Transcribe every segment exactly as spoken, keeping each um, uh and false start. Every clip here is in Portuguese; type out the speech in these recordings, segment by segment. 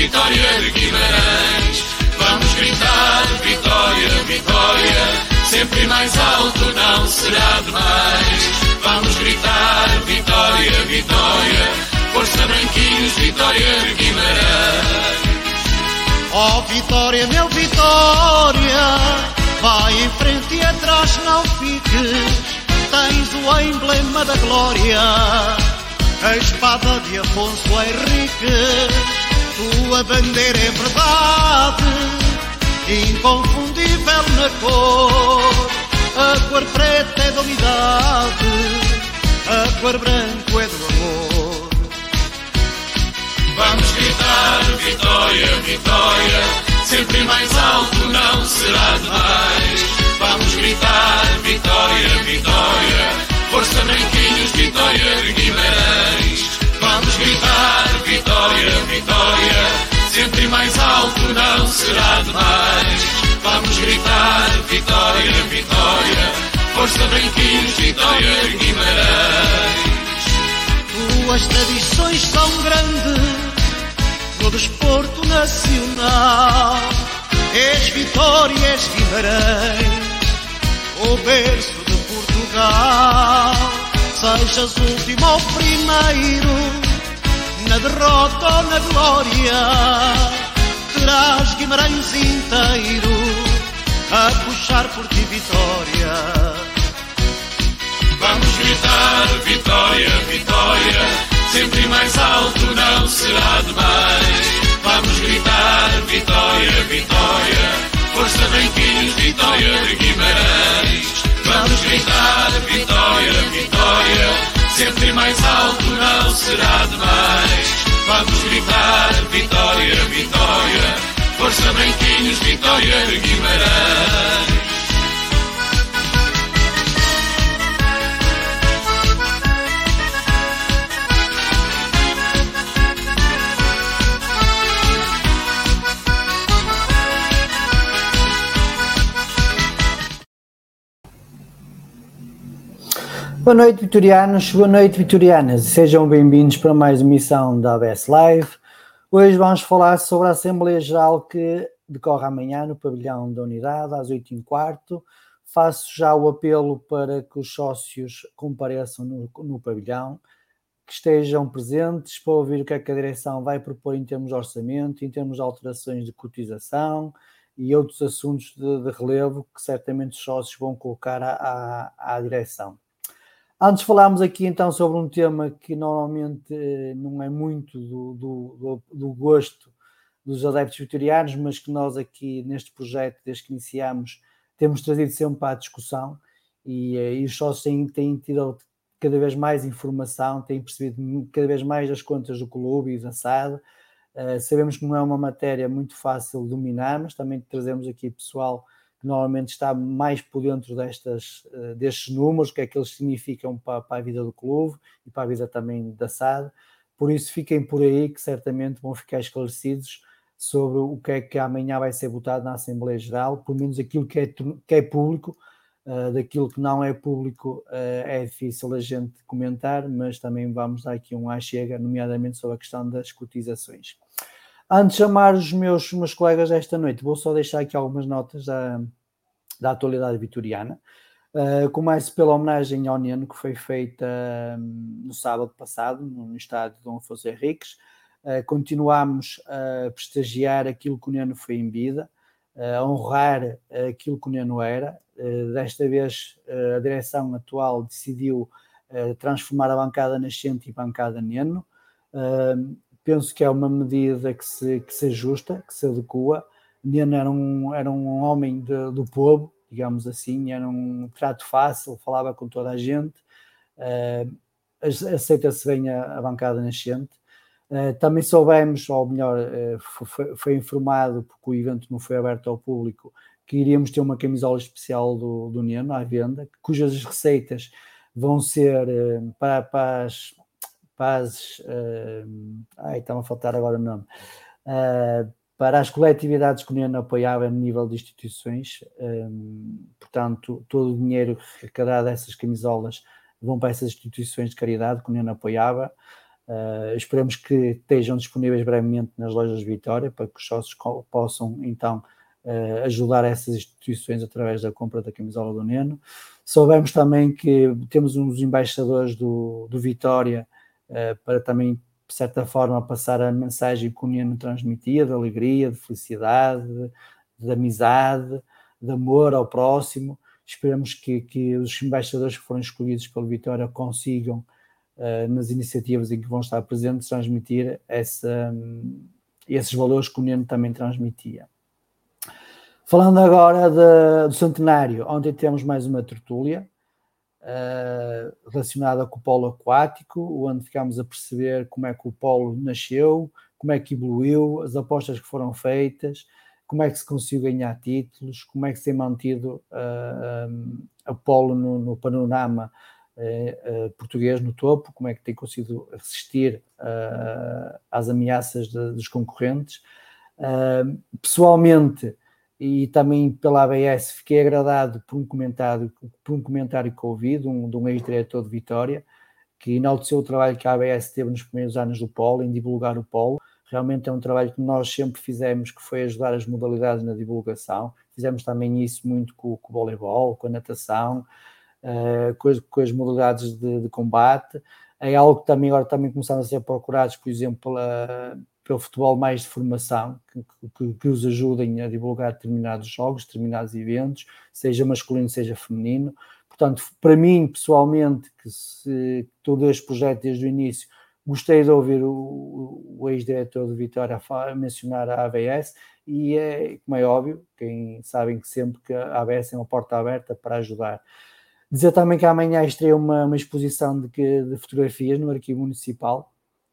Vitória de Guimarães. Vamos gritar vitória, vitória, sempre mais alto não será demais. Vamos gritar vitória, vitória, força branquinhos, Vitória de Guimarães. Oh Vitória, meu Vitória, vai em frente e atrás não fiques. Tens o emblema da glória, a espada de Afonso Henriques. Tua bandeira é verdade, inconfundível na cor. A cor preta é da unidade, a cor branca é do amor. Vamos gritar vitória, vitória, sempre mais alto não será demais. Vamos gritar vitória, vitória, força branquinhos, Vitória de Guimarães. Vamos gritar vitória, vitória, sempre mais alto não será demais. Vamos gritar vitória, vitória, força branquinhos, Vitória de Guimarães. Tuas tradições são grandes no desporto nacional. És Vitória, és Guimarães, o berço de Portugal. Sejas último ou primeiro, na derrota ou na glória, terás Guimarães inteiro a puxar por ti vitória. Vamos gritar vitória, vitória, sempre mais alto não será demais. Vamos gritar vitória, vitória, força branquinhos, Vitória de Guimarães. Vamos gritar vitória, vitória, sempre mais alto não será demais. Vamos gritar vitória, vitória, força branquinhos, Vitória de Guimarães. Boa noite, vitorianos, boa noite, vitorianas, sejam bem-vindos para mais uma emissão da A B S Live. Hoje vamos falar sobre a Assembleia Geral que decorre amanhã no pavilhão da Unidade, às oito e um quarto. Faço já o apelo para que os sócios compareçam no, no pavilhão, que estejam presentes para ouvir o que é que a direção vai propor em termos de orçamento, em termos de alterações de cotização e outros assuntos de, de relevo que certamente os sócios vão colocar à, à, à direção. Antes falámos aqui então sobre um tema que normalmente não é muito do, do, do gosto dos adeptos vitorianos, mas que nós aqui neste projeto, desde que iniciamos, temos trazido sempre para a discussão e, e os sócios têm, têm tido cada vez mais informação, têm percebido cada vez mais as contas do clube e da S A D. Uh, sabemos que não é uma matéria muito fácil de dominar, mas também trazemos aqui pessoal que normalmente está mais por dentro destas, uh, destes números, o que é que eles significam para, para a vida do clube e para a vida também da S A D. Por isso fiquem por aí que certamente vão ficar esclarecidos sobre o que é que amanhã vai ser votado na Assembleia Geral, pelo menos aquilo que é, que é público. Uh, daquilo que não é público uh, é difícil a gente comentar, mas também vamos dar aqui um à chega, nomeadamente sobre a questão das cotizações. Antes de chamar os meus, meus colegas esta noite, vou só deixar aqui algumas notas da, da atualidade vitoriana. Uh, começo pela homenagem ao Neno, que foi feita um, no sábado passado, no estádio de Dom Afonso Henriques. Uh, continuamos a prestigiar aquilo que o Neno foi em vida, a honrar aquilo que o Neno era. Desta vez a direção atual decidiu transformar a bancada nascente em bancada Neno. Penso que é uma medida que se, que se ajusta, que se adequa. Neno era um, era um homem de, do povo, digamos assim, era um trato fácil, falava com toda a gente, aceita-se bem a, a bancada nascente. Uh, também soubemos, ou melhor, uh, foi, foi informado, porque o evento não foi aberto ao público, que iríamos ter uma camisola especial do, do Neno à venda, cujas receitas vão ser uh, para, para as... Para as uh, ai, está-me a faltar agora o nome. Uh, para as coletividades que o Neno apoiava a nível de instituições. Um, portanto, todo o dinheiro arrecadado dessas camisolas vão para essas instituições de caridade que o Neno apoiava. Uh, esperamos que estejam disponíveis brevemente nas lojas de Vitória para que os sócios possam então uh, ajudar essas instituições através da compra da camisola do Neno. Soubemos também que temos uns embaixadores do, do Vitória uh, para também, de certa forma, passar a mensagem que o Neno transmitia de alegria, de felicidade, de, de amizade, de amor ao próximo. Esperamos que, que os embaixadores que foram escolhidos pelo Vitória consigam, uh, nas iniciativas em que vão estar presentes, transmitir essa, um, esses valores que o Neno também transmitia. Falando agora de, do centenário, ontem temos mais uma tertúlia uh, relacionada com o polo aquático, onde ficámos a perceber como é que o polo nasceu, como é que evoluiu, as apostas que foram feitas, como é que se conseguiu ganhar títulos, como é que se tem mantido uh, um, a polo no, no panorama uh, uh, português no topo, como é que tem conseguido resistir uh, às ameaças de, dos concorrentes. Uh, pessoalmente, e também pela A B S, fiquei agradado por um comentário, por um comentário que ouvi de um, de um ex-diretor de Vitória, que enalteceu o trabalho que a A B S teve nos primeiros anos do polo, em divulgar o polo. Realmente é um trabalho que nós sempre fizemos, que foi ajudar as modalidades na divulgação. Fizemos também isso muito com, com o voleibol, com a natação, uh, com, as, com as modalidades de, de combate. É algo que também agora também começaram a ser procurados, por exemplo, pela, pelo futebol mais de formação, que, que, que os ajudem a divulgar determinados jogos, determinados eventos, seja masculino, seja feminino. Portanto, para mim, pessoalmente, que se todo este projeto desde o início, gostei de ouvir o, o ex-diretor de Vitória a mencionar a A B S e, é, como é óbvio, quem sabem que sempre que a A B S é uma porta aberta para ajudar. Dizer também que amanhã estreia uma, uma exposição de, de fotografias no Arquivo Municipal.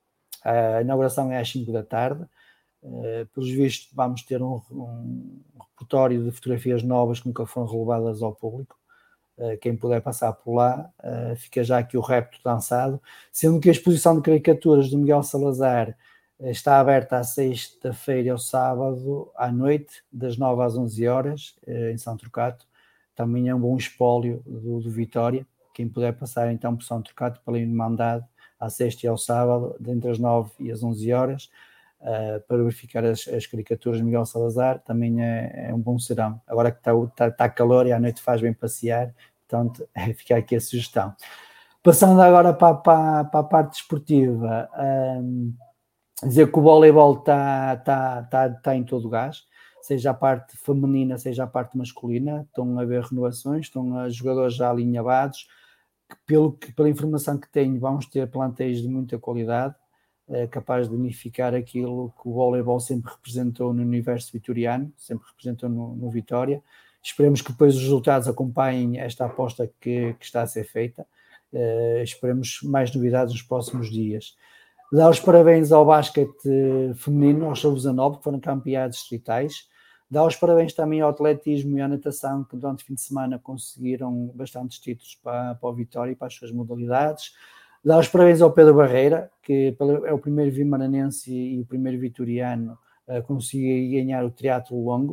A inauguração é às cinco da tarde. Uh, pelos vistos, vamos ter um, um repertório de fotografias novas que nunca foram relevadas ao público. Quem puder passar por lá, uh, fica já aqui o repto lançado, sendo que a exposição de caricaturas do Miguel Salazar uh, está aberta à sexta-feira e ao sábado à noite, das nove às onze horas, uh, em São Trocato. Também é um bom espólio do, do Vitória. Quem puder passar então por São Trocato pela Irmandade à sexta e ao sábado, entre as nove e as onze horas, uh, para verificar as, as caricaturas de Miguel Salazar, também é, é um bom serão. Agora que está, está, está calor e à noite faz bem passear, portanto, fica aqui a sugestão. Passando agora para, para, para a parte desportiva, um, dizer que o voleibol está, está, está, está em todo o gás, seja a parte feminina, seja a parte masculina, estão a haver renovações, estão a jogadores já alinhavados, que pelo que, pela informação que tenho, vamos ter plantéis de muita qualidade, é, capaz de unificar aquilo que o voleibol sempre representou no universo vitoriano, sempre representou no, no Vitória. Esperemos que depois os resultados acompanhem esta aposta que, que está a ser feita. Uh, esperemos mais novidades nos próximos dias. Dar os parabéns ao basquete feminino, aos sub dezanove, que foram campeões distritais. Dar os parabéns também ao atletismo e à natação, que durante o fim de semana conseguiram bastantes títulos para, para o Vitória e para as suas modalidades. Dar os parabéns ao Pedro Barreira, que é o primeiro vimaranense e o primeiro vitoriano a conseguir ganhar o triatlo longo.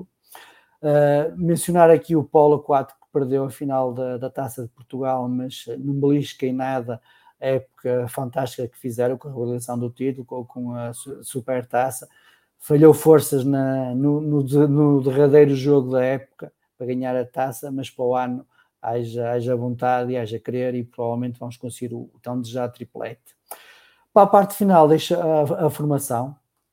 Uh, mencionar aqui o polo aquático, que perdeu a final da, da Taça de Portugal, mas não belisca em nada a época fantástica que fizeram com a realização do título, com, com a super taça. Falhou forças na, no, no, no derradeiro jogo da época para ganhar a taça, mas para o ano haja, haja vontade e haja querer e provavelmente vamos conseguir o, o tão desejado triplete. Para a parte final deixa a, a formação,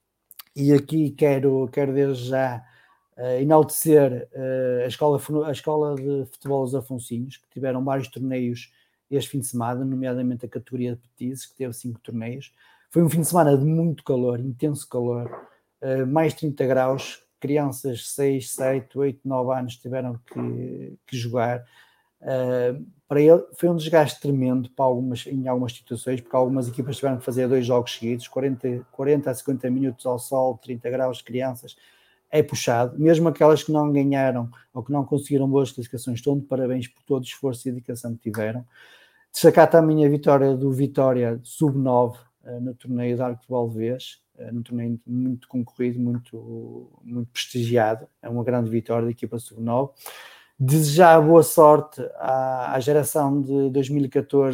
e aqui quero, quero desde já Uh, enaltecer uh, a, escola, a escola de futebol dos Afonsinhos, que tiveram vários torneios este fim de semana, nomeadamente a categoria de petizes, que teve cinco torneios. Foi um fim de semana de muito calor, intenso calor, uh, mais de trinta graus, crianças de seis, sete, oito, nove anos tiveram que, que jogar. Uh, para ele foi um desgaste tremendo para algumas, em algumas situações, porque algumas equipas tiveram que fazer dois jogos seguidos, quarenta, quarenta a cinquenta minutos ao sol, trinta graus, crianças. É puxado, mesmo aquelas que não ganharam ou que não conseguiram boas classificações, estão de parabéns por todo o esforço e dedicação que tiveram. Destacar também a vitória do Vitória sub nove uh, no torneio de Arco de Valdevez, uh, num torneio muito concorrido, muito, muito prestigiado, é uma grande vitória da equipa sub nove. Desejar boa sorte à, à geração de dois mil e catorze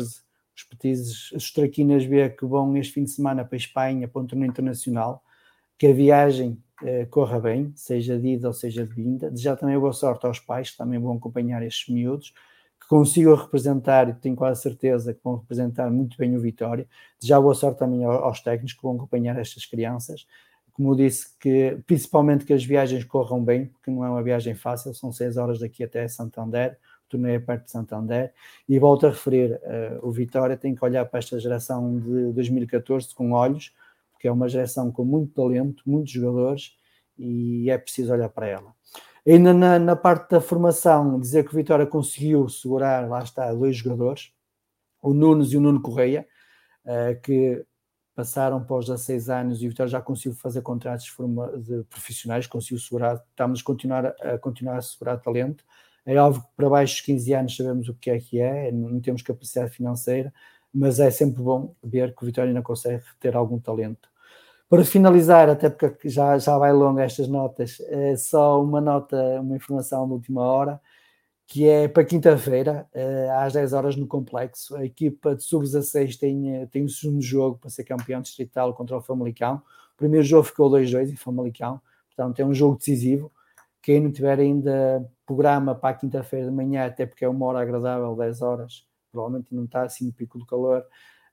os petizes, os traquinas B que vão este fim de semana para a Espanha, para um torneio internacional, que a viagem eh, corra bem, seja de ida ou seja de vinda. Desejar também boa sorte aos pais, que também vão acompanhar estes miúdos, que consigam representar, e tenho quase certeza que vão representar muito bem o Vitória. Desejar boa sorte também aos técnicos que vão acompanhar estas crianças. Como disse, que principalmente que as viagens corram bem, porque não é uma viagem fácil, são seis horas daqui até Santander, o torneio é perto de Santander, e volto a referir, uh, o Vitória tem que olhar para esta geração de dois mil e catorze com olhos, porque é uma geração com muito talento, muitos jogadores, e é preciso olhar para ela. Ainda na, na parte da formação, dizer que o Vitória conseguiu segurar, lá está, dois jogadores, o Nunes e o Nuno Correia, uh, que passaram para os dezasseis anos e o Vitória já conseguiu fazer contratos de, forma, de profissionais, conseguiu segurar, estamos a continuar a, continuar a segurar talento. É óbvio que para baixo dos quinze anos sabemos o que é que é, não temos capacidade financeira, mas é sempre bom ver que o Vitória ainda consegue ter algum talento. Para finalizar, até porque já, já vai longa estas notas, é só uma nota, uma informação de última hora, que é para quinta-feira, às dez horas no Complexo. A equipa de sub dezasseis tem, tem o segundo jogo para ser campeão distrital contra o Famalicão. O primeiro jogo ficou dois a dois em Famalicão, portanto é um jogo decisivo. Quem não tiver ainda programa para a quinta-feira de manhã, até porque é uma hora agradável, dez horas, provavelmente não está assim no pico do calor,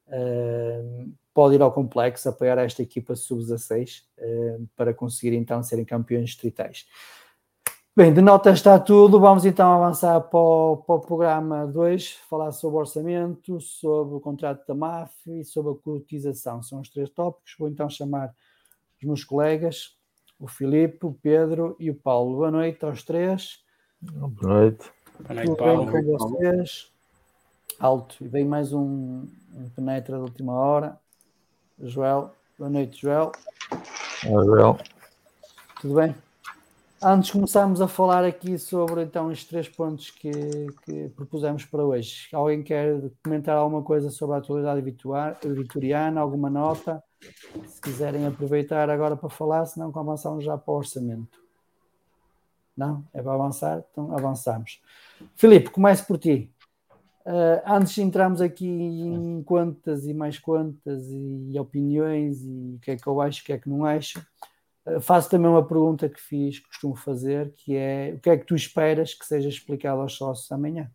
uh, pode ir ao Complexo apoiar esta equipa sub dezasseis uh, para conseguir então serem campeões distritais. Bem, de nota está tudo, vamos então avançar para o, para o programa dois, falar sobre o orçamento, sobre o contrato da M A F e sobre a cotização. São os três tópicos. Vou então chamar os meus colegas, o Filipe, o Pedro e o Paulo. Boa noite aos três. Boa noite. Boa noite, tudo Paulo. Bem com vocês? Alto. E vem mais um, um penetra da última hora. Joel. Boa noite, Joel. Olá, Joel. Tudo bem? Antes de começarmos a falar aqui sobre então os três pontos que, que propusemos para hoje, alguém quer comentar alguma coisa sobre a atualidade vitoriana, alguma nota? Se quiserem aproveitar agora para falar, senão avançamos já para o orçamento. Não? É para avançar? Então avançamos. Filipe, comece por ti. Uh, antes de entrarmos aqui em contas e mais contas e opiniões e o que é que eu acho, o que é que não acho, faço também uma pergunta que fiz, que costumo fazer, que é: o que é que tu esperas que seja explicado aos sócios amanhã?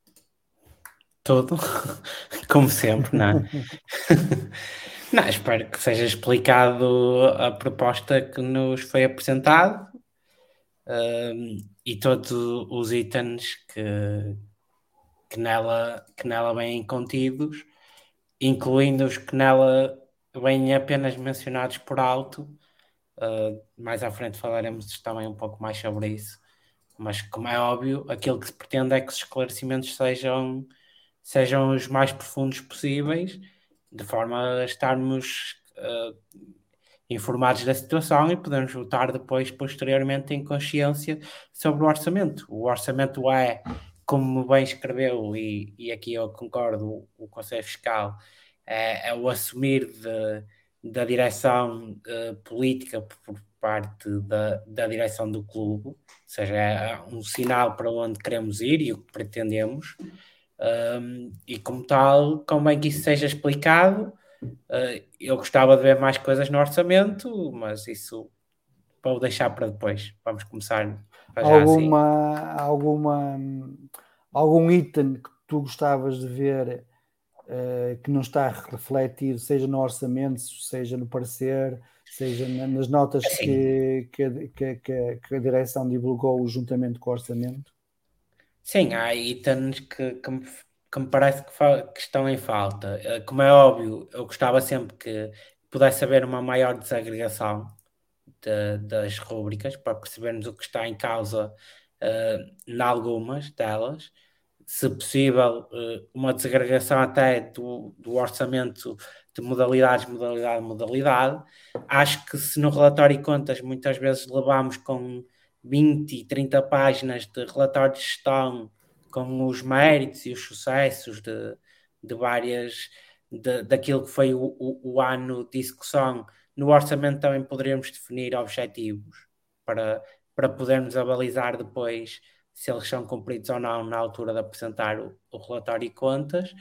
Tudo, como sempre, não é? Não, espero que seja explicado a proposta que nos foi apresentada um, e todos os itens que, que, nela, que nela vêm contidos, incluindo os que nela vêm apenas mencionados por alto. Uh, mais à frente falaremos também um pouco mais sobre isso, mas como é óbvio, aquilo que se pretende é que os esclarecimentos sejam, sejam os mais profundos possíveis, de forma a estarmos uh, informados da situação e podermos votar depois, posteriormente, em consciência sobre o orçamento. O orçamento é, como bem escreveu, e, e aqui eu concordo, o, o Conselho Fiscal, é, é o assumir de da direção uh, política por parte da, da direção do clube, ou seja, é um sinal para onde queremos ir e o que pretendemos, um, e como tal, convém que isso seja explicado. Uh, eu gostava de ver mais coisas no orçamento, mas isso vou deixar para depois. Vamos começar já alguma, assim. Alguma, algum item que tu gostavas de ver Uh, que não está refletido, seja no orçamento, seja no parecer, seja na, nas notas que, que, que, que, que a direção divulgou juntamente com o orçamento? Sim, há itens que, que, me, que me parece que, fa- que estão em falta. Uh, como é óbvio, eu gostava sempre que pudesse haver uma maior desagregação de, das rúbricas para percebermos o que está em causa uh, em algumas delas. Se possível, uma desagregação até do, do orçamento de modalidades, modalidade, modalidade. Acho que se no relatório de contas muitas vezes levamos com vinte, trinta páginas de relatório de gestão com os méritos e os sucessos de, de várias, de, daquilo que foi o, o, o ano de execução, no orçamento também poderíamos definir objetivos para, para podermos avalizar depois se eles são cumpridos ou não na altura de apresentar o, o relatório de contas,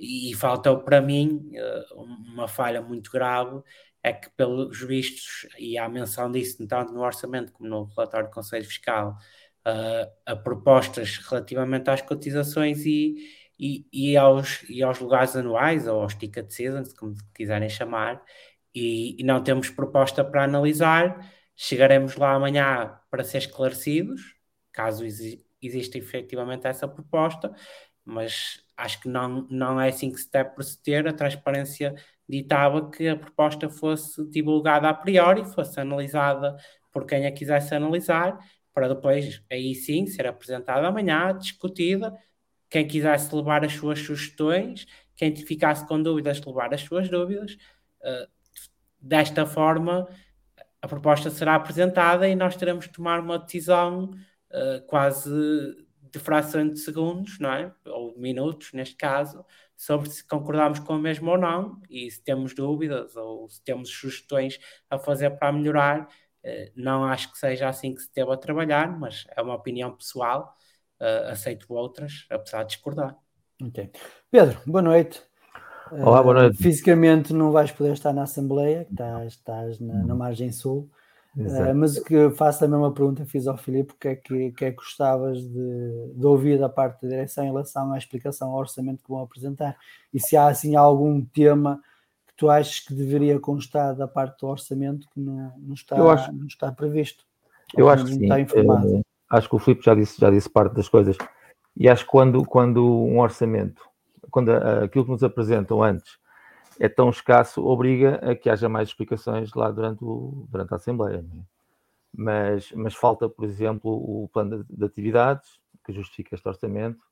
E faltou para mim uma falha muito grave, é que pelos vistos, e há menção disso tanto no orçamento como no relatório do Conselho Fiscal, uh, a propostas relativamente às cotizações e, e, e, aos, e aos lugares anuais, ou aos ticket seasons, como quiserem chamar, e, e não temos proposta para analisar. Chegaremos lá amanhã para ser esclarecidos, caso exi- exista efetivamente essa proposta, mas acho que não, não é assim que se deve proceder. A transparência ditava que a proposta fosse divulgada a priori, fosse analisada por quem a quisesse analisar, para depois, aí sim, ser apresentada amanhã, discutida, quem quisesse levar as suas sugestões, quem ficasse com dúvidas, levar as suas dúvidas. Uh, desta forma, a proposta será apresentada e nós teremos de tomar uma decisão uh, quase de fração de segundos, não é? Ou minutos, neste caso, sobre se concordamos com o mesmo ou não, e se temos dúvidas ou se temos sugestões a fazer para melhorar. Uh, não acho que seja assim que se deva trabalhar, mas é uma opinião pessoal, uh, aceito outras, apesar de discordar. Ok. Pedro, boa noite. Olá, boa noite. Uh, fisicamente não vais poder estar na Assembleia, estás, estás na, na margem sul, uh, mas o que faço a mesma pergunta fiz ao Filipe, o que é que, que, é que gostavas de, de ouvir da parte da direção em relação à explicação ao orçamento que vão apresentar, e se há assim algum tema que tu achas que deveria constar da parte do orçamento que não, não, está, eu acho, não está previsto. Eu acho que sim. Está informado. Uh, acho que o Filipe já disse, já disse parte das coisas, e acho que quando, quando um orçamento, quando a, aquilo que nos apresentam antes é tão escasso, obriga a que haja mais explicações lá durante, o, durante a Assembleia. Não é? Mas, mas falta, por exemplo, o plano de, de atividades, que justifica este orçamento.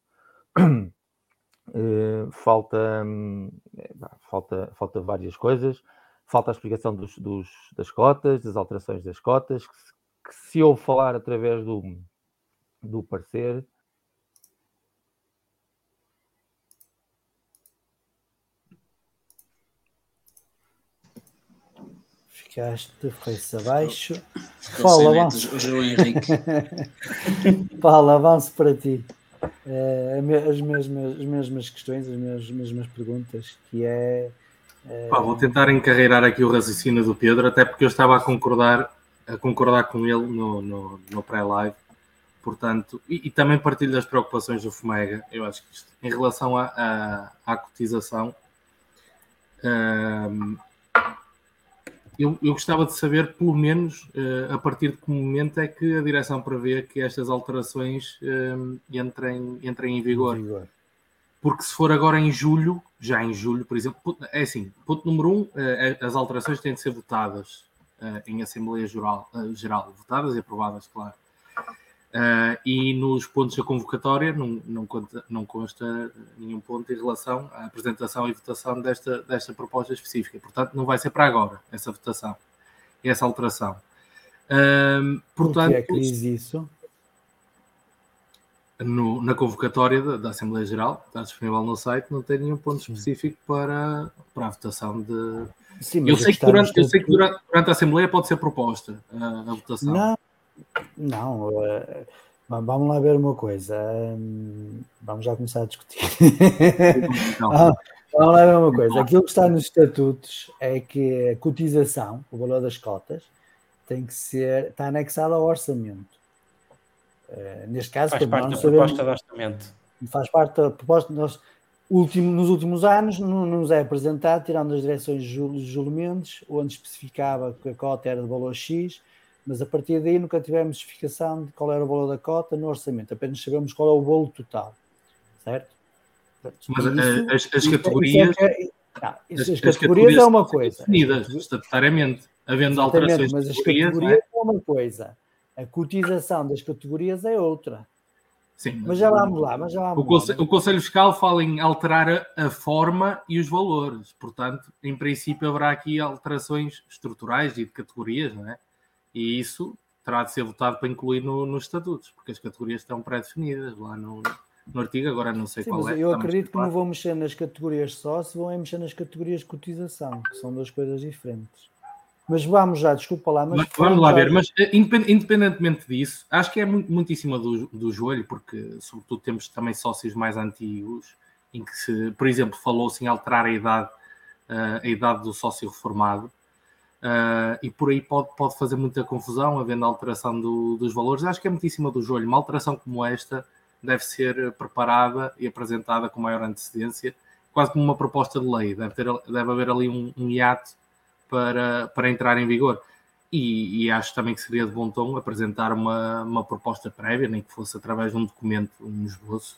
Uh, falta, um, falta, falta várias coisas. Falta a explicação dos, dos, das cotas, das alterações das cotas, que se, que se ouve falar através do, do parecer. Ficaste, foi-se abaixo. Fala, avanço. O João Henrique. Fala, avanço para ti. Uh, as, mesmas, as mesmas questões, as mesmas, mesmas perguntas, que é... Uh... Pá, vou tentar encarreirar aqui o raciocínio do Pedro, até porque eu estava a concordar, a concordar com ele no, no, no pré-live, portanto, e, e também partilho das preocupações do Fomega. Eu acho que isto, em relação à, à, à cotização... Um, Eu, eu gostava de saber, pelo menos, uh, a partir de que momento é que a direção prevê que estas alterações uh, entrem, entrem em vigor. em vigor. Porque se for agora em julho, já em julho, por exemplo, é assim, ponto número um, uh, as alterações têm de ser votadas uh, em Assembleia Geral, uh, geral, votadas e aprovadas, claro. Uh, e nos pontos da convocatória não, não, conta, não consta nenhum ponto em relação à apresentação e votação desta, desta proposta específica. Portanto, não vai ser para agora essa votação, essa alteração. Uh, portanto, o que é que diz isso? No, na convocatória da, da Assembleia Geral, está disponível no site, não tem nenhum ponto específico para, para a votação de... Sim, eu sei que, durante, eu sei que durante, durante a Assembleia pode ser proposta a, a votação. Não. Não, uh, vamos lá ver uma coisa. Um, vamos já começar a discutir. Então. vamos, vamos lá ver uma coisa. Aquilo que está nos estatutos é que a cotização, o valor das cotas, tem que ser, está anexado ao orçamento. Uh, neste caso, faz parte da proposta sabemos, de orçamento. Faz parte da proposta. Nós, último, nos últimos anos, não, não nos é apresentado, tirando as direções de Júlio, Júlio Mendes, onde especificava que a cota era de valor X. Mas a partir daí nunca tivemos justificação de qual era o valor da cota no orçamento, apenas sabemos qual é o bolo total, certo? Mas isso, as, as categorias... Isso é que, não, isso, as, as, categorias, categorias é uma coisa. Definidas estatutariamente, havendo alterações mas de as categorias... categorias é? é uma coisa, a cotização das categorias é outra. Sim, mas já vamos lá. Mas já vamos o, Conselho, lá. o Conselho Fiscal fala em alterar a, a forma e os valores, portanto, em princípio haverá aqui alterações estruturais e de categorias, não é? E isso terá de ser votado para incluir no, nos estatutos, porque as categorias estão pré-definidas lá no, no artigo, agora não sei Sim, qual mas é. Eu acredito que não vão mexer nas categorias só, se vão é mexer nas categorias de cotização, que são duas coisas diferentes. Mas vamos já, desculpa lá. Mas mas vamos lá já... ver, mas independentemente disso, acho que é muito, muitíssimo do, do joelho, porque sobretudo temos também sócios mais antigos em que, se, por exemplo, falou-se em alterar a idade, uh, a idade do sócio reformado, uh, e por aí pode, pode fazer muita confusão, havendo alteração do, dos valores. Acho que é muito em cima do joelho. Uma alteração como esta deve ser preparada e apresentada com maior antecedência, quase como uma proposta de lei. Deve, ter, deve haver ali um, um hiato para, para entrar em vigor. E, e acho também que seria de bom tom apresentar uma, uma proposta prévia, nem que fosse através de um documento, um esboço,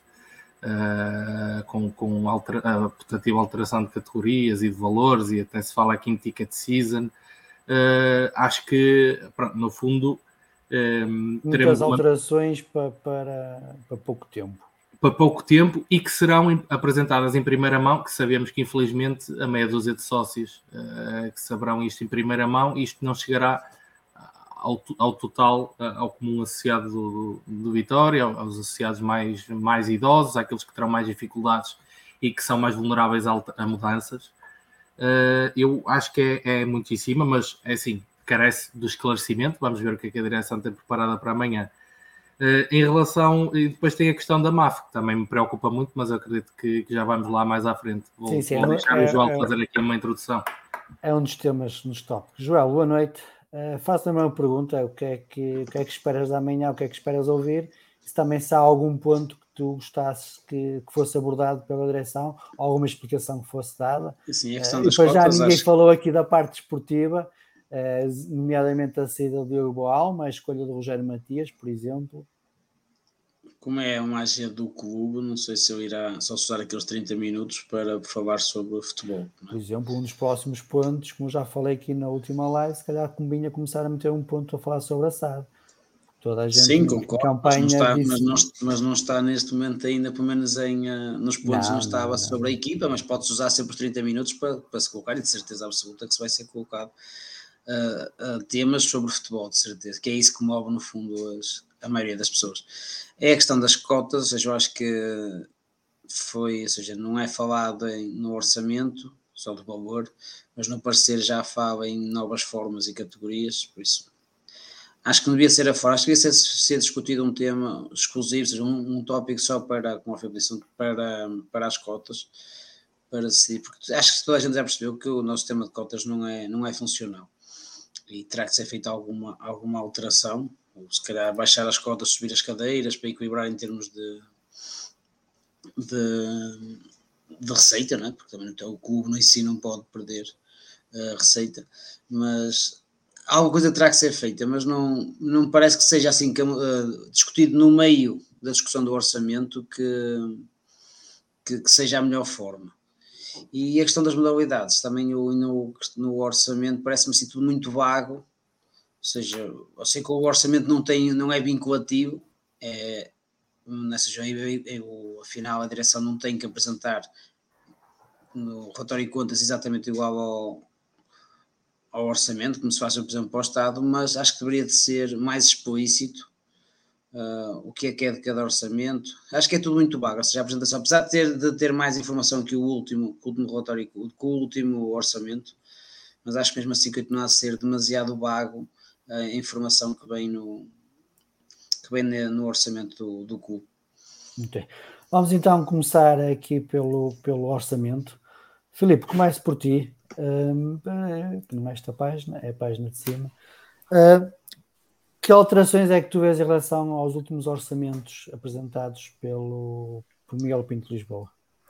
uh, com, com altera, uh, portanto, alteração de categorias e de valores, e até se fala aqui em ticket season. Uh, acho que, pronto, no fundo, um, muitas alterações uma... para, para, para pouco tempo. Para pouco tempo, e que serão apresentadas em primeira mão, que sabemos que infelizmente a meia dúzia de sócios uh, que saberão isto em primeira mão, isto não chegará ao, ao total, uh, ao comum associado do, do Vitória, aos associados mais, mais idosos, àqueles que terão mais dificuldades e que são mais vulneráveis a, a mudanças. Uh, eu acho que é, é muito em cima, mas é assim, carece do esclarecimento. Vamos ver o que é que a direção tem preparada para amanhã. Uh, em relação, e depois tem a questão da M A F, que também me preocupa muito, mas eu acredito que, que já vamos lá mais à frente. Vou, sim, sim, vou deixar é, o Joel é, fazer aqui uma introdução. É um dos temas nos tópicos. Joel, boa noite. Uh, faço também uma pergunta: o que, é que, o que é que esperas da manhã, o que é que esperas ouvir? Se também se há algum ponto que tu gostasses que, que fosse abordado pela direção, alguma explicação que fosse dada. Sim, a questão uh, das depois cotas, já ninguém acho... falou aqui da parte esportiva, uh, nomeadamente a saída do Diogo Boalma, a escolha do Rogério Matias, por exemplo. Como é uma agenda do clube, não sei se eu irá só usar aqueles trinta minutos para falar sobre futebol. Não é? Por exemplo, um dos próximos pontos, como já falei aqui na última live, se calhar convinha começar a meter um ponto a falar sobre a S A D. Toda a gente Sim, concordo, campanha mas, não está, disse... mas, não, mas não está neste momento ainda, pelo menos em, uh, nos pontos não, não estava não, não. sobre a equipa, mas pode-se usar sempre os trinta minutos para, para se colocar, e de certeza absoluta que se vai ser colocado uh, uh, temas sobre futebol, de certeza, que é isso que move no fundo as, a maioria das pessoas. É a questão das cotas, ou seja, eu acho que foi, ou seja, não é falado em, no orçamento, só do valor, mas no parecer já fala em novas formas e categorias, por isso acho que não devia ser a fora, acho que devia ser, ser discutido um tema exclusivo, ou seja, um, um tópico só para, como a disse, para, para as cotas, para si, porque acho que toda a gente já percebeu que o nosso sistema de cotas não é, não é funcional e terá que ser feita alguma, alguma alteração, ou se calhar baixar as cotas, subir as cadeiras para equilibrar em termos de, de, de receita, não é? Porque também o clube no si não pode perder a receita, mas alguma coisa terá que ser feita, mas não, não parece que seja assim que, uh, discutido no meio da discussão do orçamento que, que, que seja a melhor forma. E a questão das modalidades, também o, no, no orçamento parece-me assim tudo muito vago, ou seja, eu sei que o orçamento não, tem, não é vinculativo, é, nessa eu, afinal a direção não tem que apresentar no relatório de contas exatamente igual ao, ao orçamento, como se faz, por exemplo, para o Estado, mas acho que deveria de ser mais explícito uh, o que é que é de cada orçamento. Acho que é tudo muito vago, ou seja, a apresentação, apesar de ter, de ter mais informação que o último, que o último relatório, que o último orçamento, mas acho mesmo assim que continua a ser demasiado vago a informação que vem no, que vem no orçamento do, do clube. Okay. Vamos então começar aqui pelo, pelo orçamento. Filipe, comece por ti. Um, não é esta página, é a página de cima. Uh, que alterações é que tu vês em relação aos últimos orçamentos apresentados pelo por Miguel Pinto de Lisboa?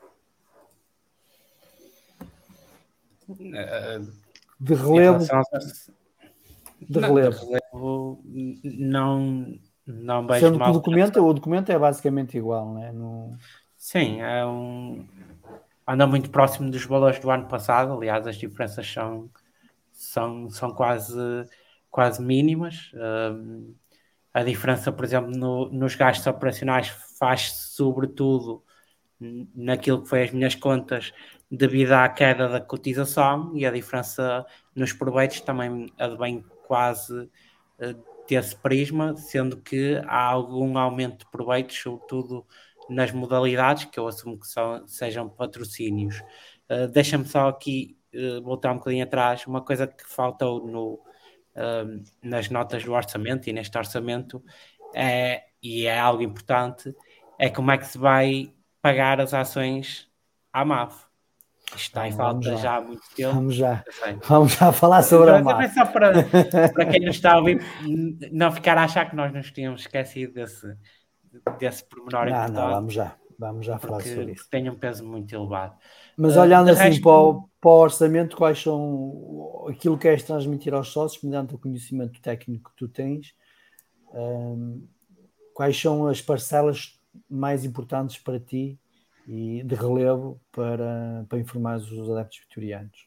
De relevo, de não, relevo. De relevo não, não vejo. Sendo que o documento, o documento é basicamente igual, não é? No... Sim, é um... anda muito próximo dos valores do ano passado. Aliás, as diferenças são, são, são quase, quase mínimas. Um, a diferença, por exemplo, no, nos gastos operacionais faz-se sobretudo naquilo que foi as minhas contas devido à queda da cotização, e a diferença nos proveitos também advém quase uh, desse prisma, sendo que há algum aumento de proveitos, sobretudo nas modalidades, que eu assumo que são, sejam patrocínios. Uh, deixa-me só aqui uh, voltar um bocadinho atrás, uma coisa que faltou no, uh, nas notas do orçamento e neste orçamento, é, e é algo importante, é como é que se vai pagar as ações à M A F. Isto está em falta já há muito tempo. Vamos já, vamos já falar sobre a M A F. Só para, para quem nos está a ouvir, não ficar a achar que nós nos tínhamos esquecido desse, desse pormenor não, importante. Não, vamos já, vamos já falar sobre isso. Tem um peso muito elevado. Mas olhando uh, assim resto... para, o, para o orçamento, quais são aquilo que queres transmitir aos sócios, mediante o conhecimento técnico que tu tens, um, quais são as parcelas mais importantes para ti e de relevo para, para informar os adeptos vitorianos?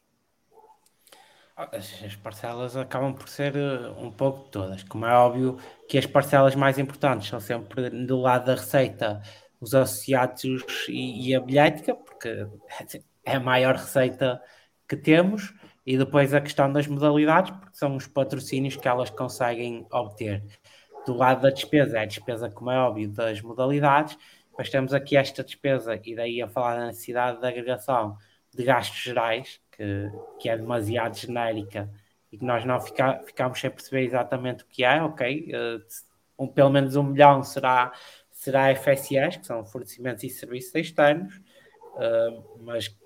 As parcelas acabam por ser um pouco de todas. Como é óbvio que as parcelas mais importantes são sempre do lado da receita, os associados e, e a bilhética, porque é a maior receita que temos, e depois a questão das modalidades, porque são os patrocínios que elas conseguem obter. Do lado da despesa, é a despesa, como é óbvio, das modalidades, mas temos aqui esta despesa, e daí a falar da necessidade de agregação de gastos gerais, que, que é demasiado genérica e que nós não fica, ficamos sem perceber exatamente o que é, ok, uh, um, pelo menos um milhão será, será F S Es, que são fornecimentos e serviços externos, uh, mas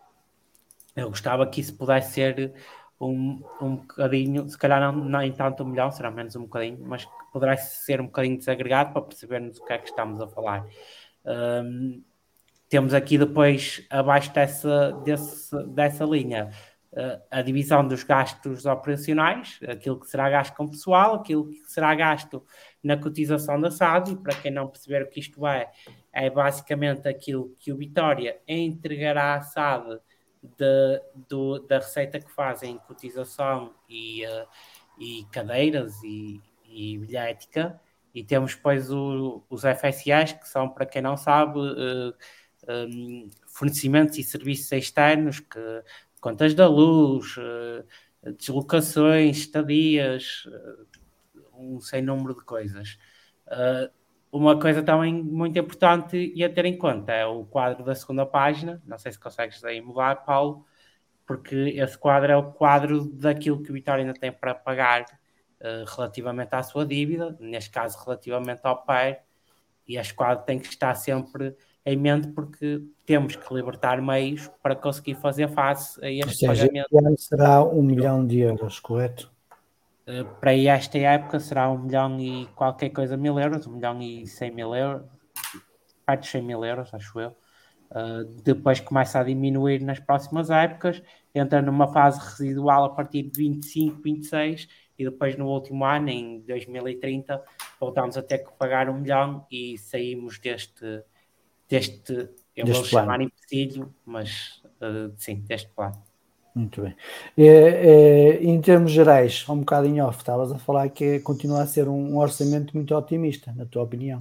eu gostava que isso pudesse ser um, um bocadinho, se calhar não, nem tanto um milhão, será menos um bocadinho, mas que pudesse ser um bocadinho desagregado para percebermos o que é que estamos a falar. Um, Temos aqui depois, abaixo dessa, desse, dessa linha, a divisão dos gastos operacionais, aquilo que será gasto com pessoal, aquilo que será gasto na cotização da S A D, e para quem não perceber o que isto é, é basicamente aquilo que o Vitória entregará à S A D de, do, da receita que fazem cotização e, uh, e cadeiras e, e bilhética, e temos depois o, os F S Es, que são, para quem não sabe, uh, Um, fornecimentos e serviços externos, que contas da luz, uh, deslocações, estadias, uh, um sem número de coisas. Uh, uma coisa também muito importante e a ter em conta é o quadro da segunda página. Não sei se consegues aí mudar, Paulo, porque esse quadro é o quadro daquilo que o Vitória ainda tem para pagar uh, relativamente à sua dívida, neste caso relativamente ao P E R, e este quadro tem que estar sempre em mente, porque temos que libertar meios para conseguir fazer face a este Ou seja, pagamento. Este ano será um milhão de euros, correto? Uh, para esta época será um milhão e qualquer coisa mil euros, um milhão e cem mil euros, perto de cem mil euros, acho eu. Uh, depois começa a diminuir nas próximas épocas, entra numa fase residual a partir de vinte e cinco, vinte e seis, e depois no último ano, em dois mil e trinta, voltamos a ter que pagar um milhão e saímos deste deste, eu deste vou plano. chamar empecilho, mas uh, sim, deste plano. Muito bem. É, é, em termos gerais, um bocadinho off, estavas a falar que continua a ser um, um orçamento muito otimista, na tua opinião.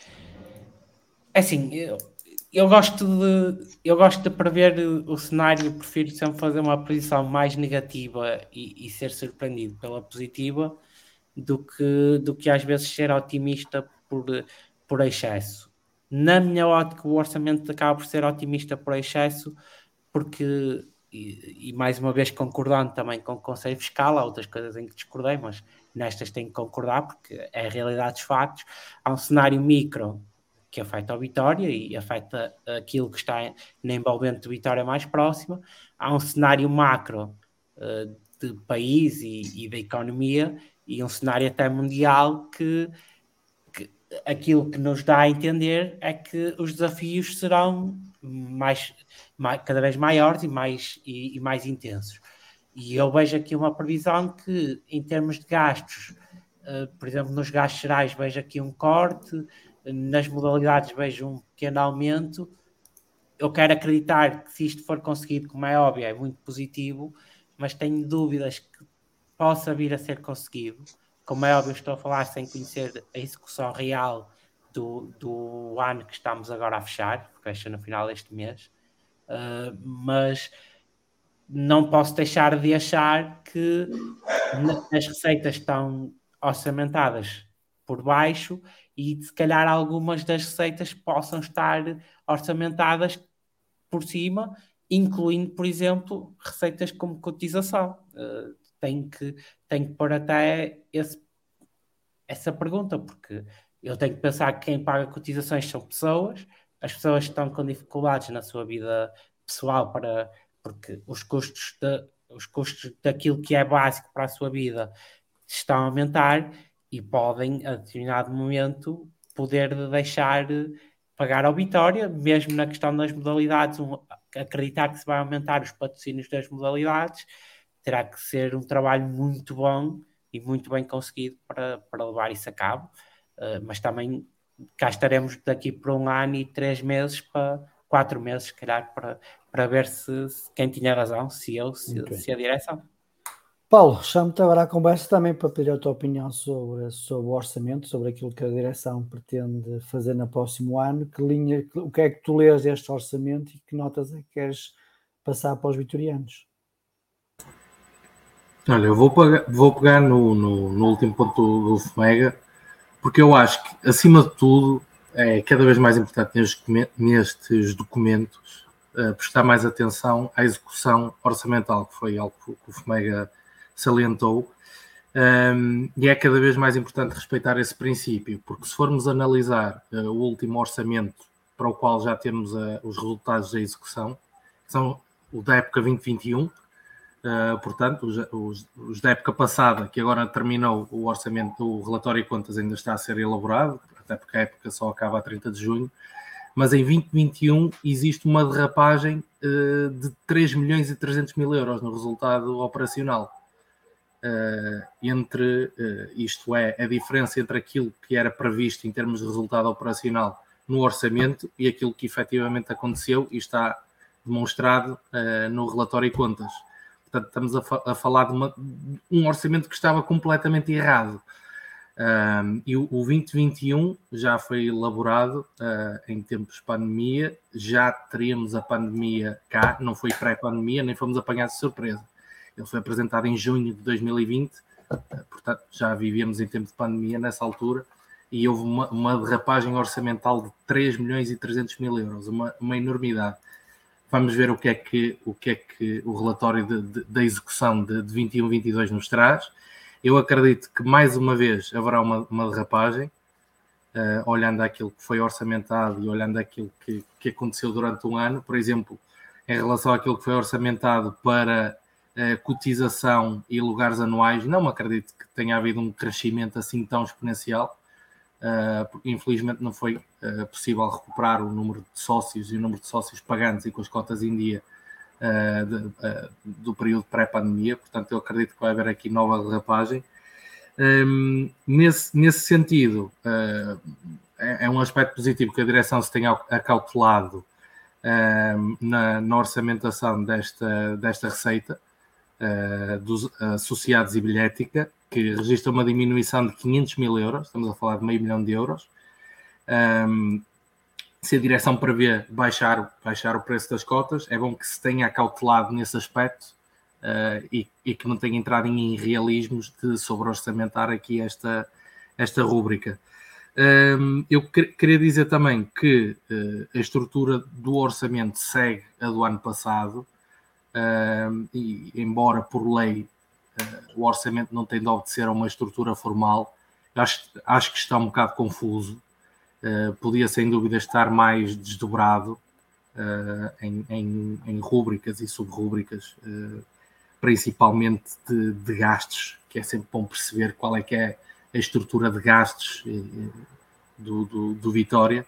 É assim, eu, eu gosto de eu gosto de prever o cenário, prefiro sempre fazer uma posição mais negativa e, e ser surpreendido pela positiva do que, do que às vezes ser otimista por, por excesso. Na minha ótica, o orçamento acaba por ser otimista por excesso, porque, e, e mais uma vez concordando também com o Conselho Fiscal, há outras coisas em que discordei, mas nestas tenho que concordar, porque é a realidade dos fatos. Há um cenário micro que afeta a Vitória e afeta aquilo que está na envolvente de Vitória mais próxima. Há um cenário macro uh, de país e, e da economia, e um cenário até mundial que aquilo que nos dá a entender é que os desafios serão mais, mais, cada vez maiores e mais, e, e mais intensos. E eu vejo aqui uma previsão que, em termos de gastos, uh, por exemplo, nos gastos gerais vejo aqui um corte, nas modalidades vejo um pequeno aumento. Eu quero acreditar que, se isto for conseguido, como é óbvio, é muito positivo, mas tenho dúvidas que possa vir a ser conseguido. Como é óbvio, estou a falar sem conhecer a execução real do, do ano que estamos agora a fechar, que fecha no final deste mês, uh, mas não posso deixar de achar que as receitas estão orçamentadas por baixo e, se calhar, algumas das receitas possam estar orçamentadas por cima, incluindo, por exemplo, receitas como cotização. Uh, Tenho que, tenho que pôr até esse, essa pergunta, porque eu tenho que pensar que quem paga cotizações são pessoas, as pessoas estão com dificuldades na sua vida pessoal, para, porque os custos, de, os custos daquilo que é básico para a sua vida estão a aumentar e podem, a determinado momento, poder deixar pagar ao Vitória, mesmo na questão das modalidades, um, acreditar que se vai aumentar os patrocínios das modalidades, terá que ser um trabalho muito bom e muito bem conseguido para, para levar isso a cabo, uh, mas também cá estaremos daqui por um ano e três meses, para quatro meses, se calhar, para, para ver se, se quem tinha razão, se eu, se, okay. se a direção. Paulo, chamo-te agora à conversa também para pedir a tua opinião sobre, sobre o orçamento, sobre aquilo que a direção pretende fazer no próximo ano. Que linha, o que é que tu lês deste orçamento e que notas é que queres passar para os vitorianos? Olha, eu vou pegar, vou pegar no, no, no último ponto do, do Fomega, porque eu acho que, acima de tudo, é cada vez mais importante nestes, nestes documentos uh, prestar mais atenção à execução orçamental, que foi algo que o Fomega salientou, um, e é cada vez mais importante respeitar esse princípio, porque se formos analisar uh, o último orçamento para o qual já temos uh, os resultados da execução, que são o da época vinte vinte e um, uh, portanto, os, os, os da época passada, que agora terminou o orçamento, o relatório de contas ainda está a ser elaborado, até porque a época só acaba a trinta de junho, mas em vinte vinte e um existe uma derrapagem uh, de três milhões e trezentos mil euros no resultado operacional. Uh, entre, uh, isto é, a diferença entre aquilo que era previsto em termos de resultado operacional no orçamento e aquilo que efetivamente aconteceu e está demonstrado uh, no relatório de contas. Portanto, estamos a, fa- a falar de uma, um orçamento que estava completamente errado. Uh, e o, o vinte vinte e um já foi elaborado uh, em tempos de pandemia, já teríamos a pandemia cá, não foi pré-pandemia, nem fomos apanhados de surpresa. Ele foi apresentado em junho de dois mil e vinte, portanto já vivíamos em tempo de pandemia nessa altura, e houve uma, uma derrapagem orçamental de três milhões e trezentos mil euros, uma, uma enormidade. Vamos ver o que é que o, que é que o relatório de, de, da execução de, de vinte e um vinte e dois nos traz. Eu acredito que mais uma vez haverá uma, uma derrapagem, uh, olhando aquilo que foi orçamentado e olhando aquilo que, que aconteceu durante um ano. Por exemplo, em relação àquilo que foi orçamentado para Uh, cotização e lugares anuais, não acredito que tenha havido um crescimento assim tão exponencial, uh, porque infelizmente não foi uh, possível recuperar o número de sócios e o número de sócios pagantes e com as cotas em dia uh, de, uh, do período pré-pandemia, portanto eu acredito que vai haver aqui nova derrapagem. Um, nesse, nesse sentido, uh, é, é um aspecto positivo que a direção se tenha acautelado uh, na, na orçamentação desta, desta receita, Uh, dos associados e bilhética, que registra uma diminuição de quinhentos mil euros, estamos a falar de meio milhão de euros. Um, se a direção prevê baixar, baixar o preço das cotas, é bom que se tenha acautelado nesse aspecto uh, e, e que não tenha entrado em irrealismos de sobre-orçamentar aqui esta, esta rúbrica. Um, eu que, queria dizer também que uh, a estrutura do orçamento segue a do ano passado, Uh, e embora por lei uh, o orçamento não tem de obedecer a uma estrutura formal, acho, acho que está um bocado confuso, uh, podia sem dúvida estar mais desdobrado uh, em, em, em rúbricas e subrúbricas, uh, principalmente de, de gastos, que é sempre bom perceber qual é que é a estrutura de gastos uh, do, do, do Vitória.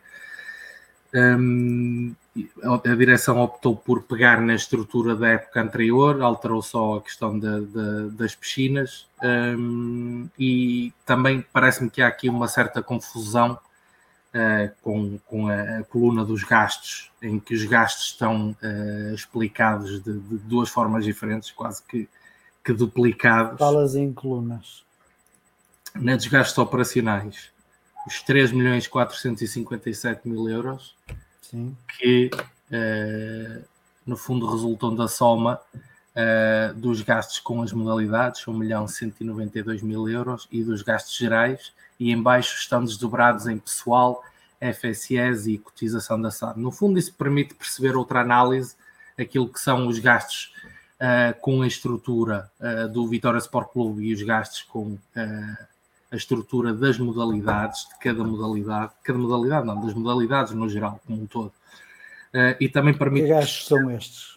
Um, a direção optou por pegar na estrutura da época anterior, alterou só a questão de, de, das piscinas, um, e também parece-me que há aqui uma certa confusão uh, com, com a, a coluna dos gastos, em que os gastos estão uh, explicados de, de duas formas diferentes, quase que, que duplicados. Falas em colunas. Nos gastos operacionais, os três milhões quatrocentos e cinquenta e sete mil euros, sim, que uh, no fundo resultam da soma uh, dos gastos com as modalidades, um milhão cento e noventa e dois mil euros, e dos gastos gerais, e em baixo estão desdobrados em pessoal, F S Es e cotização da S A D. No fundo isso permite perceber outra análise, aquilo que são os gastos uh, com a estrutura uh, do Vitória Sport Clube e os gastos com uh, a estrutura das modalidades, de cada modalidade, cada modalidade não, das modalidades no geral, como um todo. uh, e também permite... Que gastos são estes?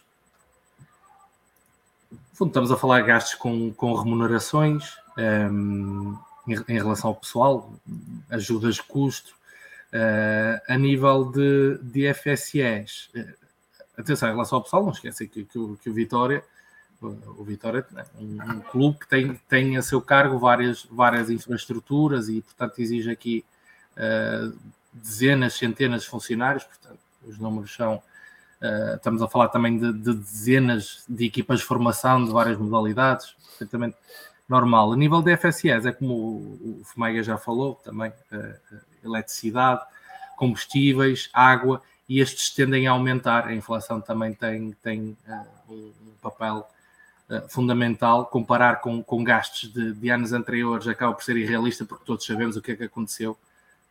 Estamos a falar de gastos com, com remunerações, um, em, em relação ao pessoal, ajudas de custo, uh, a nível de, de F S Es. Uh, atenção, em relação ao pessoal, não esquecem que, que, o, que o Vitória, o, o Vitória é um, um clube que tem, tem a seu cargo várias, várias infraestruturas e, portanto, exige aqui uh, dezenas, centenas de funcionários, portanto, os números são... Uh, estamos a falar também de, de dezenas de equipas de formação de várias modalidades, perfeitamente normal. A nível de F S Es, é como o, o Fomega já falou, também uh, eletricidade, combustíveis, água, e estes tendem a aumentar. A inflação também tem, tem uh, um, um papel uh, fundamental. Comparar com, com gastos de, de anos anteriores acaba por ser irrealista, porque todos sabemos o que é que aconteceu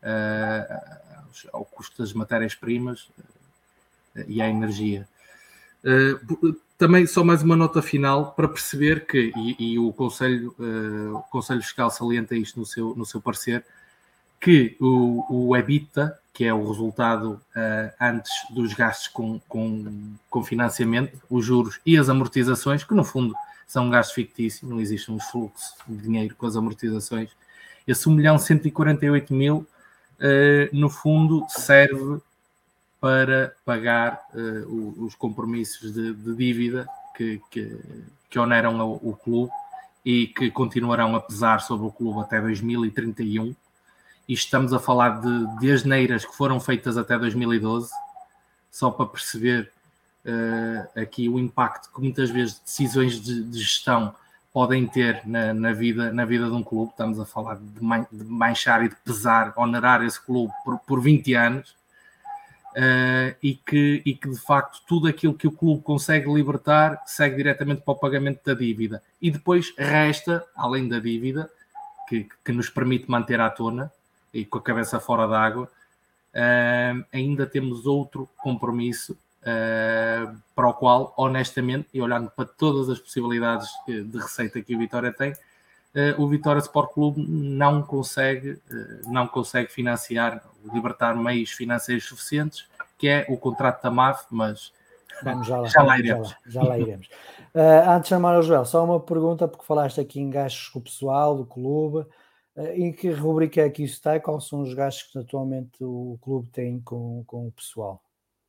uh, ao custo das matérias-primas e à energia. Uh, também só mais uma nota final para perceber que, e, e o, Conselho, uh, o Conselho Fiscal salienta isto no seu, no seu parecer, que o, o EBITDA, que é o resultado uh, antes dos gastos com, com, com financiamento, os juros e as amortizações, que no fundo são um gasto fictício, não existe um fluxo de dinheiro com as amortizações, esse um milhão cento e quarenta e oito mil, uh, no fundo, serve para pagar uh, os compromissos de, de dívida que, que, que oneram o, o clube e que continuarão a pesar sobre o clube até dois mil e trinta e um. E estamos a falar de, de asneiras que foram feitas até dois mil e doze, só para perceber uh, aqui o impacto que muitas vezes decisões de, de gestão podem ter na, na, vida, na vida de um clube. Estamos a falar de, man, de manchar e de pesar, onerar esse clube por, por vinte anos. Uh, e, que, e que de facto tudo aquilo que o clube consegue libertar segue diretamente para o pagamento da dívida, e depois resta, além da dívida que, que nos permite manter à tona e com a cabeça fora d'água, uh, ainda temos outro compromisso uh, para o qual, honestamente, e olhando para todas as possibilidades de receita que o Vitória tem, uh, o Vitória Sport Clube não consegue, uh, não consegue financiar, libertar meios financeiros suficientes, que é o contrato da M A F, mas vamos já lá, já lá iremos. Já lá, já lá iremos. Uh, antes de chamar ao Joel, só uma pergunta, porque falaste aqui em gastos com o pessoal do clube, uh, em que rubrica é que isso está e quais são os gastos que atualmente o clube tem com, com o pessoal?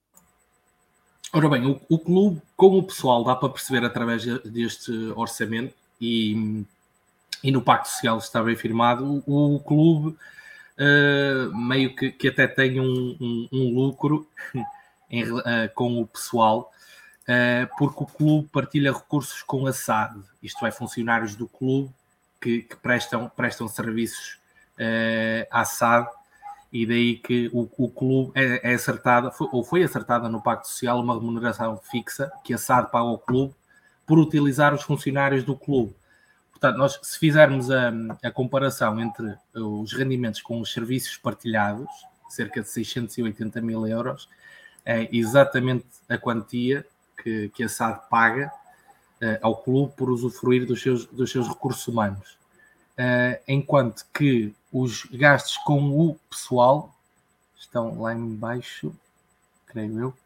Ora bem, o, o clube com o pessoal dá para perceber através deste orçamento e, e no Pacto Social está bem firmado, o, o clube Uh, meio que, que até tem um, um, um lucro em, uh, com o pessoal, uh, porque o clube partilha recursos com a S A D, isto é, funcionários do clube que, que prestam, prestam serviços uh, à S A D, e daí que o, o clube é, é acertada, foi, ou foi acertada no Pacto Social, uma remuneração fixa que a S A D paga ao clube por utilizar os funcionários do clube. Portanto, nós, se fizermos a, a comparação entre os rendimentos com os serviços partilhados, cerca de seiscentos e oitenta mil euros, é exatamente a quantia que, que a S A D paga uh, ao clube por usufruir dos seus, dos seus recursos humanos. Uh, enquanto que os gastos com o pessoal estão lá em baixo, creio eu.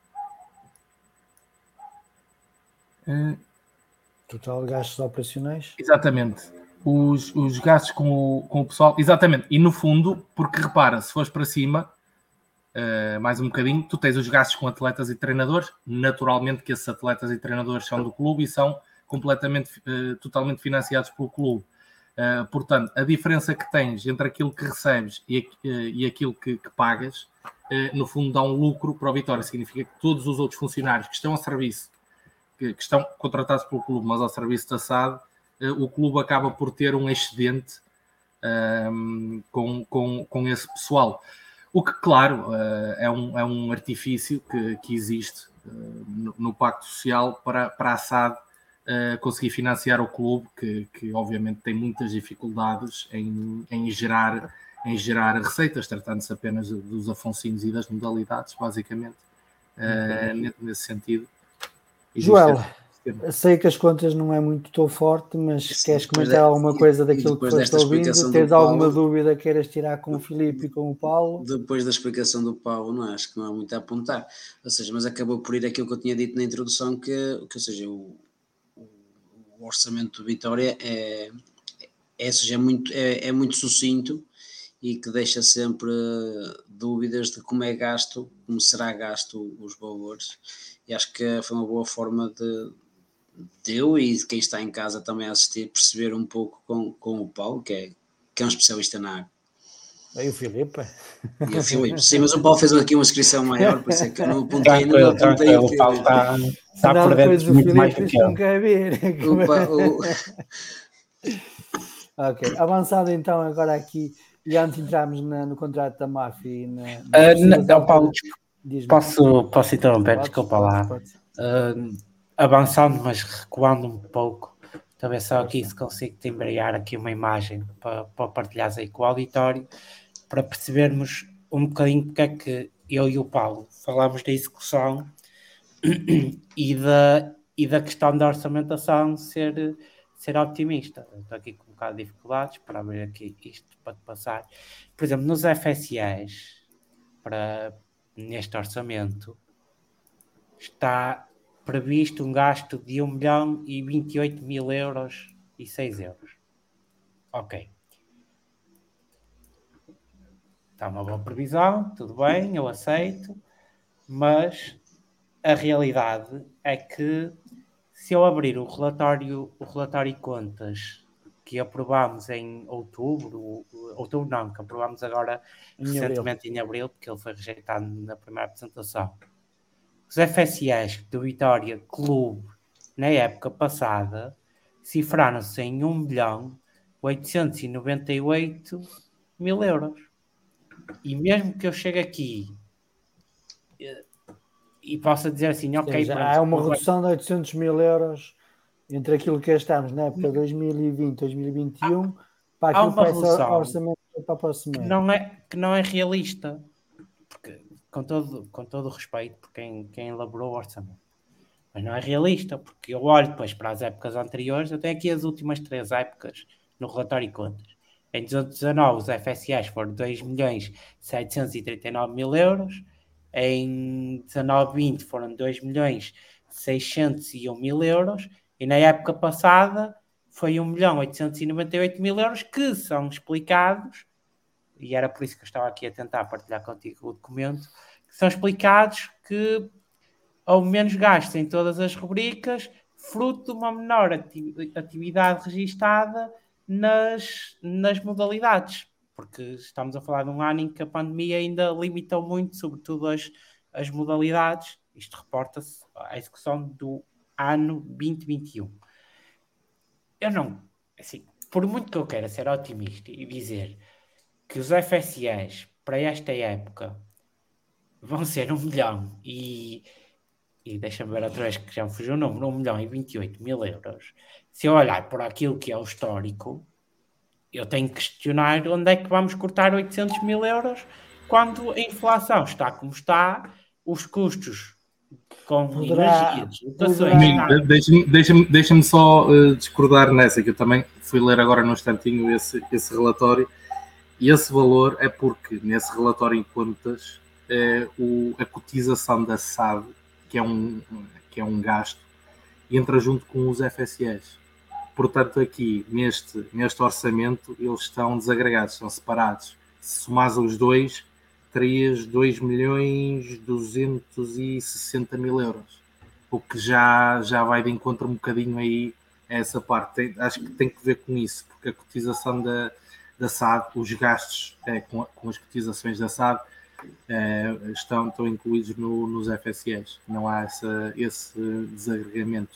Uh, Total de gastos operacionais? Exatamente. Os, os gastos com o, com o pessoal, exatamente. E no fundo, porque repara, se fores para cima, uh, mais um bocadinho, tu tens os gastos com atletas e treinadores, naturalmente que esses atletas e treinadores são do clube e são completamente, uh, totalmente financiados pelo clube. Uh, portanto, a diferença que tens entre aquilo que recebes e, uh, e aquilo que, que pagas, uh, no fundo dá um lucro para o Vitória. Significa que todos os outros funcionários que estão a serviço, que estão contratados pelo clube, mas ao serviço da S A D, o clube acaba por ter um excedente um, com, com, com esse pessoal. O que, claro, uh, é, um, é um artifício que, que existe uh, no, no Pacto Social para, para a S A D uh, conseguir financiar o clube, que, que obviamente tem muitas dificuldades em, em, gerar, em gerar receitas, tratando-se apenas dos afonsinhos e das modalidades, basicamente, uh, nesse sentido. Joel, Eu sei que as contas não é muito tão forte, mas Sim, queres depois comentar de- alguma coisa daquilo que depois foste desta ouvindo? explicação do Tens alguma Paulo- dúvida que queiras tirar com o Filipe e com o Paulo? Depois da explicação do Paulo, não é? Acho que não há muito a apontar. Ou seja, mas acabou por ir aquilo que eu tinha dito na introdução, que, que ou seja, o, o, o orçamento do Vitória é, é, ou seja, é, muito, é, é muito sucinto e que deixa sempre dúvidas de como é gasto, como será gasto os valores. E acho que foi uma boa forma de, de eu e de quem está em casa também a assistir, perceber um pouco com, com o Paulo, que é, que é um especialista na área. Aí o Filipe. E o Filipe, sim, mas o Paulo fez aqui uma inscrição maior, por isso é que eu não apontei, não Tranquilo, apontei o tranquilo. O Paulo Filipe. está, está Não, por depois dentro o muito mais Filipe do diz que que não eu. quer vir. O Pa- o- Ok, avançado então agora aqui, e antes de entrarmos na- no contrato da máfia e na, nas Ah, possíveis não, Paulo, alturas- Diz-me. Posso, posso interromper, Podes, desculpa podes, lá. podes. Uh, avançando, mas recuando um pouco, talvez só aqui se consigo te embrear aqui uma imagem para, para partilhares aí com o auditório, para percebermos um bocadinho porque é que eu e o Paulo falámos da execução e da, e da questão da orçamentação ser, ser optimista. Eu estou aqui com um bocado de dificuldades para abrir aqui isto para te passar. Por exemplo, nos F S Es, para, neste orçamento, está previsto um gasto de um milhão e vinte e oito mil euros e seis euros. Ok. Está uma boa previsão, tudo bem, eu aceito, mas a realidade é que se eu abrir o relatório, o relatório de contas que aprovámos em outubro, outubro não, que aprovámos agora Em recentemente em abril, porque ele foi rejeitado na primeira apresentação. Os F S Es do Vitória Clube, na época passada, cifraram-se em um milhão oitocentos e noventa e oito mil euros. E mesmo que eu chegue aqui e, e possa dizer assim, ok, Sim, já pronto, há uma tudo bem. redução de oitocentos mil euros entre aquilo que gastámos na época dois mil e vinte, dois mil e vinte e um para há aquilo que uma vai ser redução orçamento para o próximo que ano. não é, que não é realista. Porque, com todo, com todo o respeito por quem, quem elaborou o orçamento. Mas não é realista, porque eu olho depois para as épocas anteriores, eu tenho aqui as últimas três épocas no relatório de contas. Em dezoito dezanove, os F S Es foram dois milhões setecentos e trinta e nove mil euros. Em dezanove vinte foram dois milhões seiscentos e um mil euros. E na época passada foi um milhão oitocentos e noventa e oito mil euros, que são explicados, e era por isso que eu estava aqui a tentar partilhar contigo o documento, que são explicados que houve menos gastos em todas as rubricas, fruto de uma menor atividade registada nas, nas modalidades, porque estamos a falar de um ano em que a pandemia ainda limitou muito, sobretudo as, as modalidades. Isto reporta-se à execução do ano vinte vinte e um. Eu não, assim, por muito que eu queira ser otimista e dizer que os F S Es para esta época vão ser um milhão e e deixa-me ver outra vez que já me fugiu o número, um milhão e vinte e oito mil euros. Se eu olhar por aquilo que é o histórico, eu tenho que questionar onde é que vamos cortar oitocentos mil euros quando a inflação está como está, os custos com Poderá- energia, deslocações... poderá- Amigo, está- deixa-me deixa deixa só uh, discordar nessa, que eu também fui ler agora num instantinho esse, esse relatório, e esse valor é porque nesse relatório em contas é, o, a cotização da S A D, que é, um, que é um gasto, entra junto com os F S Es. Portanto, aqui neste, neste orçamento eles estão desagregados, estão separados. Se somares os dois, terias dois milhões duzentos e sessenta mil euros, o que já, já vai de encontro um bocadinho aí a essa parte. Tem, acho que tem que ver com isso, porque a cotização da, da S A D, os gastos é, com, com as cotizações da S A D é, estão, estão incluídos no, nos F S Es. Não há essa, esse desagregamento.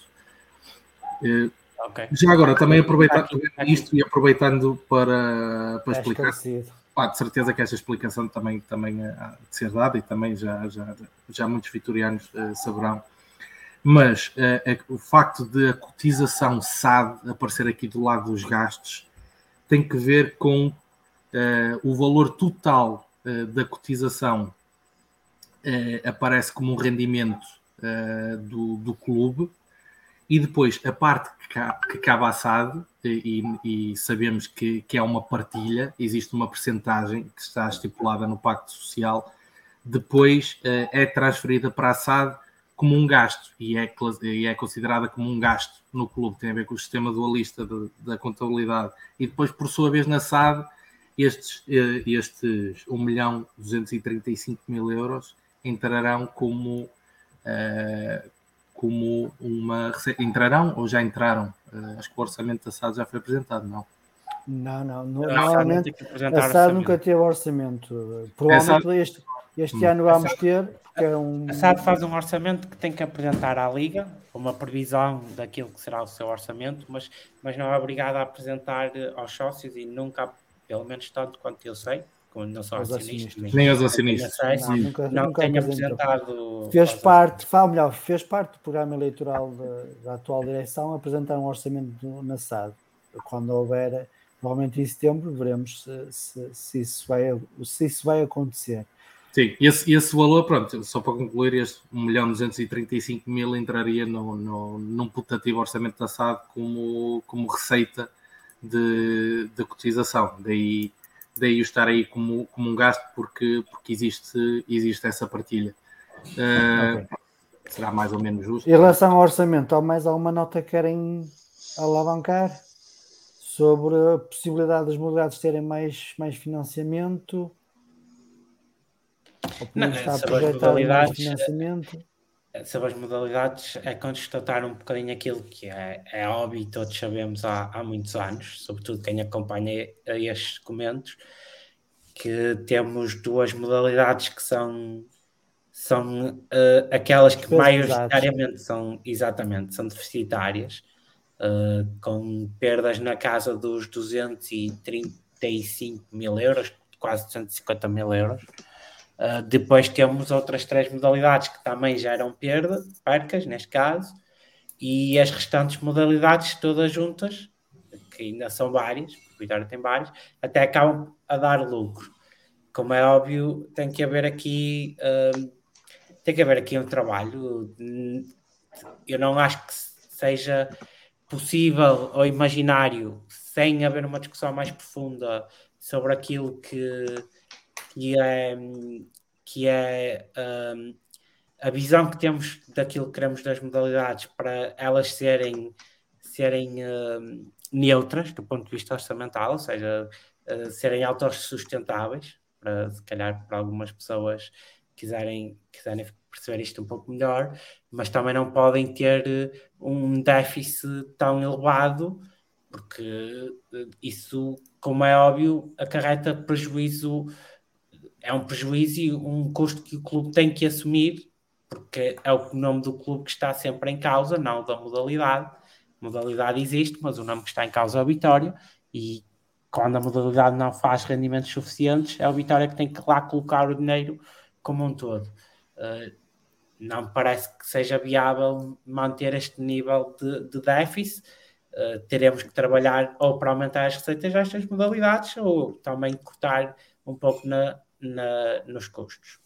É, Okay. já agora, também aproveitando isto e aproveitando para, para É explicar, esclarecido. ah, de certeza que esta explicação também, também há de ser dada e também já, já, já muitos vitorianos uh, saberão. Mas uh, é, o facto de a cotização S A D aparecer aqui do lado dos gastos tem que ver com uh, o valor total uh, da cotização uh, aparece como um rendimento uh, do, do clube, e depois a parte que, ca, que cabe à S A D, e, e sabemos que, que é uma partilha, existe uma percentagem que está estipulada no Pacto Social, depois uh, é transferida para a S A D como um gasto, e é, e é considerada como um gasto no clube, tem a ver com o sistema dualista de, da contabilidade, e depois, por sua vez, na S A D, estes, uh, estes um milhão duzentos e trinta e cinco mil euros entrarão como... Uh, como uma entrarão ou já entraram? Uh, acho que o orçamento da S A D já foi apresentado, não? Não, não. no, normalmente a S A D nunca teve orçamento. Provavelmente é este, este hum. ano vamos ter, porque é um... A S A D faz um orçamento que tem que apresentar à Liga, uma previsão daquilo que será o seu orçamento, mas, mas não é obrigado a apresentar aos sócios e nunca, pelo menos tanto quanto eu sei, como não sou acionista, nem, nem os acionistas, sei, não, nunca, não nunca tenho apresentado. Fez parte, fala melhor, fez parte do programa eleitoral da, da atual direção apresentar um orçamento do, na S A D. Quando houver, provavelmente em setembro, veremos se, se, se, isso, vai, se isso vai acontecer. Sim, esse, esse valor, pronto, só para concluir, este um milhão duzentos e trinta e cinco mil entraria no, no, num putativo orçamento da S A D como, como receita de, de cotização. Daí. Daí o estar aí como, como um gasto, porque, porque existe, existe essa partilha. Uh, okay. Será mais ou menos justo. Em relação ao orçamento, há mais alguma nota que querem alavancar sobre a possibilidade das modalidades terem mais, mais financiamento? Ou não, está a projetar mais financiamento? Sobre as modalidades, é constatar um bocadinho aquilo que é, é óbvio e todos sabemos há, há muitos anos, sobretudo quem acompanha a estes documentos, que temos duas modalidades que são, são uh, aquelas que maioritariamente são, exatamente, são deficitárias, uh, com perdas na casa dos duzentos e trinta e cinco mil euros, quase duzentos e cinquenta mil euros. Uh, depois temos outras três modalidades que também geram perda, percas neste caso, e as restantes modalidades todas juntas, que ainda são várias, porque o Vitória tem várias, até acabam a dar lucro. Como é óbvio, tem que haver aqui uh, tem que haver aqui um trabalho. Eu não acho que seja possível ou imaginário, sem haver uma discussão mais profunda sobre aquilo que que é, que é um, a visão que temos daquilo que queremos das modalidades para elas serem, serem um, neutras do ponto de vista orçamental, ou seja, uh, serem autossustentáveis, para, se calhar para algumas pessoas quiserem, quiserem perceber isto um pouco melhor, mas também não podem ter um déficit tão elevado, porque isso, como é óbvio, acarreta prejuízo. É um prejuízo e um custo que o clube tem que assumir, porque é o nome do clube que está sempre em causa, não da modalidade. A modalidade existe, mas o nome que está em causa é o Vitória, e quando a modalidade não faz rendimentos suficientes, é o Vitória que tem que lá colocar o dinheiro como um todo. Uh, não me parece que seja viável manter este nível de, de déficit. Uh, teremos que trabalhar ou para aumentar as receitas destas modalidades ou também cortar um pouco na Na, nos custos.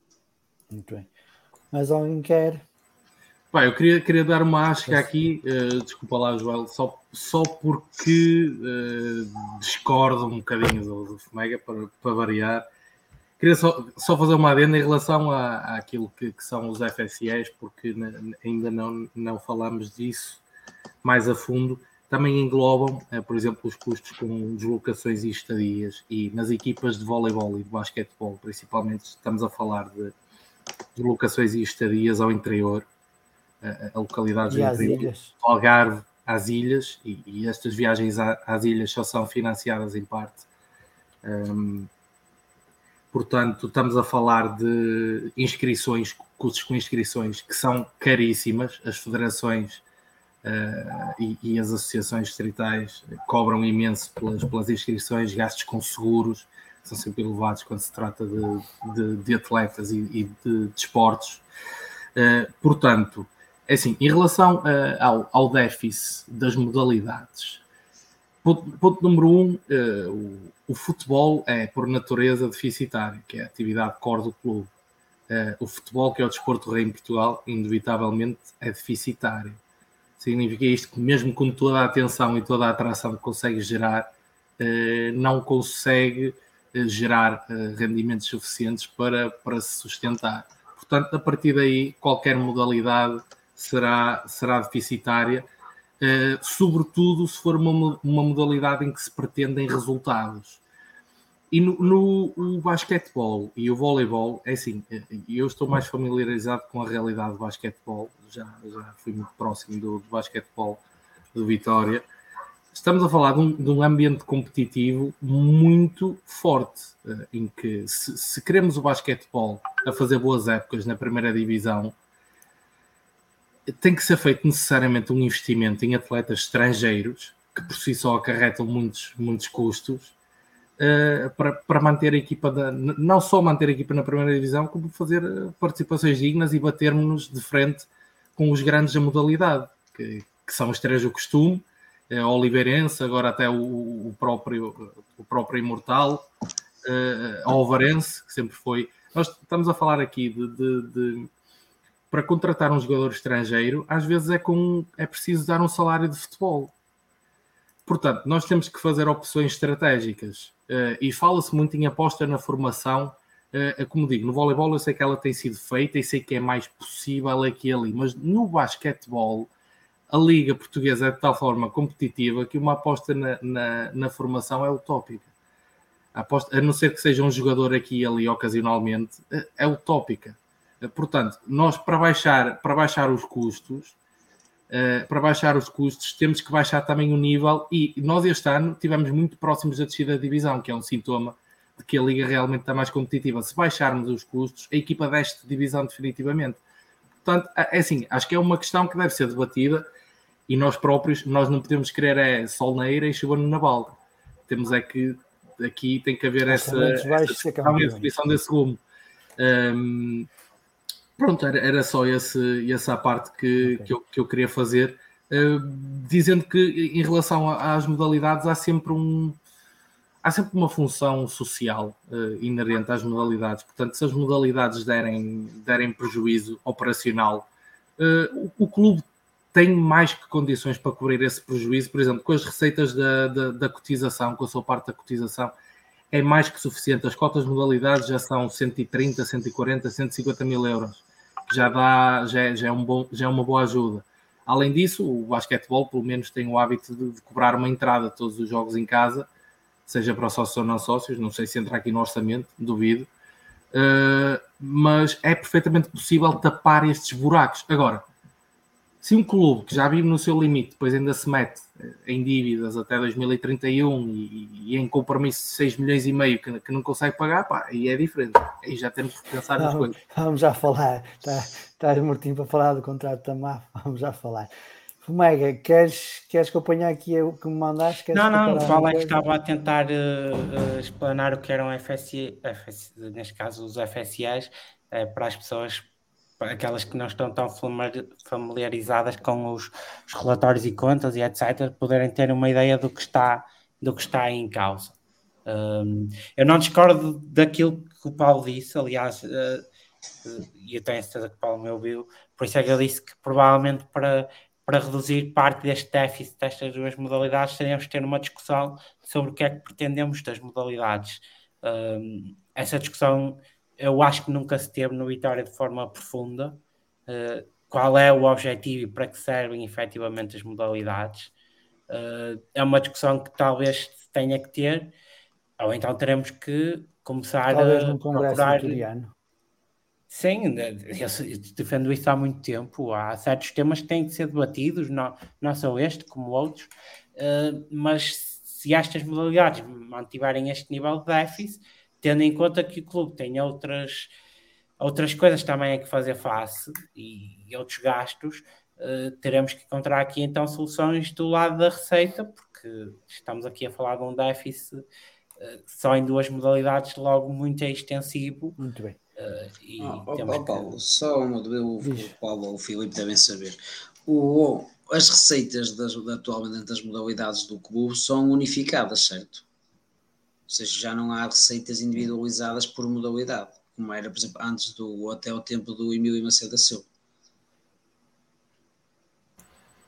Muito bem. Mas alguém quer? Pá, eu queria, queria dar uma asca aqui, uh, desculpa lá, Joel, só, só porque uh, discordo um bocadinho do, do Fomega, para, para variar. Queria só, só fazer uma adenda em relação à, àquilo que, que são os F S Es, porque na, ainda não, não falamos disso mais a fundo. Também englobam, por exemplo, os custos com deslocações e estadias, e nas equipas de voleibol e de basquetebol, principalmente, estamos a falar de deslocações e estadias ao interior, a, a localidades do interior, do Algarve às ilhas, e, e estas viagens às ilhas só são financiadas em parte. Um, portanto, estamos a falar de inscrições, custos com inscrições que são caríssimas. As federações Uh, e, e as associações distritais cobram imenso pelas, pelas inscrições, gastos com seguros, que são sempre elevados quando se trata de, de, de atletas e, e de desportos. Uh, portanto, é assim, em relação uh, ao, ao déficit das modalidades, ponto, ponto número um, uh, o, o futebol é, por natureza, deficitário, que é a atividade core do clube. Uh, o futebol, que é o desporto rei em Portugal, indubitavelmente é deficitário. Ou Significa isto que mesmo com toda a atenção e toda a atração que consegue gerar, eh, não consegue eh, gerar eh, rendimentos suficientes para, para se sustentar. Portanto, a partir daí, qualquer modalidade será, será deficitária, eh, sobretudo se for uma, uma modalidade em que se pretendem resultados. E no, no o basquetebol e o voleibol, é assim, eu estou mais familiarizado com a realidade do basquetebol, já, já fui muito próximo do, do basquetebol do Vitória. Estamos a falar de um, de um ambiente competitivo muito forte, em que se, se queremos o basquetebol a fazer boas épocas na primeira divisão, tem que ser feito necessariamente um investimento em atletas estrangeiros, que por si só acarretam muitos, muitos custos, Uh, para, para manter a equipa, da, não só manter a equipa na primeira divisão, como fazer participações dignas e batermos-nos de frente com os grandes da modalidade, que, que são os três do costume, uh, Oliveirense, agora até o, o, próprio, o próprio Imortal, uh, Alvarense, que sempre foi. Nós estamos a falar aqui de, de, de para contratar um jogador estrangeiro, às vezes é, com, é preciso dar um salário de futebol. Portanto, nós temos que fazer opções estratégicas. Uh, e fala-se muito em aposta na formação. Uh, como digo, no voleibol eu sei que ela tem sido feita e sei que é mais possível aqui e ali, mas no basquetebol a Liga Portuguesa é de tal forma competitiva que uma aposta na, na, na formação é utópica. A, aposta, a não ser que seja um jogador aqui e ali ocasionalmente, uh, é utópica. Uh, portanto, nós para baixar, para baixar os custos, Uh, para baixar os custos, temos que baixar também o nível, e nós este ano estivemos muito próximos da descida da divisão, que é um sintoma de que a Liga realmente está mais competitiva. Se baixarmos os custos, a equipa desce de divisão definitivamente. Portanto, é assim, acho que é uma questão que deve ser debatida, e nós próprios, nós não podemos querer é sol na eira e chuva no naval. Temos é que, aqui tem que haver essa, essa discussão e a definição desse rumo. Um, Pronto, era, era só esse, essa parte que, okay. que, eu, que eu queria fazer, uh, dizendo que em relação às modalidades há sempre, um, há sempre uma função social uh, inerente às modalidades. Portanto, se as modalidades derem, derem prejuízo operacional, uh, o, o clube tem mais que condições para cobrir esse prejuízo. Por exemplo, com as receitas da, da, da cotização, com a sua parte da cotização, é mais que suficiente. As cotas de modalidades já são cento e trinta, cento e quarenta, cento e cinquenta mil euros, que já, dá, já, é, já, é um bom, já é uma boa ajuda. Além disso, o basquetebol, pelo menos, tem o hábito de, de cobrar uma entrada a todos os jogos em casa, seja para sócios ou não sócios, não sei se entra aqui no orçamento, duvido, uh, mas é perfeitamente possível tapar estes buracos. Agora, se um clube que já vive no seu limite, depois ainda se mete em dívidas até dois mil e trinta e um e, e em compromisso de seis milhões e meio que, que não consegue pagar, pá, aí é diferente. Aí já temos que pensar nas coisas. Vamos já falar. Estás mortinho para falar do contrato da M A F. Vamos já falar. Fumega, queres, queres que eu ponha aqui o que me mandaste? Não, não, o Paulo é que estava a tentar uh, uh, explanar o que eram F S I, F S, neste caso os F S Is, uh, para as pessoas, para aquelas que não estão tão familiarizadas com os, os relatórios e contas e etcétera, poderem ter uma ideia do que está, do que está em causa. Um, eu não discordo daquilo que o Paulo disse, aliás, uh, uh, e eu tenho certeza que o Paulo me ouviu, por isso é que eu disse que provavelmente para... para reduzir parte deste déficit destas duas modalidades, teríamos que ter uma discussão sobre o que é que pretendemos das modalidades. Um, essa discussão eu acho que nunca se teve no Vitória de forma profunda. Uh, qual é o objetivo e para que servem efetivamente as modalidades? Uh, é uma discussão que talvez se tenha que ter, ou então teremos que começar talvez a num congresso procurar... vitoriano. Sim, eu defendo isso há muito tempo. Há certos temas que têm que ser debatidos, não, não só este, como outros, uh, mas se estas modalidades mantiverem este nível de déficit, tendo em conta que o clube tem outras, outras coisas também a que fazer face e, e outros gastos, uh, teremos que encontrar aqui então soluções do lado da receita, porque estamos aqui a falar de um déficit uh, só em duas modalidades, logo muito extensivo. Muito bem. Uh, e oh, temos oh, Paulo, que... só uma o, o Paulo ou o Filipe devem saber. O, as receitas das, atualmente das modalidades do clube são unificadas, certo? Ou seja, já não há receitas individualizadas por modalidade, como era, por exemplo, antes do até o tempo do Emílio Macedo da Silva.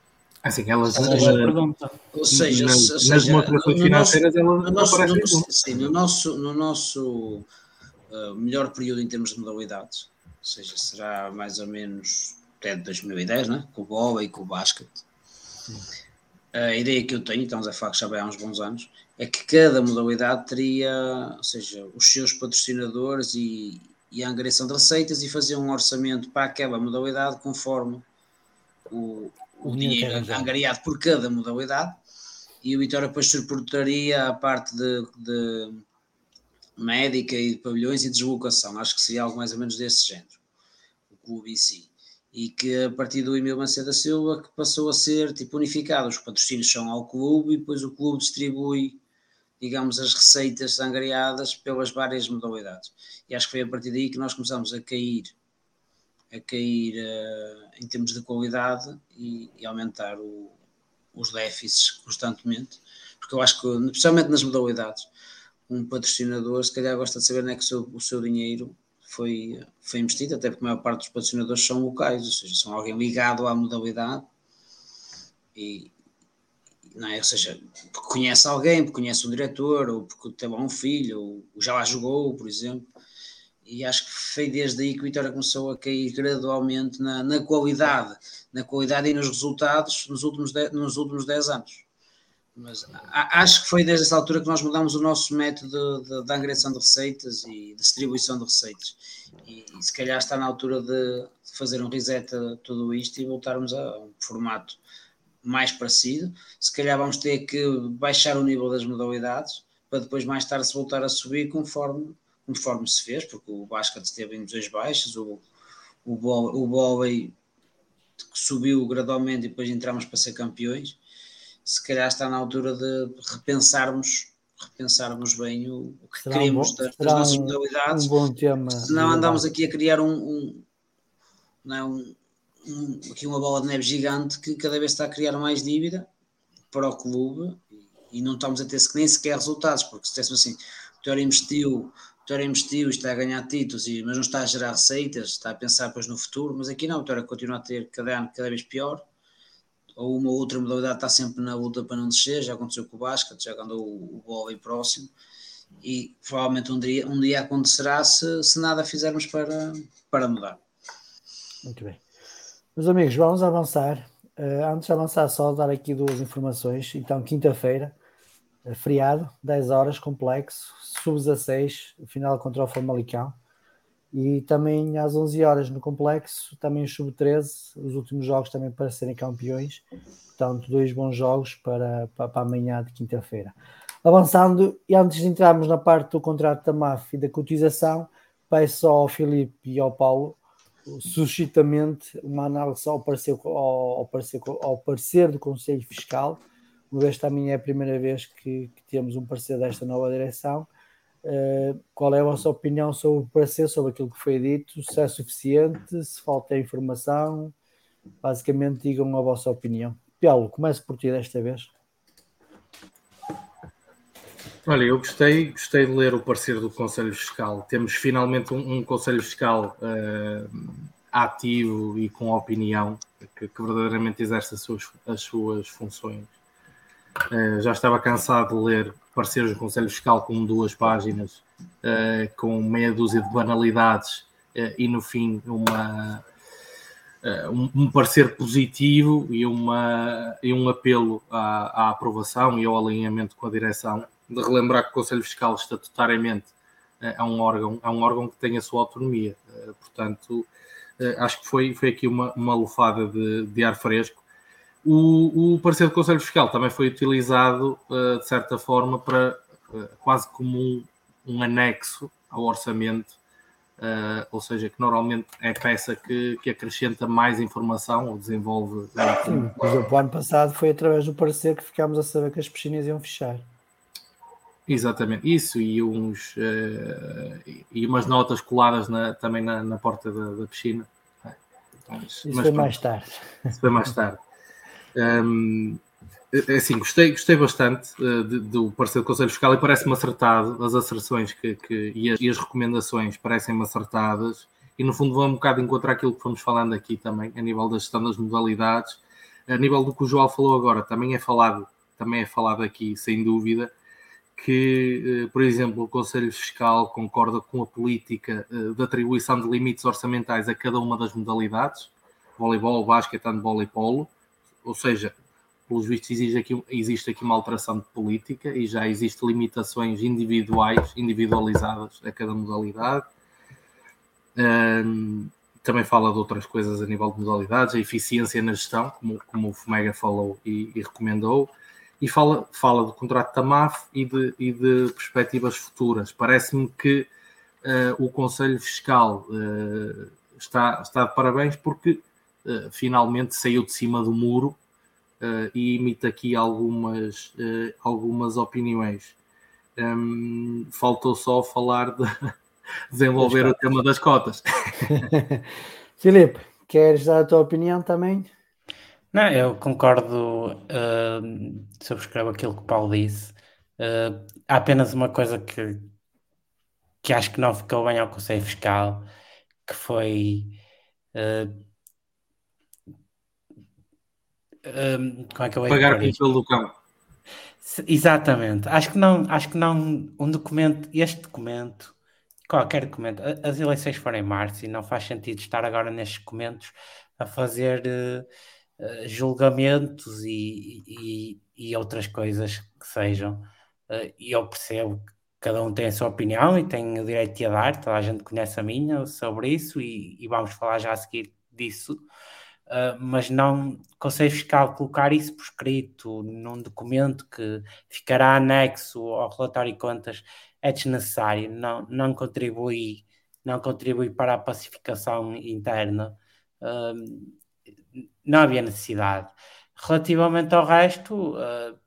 Assim, elas, Ou seja, uh, ou seja, nas, ou seja, nas demonstrações no financeiras, nosso, elas no nosso, aparecem no, junto. sim, no nosso, no nosso uh, melhor período em termos de modalidades, ou seja, será mais ou menos até de dois mil e dez, né? Com o bola e com o basquete. Sim. A ideia que eu tenho, estamos a falar que já vai há uns bons anos, é que cada modalidade teria, ou seja, os seus patrocinadores e, e a angariação de receitas e fazer um orçamento para aquela modalidade conforme o, o, o dinheiro angariado por cada modalidade, e o Vitória depois suportaria a parte de, de médica e de pavilhões e deslocação. Acho que seria algo mais ou menos desse género, o clube em si. E que a partir do Emílio Macedo da Silva que passou a ser tipo unificado, os patrocínios são ao clube e depois o clube distribui, digamos, as receitas angariadas pelas várias modalidades. E acho que foi a partir daí que nós começamos a cair a cair uh, em termos de qualidade e, e aumentar o, os déficits constantemente, porque eu acho que, especialmente nas modalidades, um patrocinador se calhar gosta de saber onde é que o seu, o seu dinheiro foi, foi investido, até porque a maior parte dos patrocinadores são locais, ou seja, são alguém ligado à modalidade e, não é? Ou seja, porque conhece alguém, porque conhece um diretor, ou porque teve um filho, ou já lá jogou, por exemplo. E acho que foi desde aí que o Vitória começou a cair gradualmente na, na qualidade, na qualidade e nos resultados nos últimos dez, nos últimos dez anos. Mas a, acho que foi desde essa altura que nós mudamos o nosso método de, de, de angariação de receitas e de distribuição de receitas. E, e se calhar está na altura de, de fazer um reset a tudo isto e voltarmos a um formato mais parecido. Se calhar vamos ter que baixar o nível das modalidades para depois mais tarde se voltar a subir conforme conforme se fez, porque o basquete esteve em dois baixos, o, o vôlei subiu gradualmente e depois entramos para ser campeões. Se calhar está na altura de repensarmos, repensarmos bem o, o que será queremos um bom, das, das nossas um, modalidades, um bom tema, senão andamos aqui a criar um, um, não é, um, um, aqui uma bola de neve gigante que cada vez está a criar mais dívida para o clube e, e não estamos a ter nem sequer resultados, porque se tivéssemos assim, o Vitória investiu o Vitória investiu, está a ganhar títulos, mas não está a gerar receitas, está a pensar depois no futuro, mas aqui não, o Vitória continua a ter cada ano cada vez pior, ou uma outra modalidade está sempre na luta para não descer, já aconteceu com o basquete, já andou o, o vôlei próximo, e provavelmente um dia, um dia acontecerá se, se nada fizermos para, para mudar. Muito bem. Meus amigos, vamos avançar. Uh, antes de avançar, só dar aqui duas informações. Então, quinta-feira, feriado, dez horas, complexo, sub dezasseis, final contra o Famalicão, e também às onze horas no complexo, também o sub treze, os últimos jogos também para serem campeões, portanto dois bons jogos para, para, para amanhã de quinta-feira. Avançando, e antes de entrarmos na parte do contrato da M A F e da cotização, peço só ao Filipe e ao Paulo suscitamente uma análise ao parecer, ao, ao parecer, ao parecer do Conselho Fiscal, uma vez também é a primeira vez que, que temos um parecer desta nova direção. Uh, qual é a vossa opinião sobre o parecer, sobre aquilo que foi dito? Se é suficiente, se falta informação? Basicamente, digam a vossa opinião. Paulo, comece por ti desta vez. Olha, eu gostei, gostei de ler o parecer do Conselho Fiscal. Temos finalmente um, um Conselho Fiscal uh, ativo e com opinião, que, que verdadeiramente exerce as suas, as suas funções. Uh, já estava cansado de ler pareceres do Conselho Fiscal com duas páginas, uh, com meia dúzia de banalidades uh, e no fim uma, uh, um, um parecer positivo e, uma, e um apelo à, à aprovação e ao alinhamento com a direção. De relembrar que o Conselho Fiscal estatutariamente uh, é, um órgão, é um órgão que tem a sua autonomia, uh, portanto uh, acho que foi, foi aqui uma, uma lufada de, de ar fresco. O, o parecer do Conselho Fiscal também foi utilizado, uh, de certa forma, para uh, quase como um, um anexo ao orçamento, uh, ou seja, que normalmente é peça que, que acrescenta mais informação ou desenvolve... Sim, por exemplo, o ano passado foi através do parecer que ficámos a saber que as piscinas iam fechar. Exatamente, isso e, uns, uh, e umas notas coladas na, também na, na porta da, da piscina. Mas, isso mas, foi mais tarde. Isso foi mais tarde. Um, assim, gostei, gostei bastante uh, de, do parecer do Conselho Fiscal e parece-me acertado, as asserções que, que, e, as, e as recomendações parecem-me acertadas e no fundo vão um bocado encontrar aquilo que fomos falando aqui também, a nível da gestão das modalidades, a nível do que o João falou agora, também é falado, também é falado aqui, sem dúvida, que, por exemplo, o Conselho Fiscal concorda com a política de atribuição de limites orçamentais a cada uma das modalidades, voleibol, basquete, handball e polo, ou seja, pelos vistos existe aqui, existe aqui uma alteração de política e já existem limitações individuais, individualizadas a cada modalidade. Um, também fala de outras coisas a nível de modalidades, a eficiência na gestão, como, como o Fomega falou e, e recomendou, e fala, fala do contrato da M A F e de, e de perspectivas futuras. Parece-me que uh, o Conselho Fiscal uh, está, está de parabéns porque uh, finalmente saiu de cima do muro uh, e emite aqui algumas, uh, algumas opiniões. Um, faltou só falar de desenvolver o tema das cotas. Filipe, queres dar a tua opinião também? Não, eu concordo, uh, subscrevo aquilo que o Paulo disse. Uh, há apenas uma coisa que, que acho que não ficou bem ao Conselho Fiscal, que foi uh, um, como é que eu vou pagar com o pelo do cão. Exatamente. Acho que não, acho que não um documento, este documento, qualquer documento, as eleições foram em março e não faz sentido estar agora nestes documentos a fazer uh, Uh, julgamentos e, e, e outras coisas que sejam. Uh, e eu percebo que cada um tem a sua opinião e tem o direito de a dar, toda a gente conhece a minha sobre isso e, e vamos falar já a seguir disso. Uh, mas não Conselho Fiscal colocar isso por escrito num documento que ficará anexo ao relatório de contas é desnecessário, não, não contribui, não contribui para a pacificação interna. Uh, Não havia necessidade. Relativamente ao resto, uh,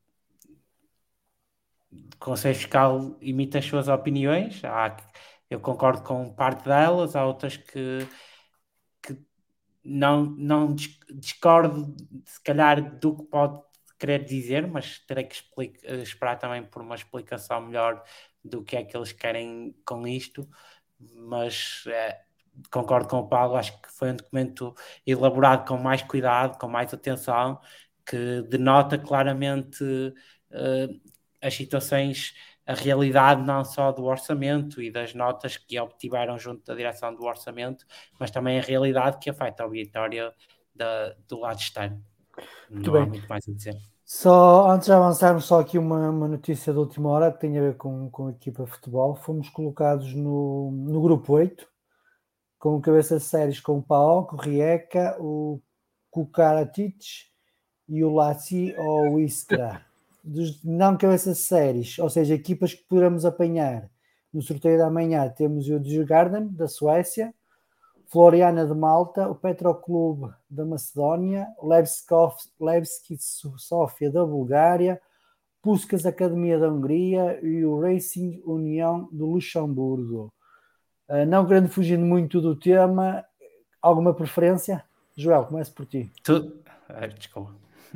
o Conselho Fiscal emite as suas opiniões. Há, eu concordo com parte delas, há outras que, que não, não discordo, se calhar, do que pode querer dizer, mas terei que explica, esperar também por uma explicação melhor do que é que eles querem com isto. Mas é, concordo com o Paulo, acho que foi um documento elaborado com mais cuidado, com mais atenção, que denota claramente uh, as situações, a realidade não só do orçamento e das notas que obtiveram junto da direção do orçamento, mas também a realidade que afeta a Vitória da, do lado externo. Muito não bem. há muito mais a dizer. Só, antes de avançarmos, só aqui uma, uma notícia de última hora que tem a ver com, com a equipa de futebol. Fomos colocados no, no grupo oito, com cabeça de séries com o Paok, o Rijeka, o Kukaratic e o Lazio ou o Iskra. Dos não cabeça de séries, ou seja, equipas que poderemos apanhar no sorteio da manhã, temos o Djurgården, da Suécia, Floriana de Malta, o Petroclube da Macedónia, o Levski Sofia da Bulgária, Puskás Academia da Hungria e o Racing União do Luxemburgo. Uh, não querendo fugir muito do tema, alguma preferência? Joel, começo por ti. Tu... Ah, desculpa.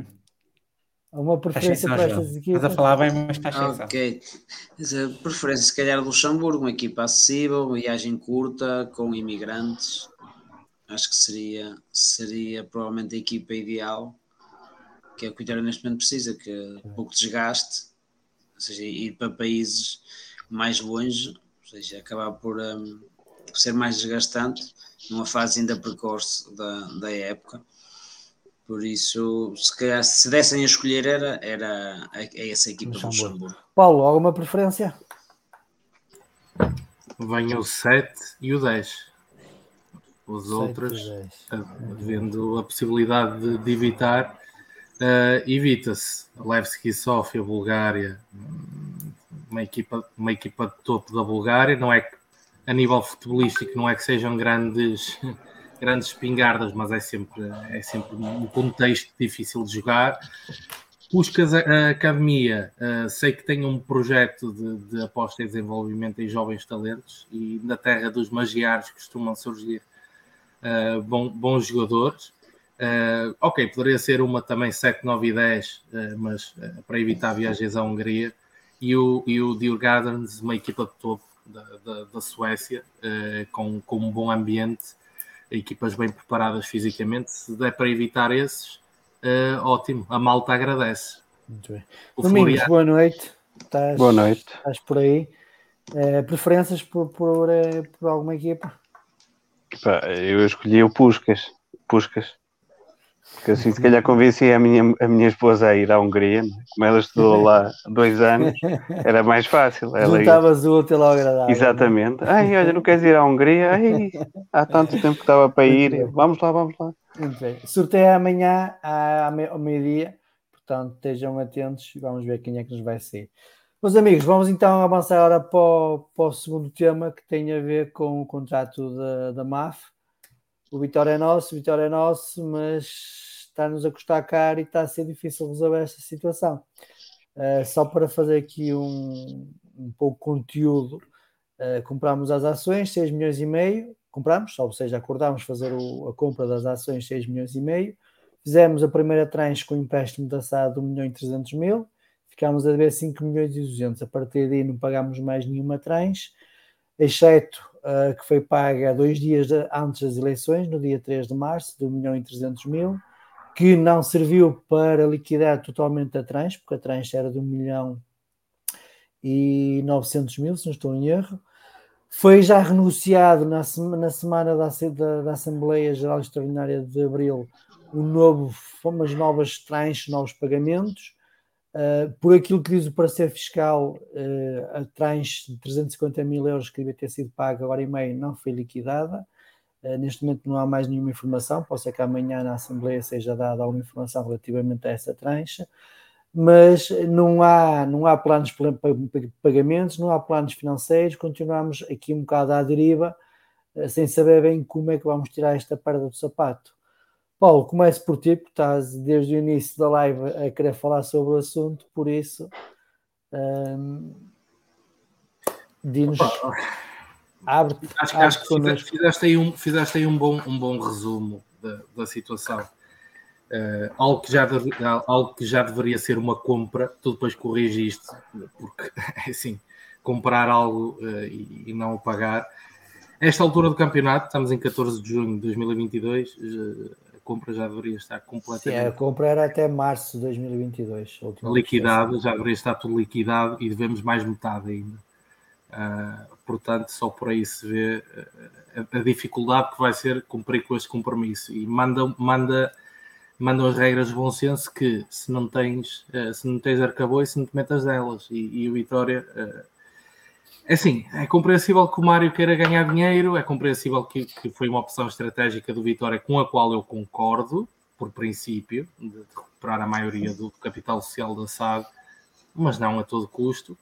Alguma preferência para estas equipas? Estás a falar bem, mas estás sem Ok. Preferência, se calhar, Luxemburgo, uma equipa acessível, viagem curta, com imigrantes. Acho que seria, seria provavelmente a equipa ideal, que é o que o Vitória neste momento precisa, que é pouco desgaste, ou seja, ir para países mais longe, ou seja, acabar por, um, por ser mais desgastante, numa fase ainda precoce da, da época. Por isso, se, calhar, se dessem a escolher, era, era é essa equipa do Luxemburgo. Paulo, alguma preferência? Venha o sete e o dez. Os outros, havendo a possibilidade de, de evitar, uh, evita-se. Levski Sofia, Bulgária, uma equipa, uma equipa de topo da Bulgária. Não é que, a nível futebolístico, não é que sejam grandes... grandes espingardas, mas é sempre, é sempre um contexto difícil de jogar. Puskás a Academia, uh, sei que tem um projeto de, de aposta e desenvolvimento em jovens talentos e na terra dos magiares costumam surgir uh, bom, bons jogadores. Uh, ok, poderia ser uma também sete, nove e dez, uh, mas uh, para evitar viagens à Hungria. E o, e o Djurgården, uma equipa de topo da, da, da Suécia, uh, com, com um bom ambiente, equipas bem preparadas fisicamente. Se der para evitar esses, uh, ótimo, a malta agradece. Muito bem. Domingos, boa noite. Estás, boa noite. Estás por aí. Uh, preferências por, por, uh, por alguma equipa? Pá, eu escolhi o Puskás. Puskás. Porque assim, se calhar convenci a minha, a minha esposa a ir à Hungria, como ela estudou lá dois anos, era mais fácil. Ela juntavas o útil ao agradável. Exatamente. Né? Ai, olha, não queres ir à Hungria? Ai, há tanto tempo que estava para ir. Vamos lá, vamos lá. Muito bem. Sorteio amanhã ao meio-dia, portanto estejam atentos e vamos ver quem é que nos vai sair. Meus amigos, vamos então avançar agora para o, para o segundo tema, que tem a ver com o contrato da, da M A F. O Vitória é nosso, o Vitória é nosso, mas está-nos a custar caro e está a ser difícil resolver esta situação. Uh, só para fazer aqui um, um pouco de conteúdo, uh, compramos as ações, seis milhões e meio, compramos, ou seja, acordámos fazer o, a compra das ações, seis milhões e meio, fizemos a primeira tranche com empréstimo da S A D de um milhão e trezentos mil, ficámos a dever cinco milhões e duzentos, a partir daí não pagámos mais nenhuma tranche, exceto uh, que foi paga dois dias de, antes das eleições, no dia três de março, de um milhão e trezentos mil, que não serviu para liquidar totalmente a tranche, porque a tranche era de um milhão e novecentos mil, se não estou em erro. Foi já renegociado na, na semana da, da, da Assembleia Geral Extraordinária de Abril um novo, umas novas tranches, novos pagamentos. Uh, por aquilo que diz o parecer fiscal, uh, a tranche de trezentos e cinquenta mil euros que devia ter sido paga agora e meio não foi liquidada. Uh, neste momento não há mais nenhuma informação, pode ser que amanhã na Assembleia seja dada alguma informação relativamente a essa tranche, mas não há, não há planos para pagamentos, não há planos financeiros, continuamos aqui um bocado à deriva, uh, sem saber bem como é que vamos tirar esta perda do sapato. Paulo, começo por ti, porque estás desde o início da live a querer falar sobre o assunto, por isso um, diz-nos, abre-te. Acho, abre acho que fizeste, fizeste, aí um, fizeste aí um bom, um bom resumo da, da situação. Uh, algo, que já, algo que já deveria ser uma compra, tu depois corrigiste, porque assim, comprar algo uh, e, e não o pagar. Esta altura do campeonato, estamos em catorze de junho de dois mil e vinte e dois, uh, a compra já deveria estar completamente... Sim, a compra era até março de dois mil e vinte e dois. Liquidado, já deveria estar tudo liquidado e devemos mais metade ainda. Uh, portanto, só por aí se vê a, a dificuldade que vai ser cumprir com este compromisso. E manda, manda, mandam as regras de bom senso que se não tens, uh, se não tens arcabouço, não te metas nelas. E, e o Vitória... Uh, É assim, é compreensível que o Mário queira ganhar dinheiro, é compreensível que, que foi uma opção estratégica do Vitória com a qual eu concordo, por princípio, de, de recuperar a maioria do capital social da S A D, mas não a todo custo.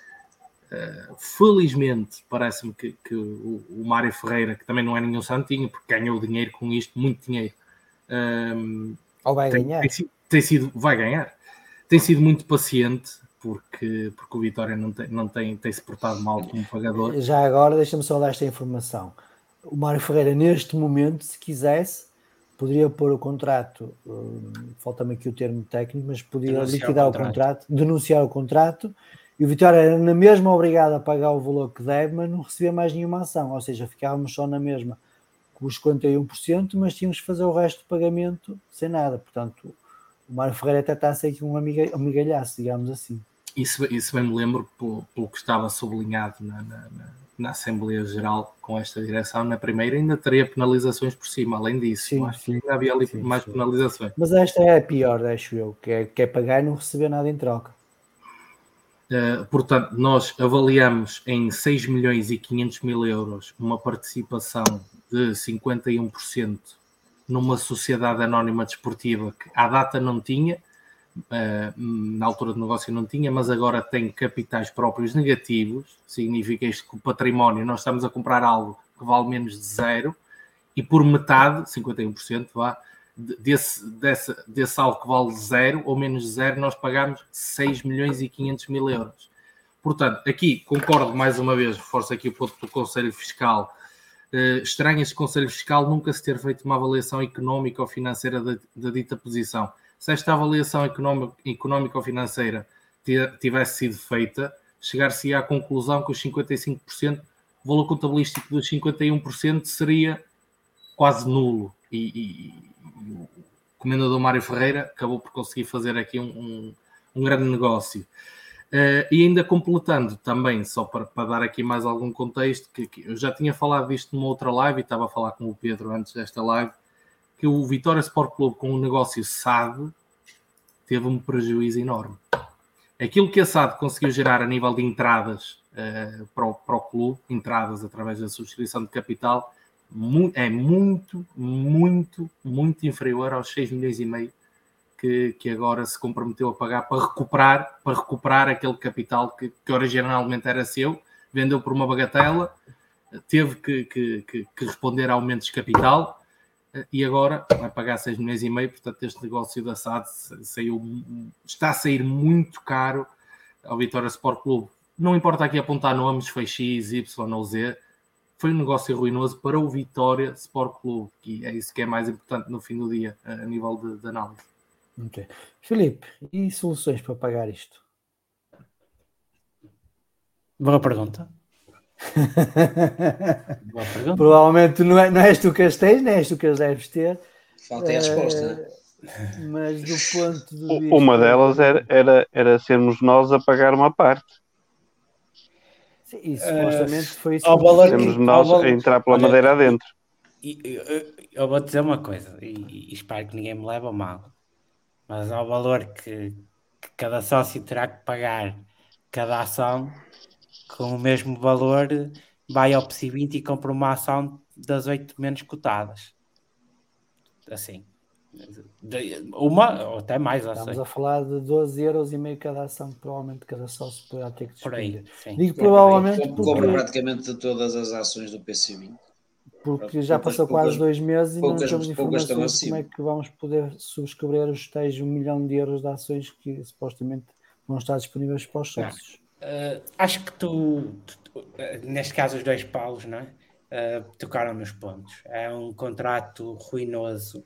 Uh, felizmente, parece-me que, que o, o Mário Ferreira, que também não é nenhum santinho, porque ganhou dinheiro com isto, muito dinheiro. Um, Ou vai tem, ganhar. Tem, tem sido, vai ganhar. Tem sido muito paciente, porque, porque o Vitória não tem, não tem, tem se portado mal como pagador. Já agora, deixa-me só dar esta informação. O Mário Ferreira, neste momento, se quisesse, poderia pôr o contrato, uh, falta-me aqui o termo técnico, mas podia denunciar liquidar o contrato. o contrato, denunciar o contrato, e o Vitória era na mesma obrigado a pagar o valor que deve, mas não recebia mais nenhuma ação, ou seja, ficávamos só na mesma com os cinquenta e um por cento, mas tínhamos que fazer o resto do pagamento sem nada. Portanto, o Mário Ferreira até está a ser aqui um amigalhaço, digamos assim. Isso, isso bem me lembro pelo, pelo que estava sublinhado na, na, na Assembleia Geral com esta direção. Na primeira ainda teria penalizações por cima, além disso. Sim, acho sim, que ainda havia ali sim, mais sim. penalizações. Mas esta é a pior, acho eu, que é, que é pagar e não receber nada em troca. Uh, portanto, nós avaliamos em seis milhões e quinhentos mil euros uma participação de cinquenta e um por cento numa sociedade anónima desportiva que à data não tinha, Uh, na altura do negócio não tinha, mas agora tem capitais próprios negativos. Significa isto que o património, nós estamos a comprar algo que vale menos de zero e por metade, cinquenta e um por cento vá, desse, desse, desse algo que vale zero ou menos de zero, nós pagamos seis milhões e quinhentos mil euros. Portanto, aqui concordo mais uma vez, reforço aqui o ponto do Conselho Fiscal. Uh, estranho este Conselho Fiscal nunca se ter feito uma avaliação económica ou financeira da, da dita posição. Se esta avaliação económica ou financeira tivesse sido feita, chegar-se à conclusão que os cinquenta e cinco por cento, o valor contabilístico dos cinquenta e um por cento seria quase nulo. E, e, Comendador Mário Ferreira acabou por conseguir fazer aqui um, um, um grande negócio. Uh, e ainda completando também, só para, para dar aqui mais algum contexto, que, que eu já tinha falado disto numa outra live e estava a falar com o Pedro antes desta live, que o Vitória Sport Clube com o negócio S A D teve um prejuízo enorme. Aquilo que a S A D conseguiu gerar a nível de entradas uh, para, o, para o clube, entradas através da subscrição de capital, mu- é muito, muito, muito inferior aos seis milhões e meio que, que agora se comprometeu a pagar para recuperar, para recuperar aquele capital que, que originalmente era seu, vendeu por uma bagatela, teve que, que, que, que responder a aumentos de capital e agora vai pagar seis milhões e meio, portanto este negócio da S A D saiu, está a sair muito caro ao Vitória Sport Clube. Não importa aqui apontar nomes, foi X, Y ou Z, foi um negócio ruinoso para o Vitória Sport Clube, e é isso que é mais importante no fim do dia, a nível de, de análise. Okay. Filipe, e soluções para pagar isto? Boa pergunta. Boa pergunta. Provavelmente não, é, não és tu que as tens, não és tu que as deves ter. Falta aí a resposta. Uh, mas do ponto de vista... Uma delas era, era, era sermos nós a pagar uma parte. Sim, e supostamente uh, foi isso. Ao valor sermos que, nós valor... a entrar pela Olha, madeira adentro. E, eu, eu, eu vou dizer uma coisa, e, e espero que ninguém me leve a mal, mas ao valor que, que cada sócio terá que pagar cada ação, com o mesmo valor, vai ao P S I vinte e compra uma ação das oito menos cotadas. Assim. Uma ou até mais. Estamos sei. a falar de doze euros e meio cada ação, que provavelmente cada sócio poderá ter que despender. Digo provavelmente porque... Compra praticamente todas as ações do P S I vinte. Porque já poucas, passou quase poucas, dois meses e poucas, não temos informações de assim. como é que vamos poder subscrever os tais um milhão de euros de ações que supostamente vão estar disponíveis para os sócios. Uh, acho que tu, tu, uh, neste caso os dois Paulos, não é? Uh, tocaram nos pontos. É um contrato ruinoso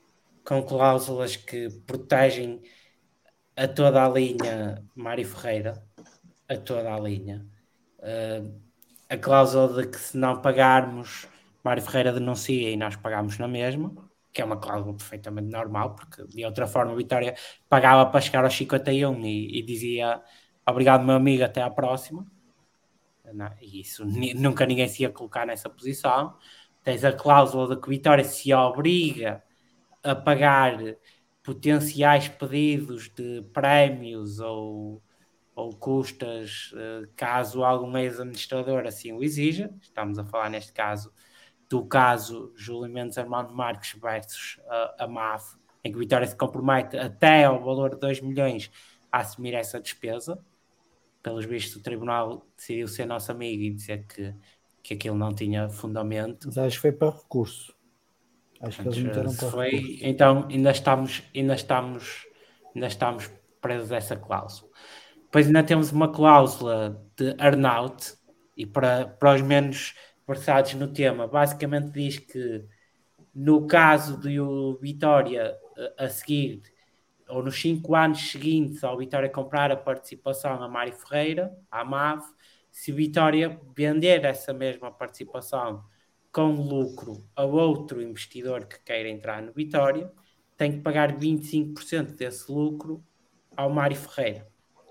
com cláusulas que protegem a toda a linha Mário Ferreira, a toda a linha. Uh, a cláusula de que se não pagarmos, Mário Ferreira denuncia e nós pagamos na mesma, que é uma cláusula perfeitamente normal, porque de outra forma a Vitória pagava para chegar aos cinquenta e um e, e dizia obrigado meu amigo, até à próxima. Não, e isso nunca ninguém se ia colocar nessa posição. Tens a cláusula de que Vitória se obriga a pagar potenciais pedidos de prémios ou, ou custas, caso algum ex-administrador assim o exija. Estamos a falar neste caso do caso Júlio Mendes Armando Marques versus a, a M A F, em que Vitória se compromete até ao valor de dois milhões a assumir essa despesa. Pelos vistos, o tribunal decidiu ser nosso amigo e dizer que, que aquilo não tinha fundamento. Mas acho que foi para recurso. Acho que eles meteram para foi, recurso. Então, ainda estamos, ainda, estamos, ainda estamos presos a essa cláusula. Depois ainda temos uma cláusula de earn-out, e para, para os menos versados no tema, basicamente diz que no caso de o Vitória a, a seguir, ou nos cinco anos seguintes ao Vitória comprar a participação a Mário Ferreira, à M A V, se o Vitória vender essa mesma participação com lucro a outro investidor que queira entrar no Vitória, tem que pagar vinte e cinco por cento desse lucro ao Mário Ferreira.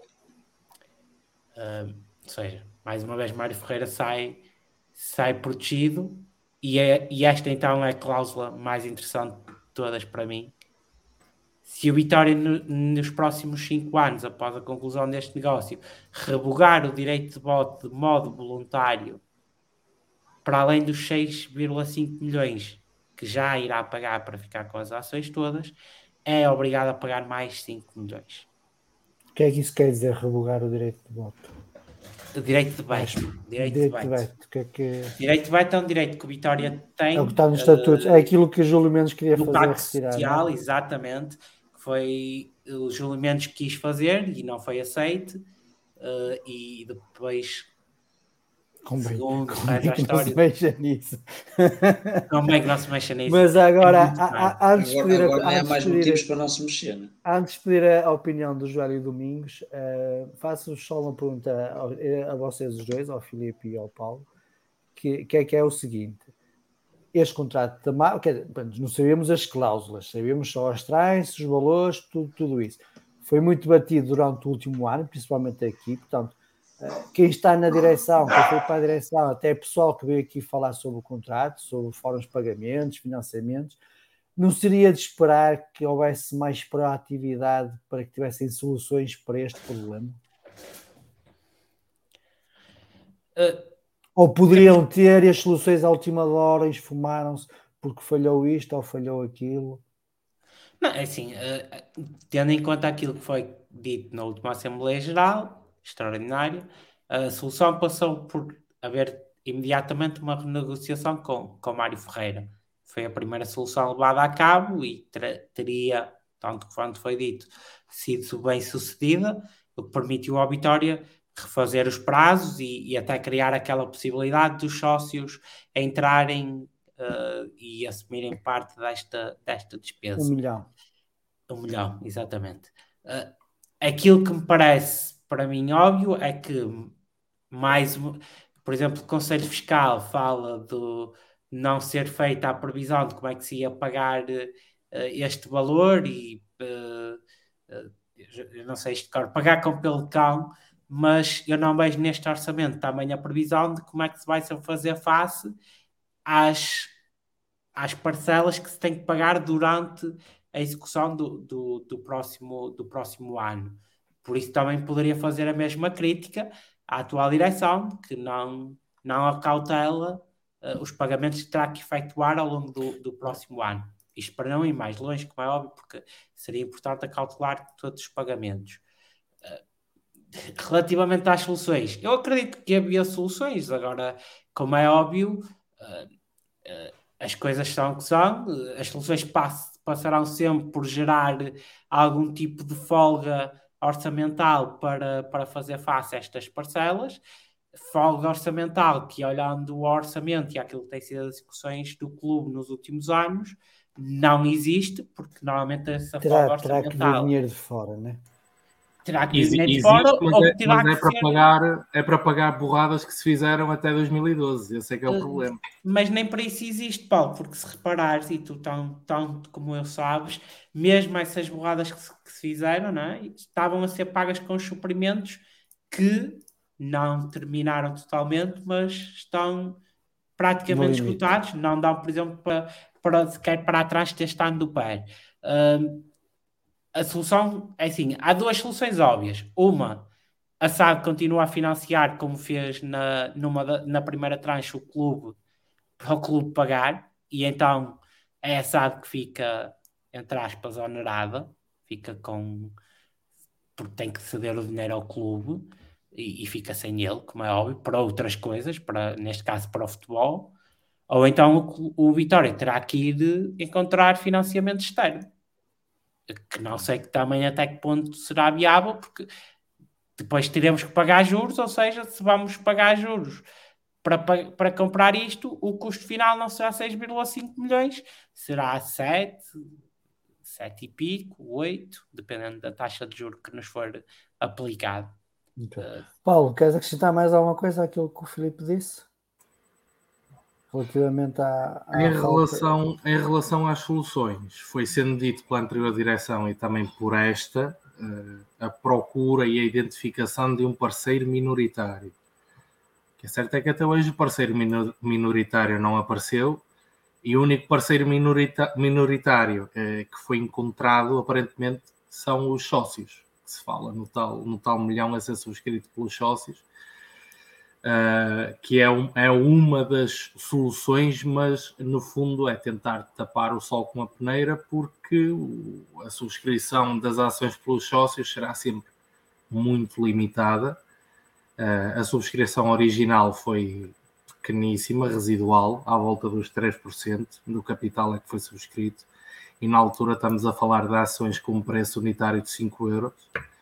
Uh, ou seja, mais uma vez Mário Ferreira sai, sai protegido, e, é, e esta então é a cláusula mais interessante de todas para mim. Se o Vitória no, nos próximos cinco anos, após a conclusão deste negócio, revogar o direito de voto de modo voluntário, para além dos seis vírgula cinco milhões que já irá pagar para ficar com as ações todas, é obrigado a pagar mais cinco milhões. O que é que isso quer dizer, revogar o direito de voto? O direito de veto. Direito, direito de veto. O que é que... Direito de veto é um direito que o Vitória tem. É o que está nos estatutos. Uh, é aquilo que o Júlio Mendes queria no fazer. Pacto Social, não? Exatamente. Foi o Júlio Mendes que quis fazer e não foi aceito. Uh, e depois... Como bem, segundo como é que a não se mexa nisso? Como é que não se mexa nisso? Mas agora, é a, a, antes de pedir... Agora, agora a, há mais pedir, motivos para não se mexer, né? Antes de pedir a opinião do Joel e Domingos, uh, faço só uma pergunta a, a vocês os dois, ao Filipe e ao Paulo, que, que é que é o seguinte. este contrato também, quer dizer, não sabíamos as cláusulas, sabíamos só as trans, os valores, tudo, tudo isso. Foi muito batido durante o último ano, principalmente aqui, portanto, quem está na direção, quem foi para a direção, até pessoal que veio aqui falar sobre o contrato, sobre formas de pagamentos, financiamentos, não seria de esperar que houvesse mais proatividade para que tivessem soluções para este problema? Uh, ou poderiam ter e as soluções à última hora esfumaram-se porque falhou isto ou falhou aquilo? Não, é assim, uh, tendo em conta aquilo que foi dito na última Assembleia Geral, extraordinária, a solução passou por haver imediatamente uma renegociação com, com Mário Ferreira. Foi a primeira solução levada a cabo e ter, teria, tanto quanto foi dito, sido bem sucedida, o que permitiu ao Vitória refazer os prazos e, e até criar aquela possibilidade dos sócios entrarem uh, e assumirem parte desta, desta despesa. Um milhão. Um milhão, exatamente. Uh, aquilo que me parece, para mim, óbvio, é que mais, por exemplo, o Conselho Fiscal fala do não ser feita a previsão de como é que se ia pagar uh, este valor e uh, uh, eu não sei isto, claro, pagar com pelo de cão, mas eu não vejo neste orçamento também a previsão de como é que se vai fazer face às, às parcelas que se tem que pagar durante a execução do, do, do, próximo, do próximo ano. Por isso também poderia fazer a mesma crítica à atual direção, que não, não acautela uh, os pagamentos que terá que efetuar ao longo do, do próximo ano. Isto para não ir mais longe, como é óbvio, porque seria importante acautelar todos os pagamentos. Uh, Relativamente às soluções, eu acredito que havia soluções. Agora, como é óbvio, uh, uh, as coisas são o que são, as soluções pass- passarão sempre por gerar algum tipo de folga orçamental para, para fazer face a estas parcelas. Folga orçamental que, olhando o orçamento e aquilo que tem sido as execuções do clube nos últimos anos, não existe, porque normalmente essa terá, folga orçamental... Terá que vir dinheiro de fora, não é? Terá que vir Existe, dinheiro de fora, mas, ou é, terá mas é, que para ser... pagar, é para pagar borradas que se fizeram até dois mil e doze. Esse é que é o Uh, problema. Mas nem para isso existe, Paulo, porque se reparares, e tu tão, tanto como eu sabes, mesmo essas borradas que se, que se fizeram, não é? Estavam a ser pagas com os suprimentos que não terminaram totalmente, mas estão praticamente esgotados. Não dão, por exemplo, para, para sequer para atrás deste ano do pé. Uh, a solução é assim, há duas soluções óbvias. Uma, a S A D continua a financiar, como fez na, numa da, na primeira tranche, o clube, para o clube pagar, e então é a S A D que fica, entre aspas, onerada, fica com... porque tem que ceder o dinheiro ao clube, e, e fica sem ele, como é óbvio, para outras coisas, para, neste caso para o futebol, ou então o, o Vitória terá que ir encontrar financiamento externo, que não sei que também até que ponto será viável, porque depois teremos que pagar juros, ou seja, se vamos pagar juros para, para comprar isto, o custo final não será seis vírgula cinco milhões, será sete, sete e pico, oito, dependendo da taxa de juros que nos for aplicado. Okay. Uh, Paulo, queres acrescentar mais alguma coisa àquilo que o Filipe disse? Relativamente à, à em, relação, em relação às soluções, foi sendo dito pela anterior direção e também por esta, uh, a procura e a identificação de um parceiro minoritário. O que é certo é que até hoje o parceiro minoritário não apareceu e o único parceiro minorita- minoritário uh, que foi encontrado, aparentemente, são os sócios, que se fala no tal, no tal milhão a ser subscrito pelos sócios. Uh, que é, um, é uma das soluções, mas no fundo é tentar tapar o sol com a peneira, porque o, a subscrição das ações pelos sócios será sempre muito limitada. Uh, a subscrição original foi pequeníssima, residual, à volta dos três por cento do capital é que foi subscrito, e na altura estamos a falar de ações com um preço unitário de cinco euros,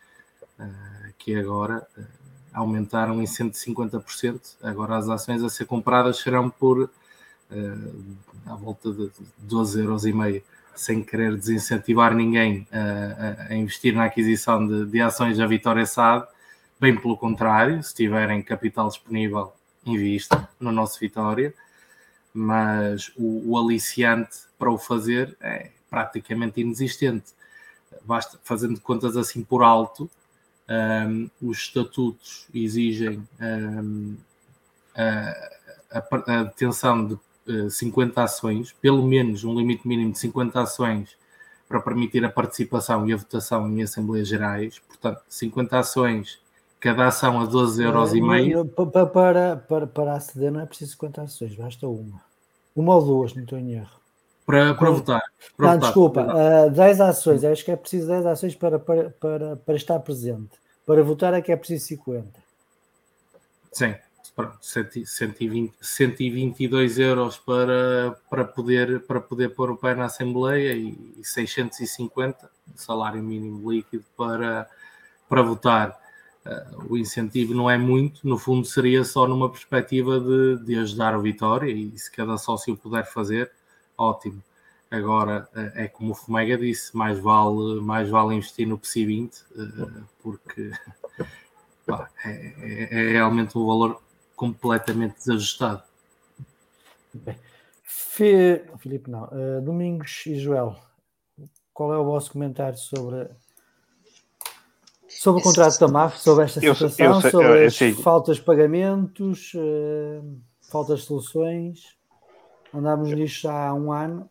uh, que agora... Uh, aumentaram em cento e cinquenta por cento. Agora as ações a ser compradas serão por uh, à volta de doze euros e meio, sem querer desincentivar ninguém a, a investir na aquisição de, de ações da Vitória S A D. Bem pelo contrário, se tiverem capital disponível, invista no nosso Vitória. mas o, o aliciante para o fazer é praticamente inexistente. Basta, fazendo contas assim por alto, um, os estatutos exigem um, a, a, a detenção de uh, cinquenta ações, pelo menos um limite mínimo de cinquenta ações para permitir a participação e a votação em Assembleias Gerais. Portanto, cinquenta ações, cada ação a doze euros e meio. Para, para, para, para aceder não é preciso cinquenta ações, basta uma. Uma ou duas, não estou em erro. Para, para votar. Para não, votar. desculpa, uh, dez ações, acho que é preciso dez ações para, para, para, para estar presente. Para votar é que é preciso cinquenta. Sim, cento e vinte e dois euros para, para, poder, para poder pôr o pé na Assembleia e seiscentos e cinquenta de salário mínimo líquido para, para votar. Uh, o incentivo não é muito, no fundo seria só numa perspectiva de, de ajudar a Vitória, e se cada sócio puder fazer, ótimo. Agora, é como o Fomega disse, mais vale, mais vale investir no P S I vinte, porque pá, é, é realmente um valor completamente desajustado. Bem, Filipe, não. Uh, Domingos e Joel, qual é o vosso comentário sobre, sobre o contrato da M A F, sobre esta situação, eu, eu sei, sobre eu, as eu, faltas de pagamentos, uh, faltas de soluções? Andámos nisto há um ano.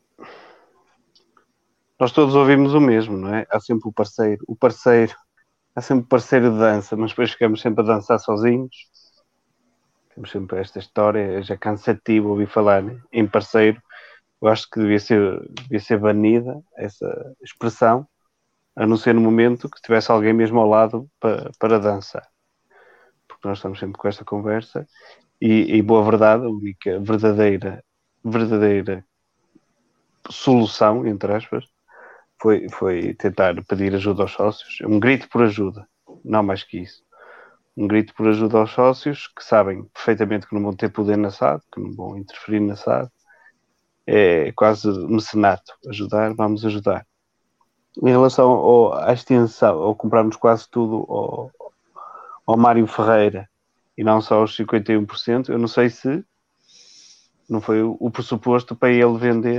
Nós todos ouvimos o mesmo, não é? Há sempre o parceiro, o parceiro, há sempre o parceiro de dança, mas depois ficamos sempre a dançar sozinhos. Temos sempre esta história, já é cansativo ouvir falar, né? Em parceiro. Eu acho que devia ser, devia ser banida essa expressão, a não ser no momento que tivesse alguém mesmo ao lado para, para dançar. Porque nós estamos sempre com esta conversa e, e boa verdade, a única verdadeira, verdadeira solução, entre aspas, Foi, foi tentar pedir ajuda aos sócios, um grito por ajuda, não mais que isso. Um grito por ajuda aos sócios que sabem perfeitamente que não vão ter poder na S A D, que não vão interferir na S A D. É quase mecenato, ajudar, vamos ajudar. Em relação ao, à extensão, ao comprarmos quase tudo ao, ao Mário Ferreira e não só aos cinquenta e um por cento, eu não sei se não foi o, o pressuposto para ele vender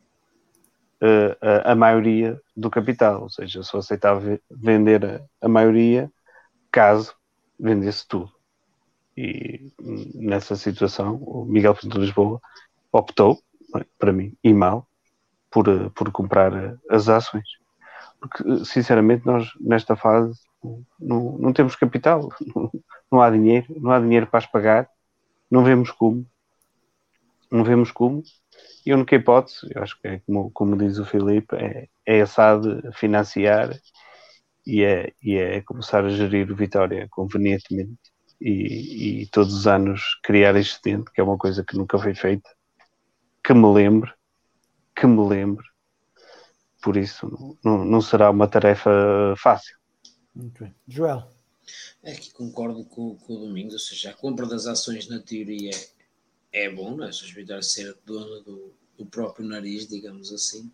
Uh, a, a maioria do capital, ou seja, só aceitava vender a, a maioria caso vendesse tudo. E nessa situação o Miguel Pinto de Lisboa optou, para mim, e mal, por, por comprar as ações. Porque, sinceramente, nós nesta fase não, não temos capital, não, não há dinheiro, não há dinheiro para as pagar, não vemos como, não vemos como. E a única hipótese, eu acho que é como, como diz o Filipe, é, é a S A D financiar e é, e é começar a gerir o Vitória convenientemente e, e todos os anos criar excedente, que é uma coisa que nunca foi feita, que me lembre, que me lembre. Por isso não, não será uma tarefa fácil. Muito bem. Joel? É que concordo com, com o Domingos, ou seja, a compra das ações na teoria é, é bom, não é? Se Vitória ser dona do, do próprio nariz, digamos assim,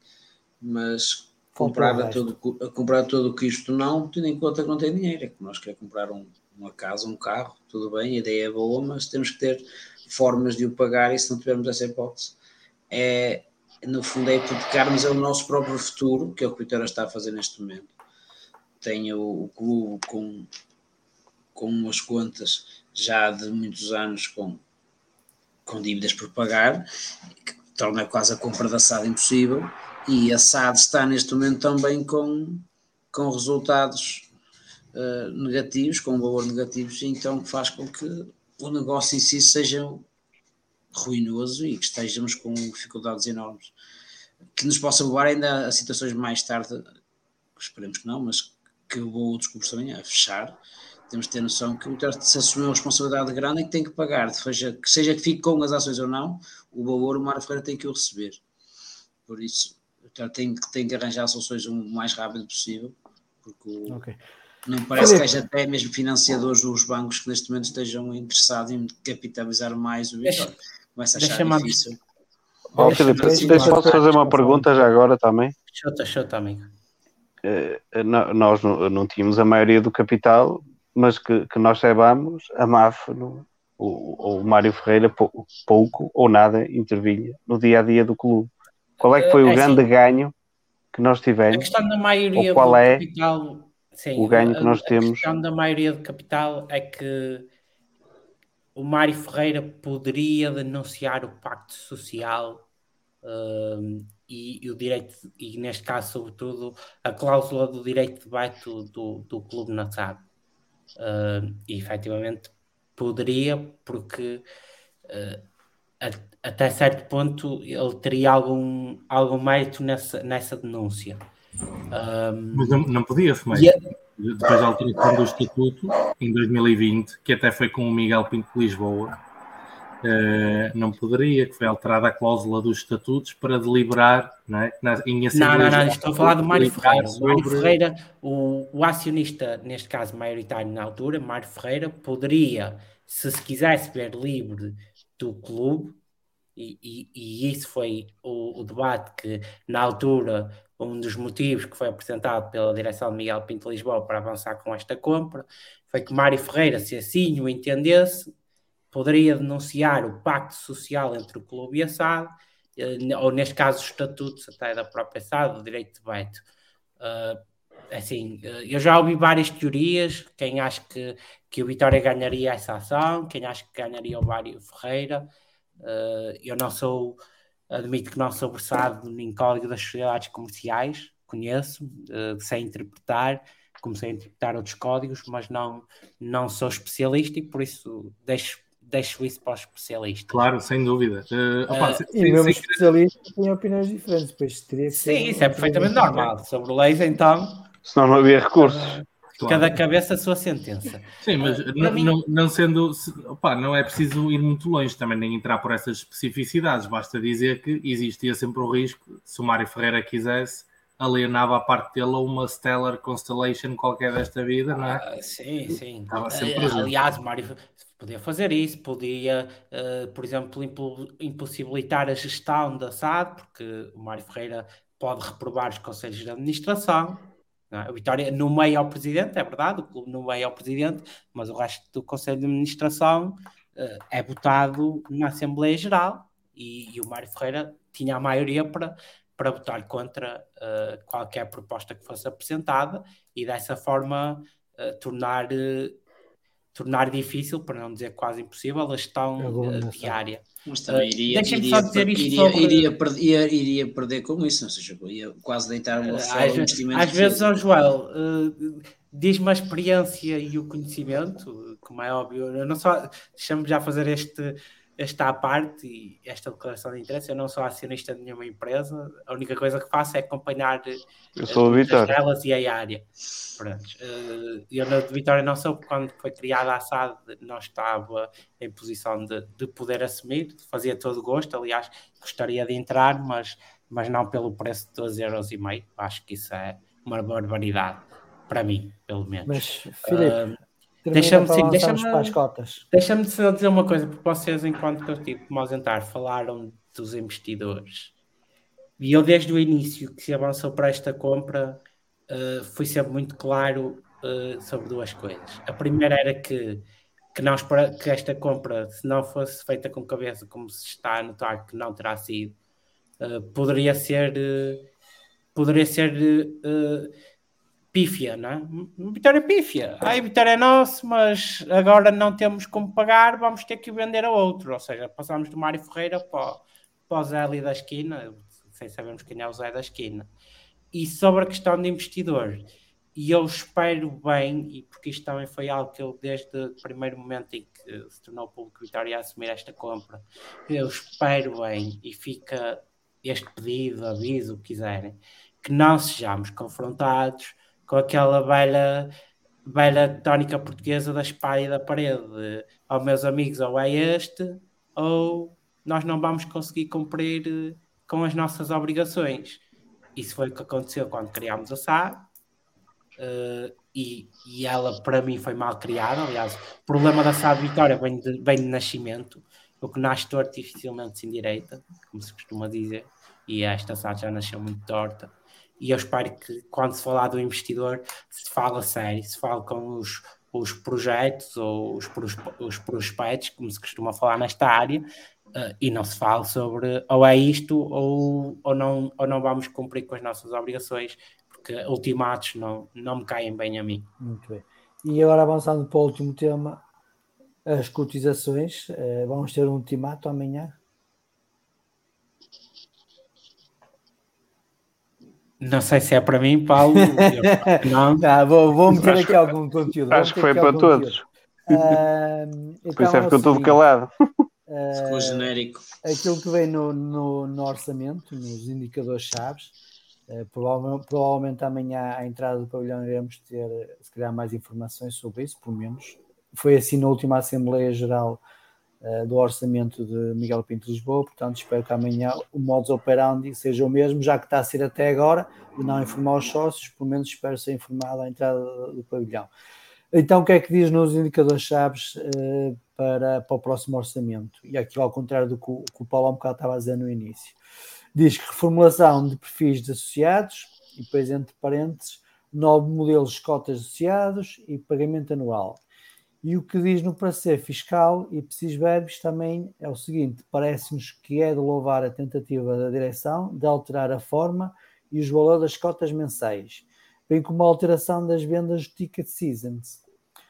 mas comprar a todo, a comprar todo o que isto não, tendo em conta que não tem dinheiro, é que nós queremos comprar um, uma casa, um carro, tudo bem, a ideia é boa, mas temos que ter formas de o pagar e se não tivermos essa hipótese, é, no fundo é hipotecarmos o nosso próprio futuro, que é o que o Vitória está a fazer neste momento. Tem o, o clube com, com umas contas já de muitos anos com, com dívidas por pagar, que torna quase a compra da S A D impossível, e a S A D está neste momento também com, com resultados uh, negativos, com um valor negativos, então faz com que o negócio em si seja ruinoso e que estejamos com dificuldades enormes, que nos possa levar ainda a situações mais tarde, esperemos que não, mas que levou outros clubes também a fechar. Temos de ter noção que o Vitória se assumiu uma responsabilidade grande e que tem que pagar, seja, seja que fique com as ações ou não, o valor o Mário Ferreira tem que o receber. Por isso, o Vitória tem, tem que arranjar soluções o mais rápido possível, porque o, okay. não parece Felipe. que haja até mesmo financiadores dos bancos que neste momento estejam interessados em capitalizar mais o Vitória. Começa a achar Deixa difícil. Oh, Filipe, posso fazer uma pergunta já agora também? Chota, chota, amigo. Uh, nós não, não tínhamos a maioria do capital, mas que, que nós saibamos, a M A F não, o, o Mário Ferreira pouco ou nada intervinha no dia-a-dia do clube. Qual é que foi o é grande assim, ganho que nós tivemos? A questão da maioria ou qual do é capital... Sim, o ganho que nós a, temos? A questão da maioria do capital é que o Mário Ferreira poderia denunciar o pacto social um, e, e o direito, e neste caso, sobretudo, a cláusula do direito de veto do, do clube na S A D. Uh, e efetivamente poderia, porque uh, a, até certo ponto ele teria algum, algum mérito nessa, nessa denúncia. Um, Mas não, não podia, Fumei. Depois da alteração do Estatuto, em dois mil e vinte, que até foi com o Miguel Pinto de Lisboa, uh, não poderia, que foi alterada a cláusula dos estatutos para deliberar, não é? Na, em não, não, não, estou a falar do Mário Ferreira. Sobre... Mário Ferreira, o, o acionista, neste caso maioritário na altura, Mário Ferreira, poderia, se se quisesse ver livre do clube, e, e, e isso foi o, o debate que, na altura, um dos motivos que foi apresentado pela direção de Miguel Pinto de Lisboa para avançar com esta compra, foi que Mário Ferreira, se assim o entendesse, poderia denunciar o pacto social entre o clube e a S A D, ou neste caso os estatutos até da própria S A D, o direito de veto. Uh, assim, eu já ouvi várias teorias, quem acha que, que o Vitória ganharia essa ação, quem acha que ganharia o Mário Ferreira. Uh, eu não sou, admito que não sou versado em código das sociedades comerciais, conheço, uh, sei interpretar, comecei a interpretar outros códigos, mas não, não sou especialista e por isso deixo, deixo isso para os especialistas. Claro, sem dúvida. Uh, opa, uh, se, e mesmo os especialistas têm opiniões diferentes, depois teria que Sim, ser isso é perfeitamente normal. Sobre leis, então... Senão não havia recursos. Uh, Claro. Cada cabeça a sua sentença. Sim, mas uh, não, mim... não, não sendo... Opa, não é preciso ir muito longe também, nem entrar por essas especificidades. Basta dizer que existia sempre o risco, se o Mário Ferreira quisesse, alienava a parte dele a uma Stellar Constellation qualquer desta vida, não é? Uh, sim, sim. Estava sempre uh, aliás, o Mário podia fazer isso, podia, uh, por exemplo, impossibilitar a gestão da S A D, porque o Mário Ferreira pode reprovar os conselhos de administração. Não é? A Vitória nomeia ao presidente, é verdade, o clube nomeia ao presidente, mas o resto do Conselho de Administração uh, é votado na Assembleia Geral e, e o Mário Ferreira tinha a maioria para, para votar contra uh, qualquer proposta que fosse apresentada e dessa forma uh, tornar, uh, tornar difícil, para não dizer quase impossível, a gestão uh, diária. Mas também iria, uh, iria, per, iria, sobre... iria, per, iria, iria perder com isso, ou seja, ia quase deitar uma fora uh, investimento. Às vezes, ó Joel, uh, diz-me a experiência e o conhecimento, como é óbvio, eu não só, deixa-me já fazer este, esta à parte e esta declaração de interesse, eu não sou acionista de nenhuma empresa, a única coisa que faço é acompanhar eu sou uh, as delas e a área. Pronto. Uh, eu na Vitória não sou, quando foi criada a S A D não estava em posição de, de poder assumir, fazia todo o gosto, aliás gostaria de entrar, mas, mas não pelo preço de doze euros e meio, acho que isso é uma barbaridade para mim, pelo menos. Mas Filipe, uh, deixa-me sim, deixa-me, deixa-me dizer uma coisa, porque vocês, enquanto que eu estive como ausentar, falaram dos investidores e eu desde o início que se avançou para esta compra Uh, fui sempre muito claro uh, sobre duas coisas. A primeira era que, que, não espera, que esta compra, se não fosse feita com cabeça, como se está a notar que não terá sido, uh, poderia ser uh, poderia ser uh, pífia, não é? Vitória pífia. Ah, a Vitória é nosso, mas agora não temos como pagar, vamos ter que vender a outro. Ou seja, passamos do Mário Ferreira para, para o Zé ali da esquina, sem sabermos quem é o Zé da esquina. E sobre a questão de investidor, e eu espero bem, e porque isto também foi algo que eu, desde o primeiro momento em que se tornou público Vitória a assumir esta compra, eu espero bem, e fica este pedido, aviso, o que quiserem, que não sejamos confrontados com aquela velha, velha tónica portuguesa da espada e da parede, ou meus amigos, ou é este, ou nós não vamos conseguir cumprir com as nossas obrigações. Isso foi o que aconteceu quando criámos a S A D uh, e, e ela para mim foi mal criada. Aliás, o problema da S A D Vitória vem de, vem de nascimento, o que nasce torto dificilmente se endireita, como se costuma dizer, e esta S A D já nasceu muito torta. E eu espero que quando se falar do investidor se fala sério, se fala com os, os projetos ou os, os prospectos, como se costuma falar nesta área, uh, e não se fala sobre ou é isto ou, ou, não, ou não vamos cumprir com as nossas obrigações, porque ultimatos não, não me caem bem a mim. Muito bem. E agora avançando para o último tema, as cotizações, uh, vamos ter um ultimato amanhã? Não sei se é para mim, Paulo. Eu, não. não, vou, vou meter aqui algum conteúdo. Acho que foi para todos. Uh, então, Por isso é que eu estou calado. Uh, Ficou genérico. Aquilo que vem no, no, no orçamento, nos indicadores-chaves, uh, provavelmente, provavelmente amanhã à entrada do pavilhão iremos ter, se calhar, mais informações sobre isso, pelo menos. Foi assim na última Assembleia Geral uh, do Orçamento de Miguel Pinto de Lisboa, portanto espero que amanhã o modus operandi seja o mesmo, já que está a ser até agora, de não informar os sócios, pelo menos espero ser informado à entrada do pavilhão. Então, o que é que diz nos indicadores-chaves uh, para, para o próximo orçamento? E aqui, ao contrário do que o, que o Paulo há um bocado estava a dizer no início. Diz que reformulação de perfis de associados, e depois entre parênteses, nove modelos de cotas associados e pagamento anual. E o que diz no parecer fiscal e precisos verbos também é o seguinte: parece-nos que é de louvar a tentativa da direção de alterar a forma e os valores das cotas mensais, bem como a alteração das vendas do Ticket Seasons.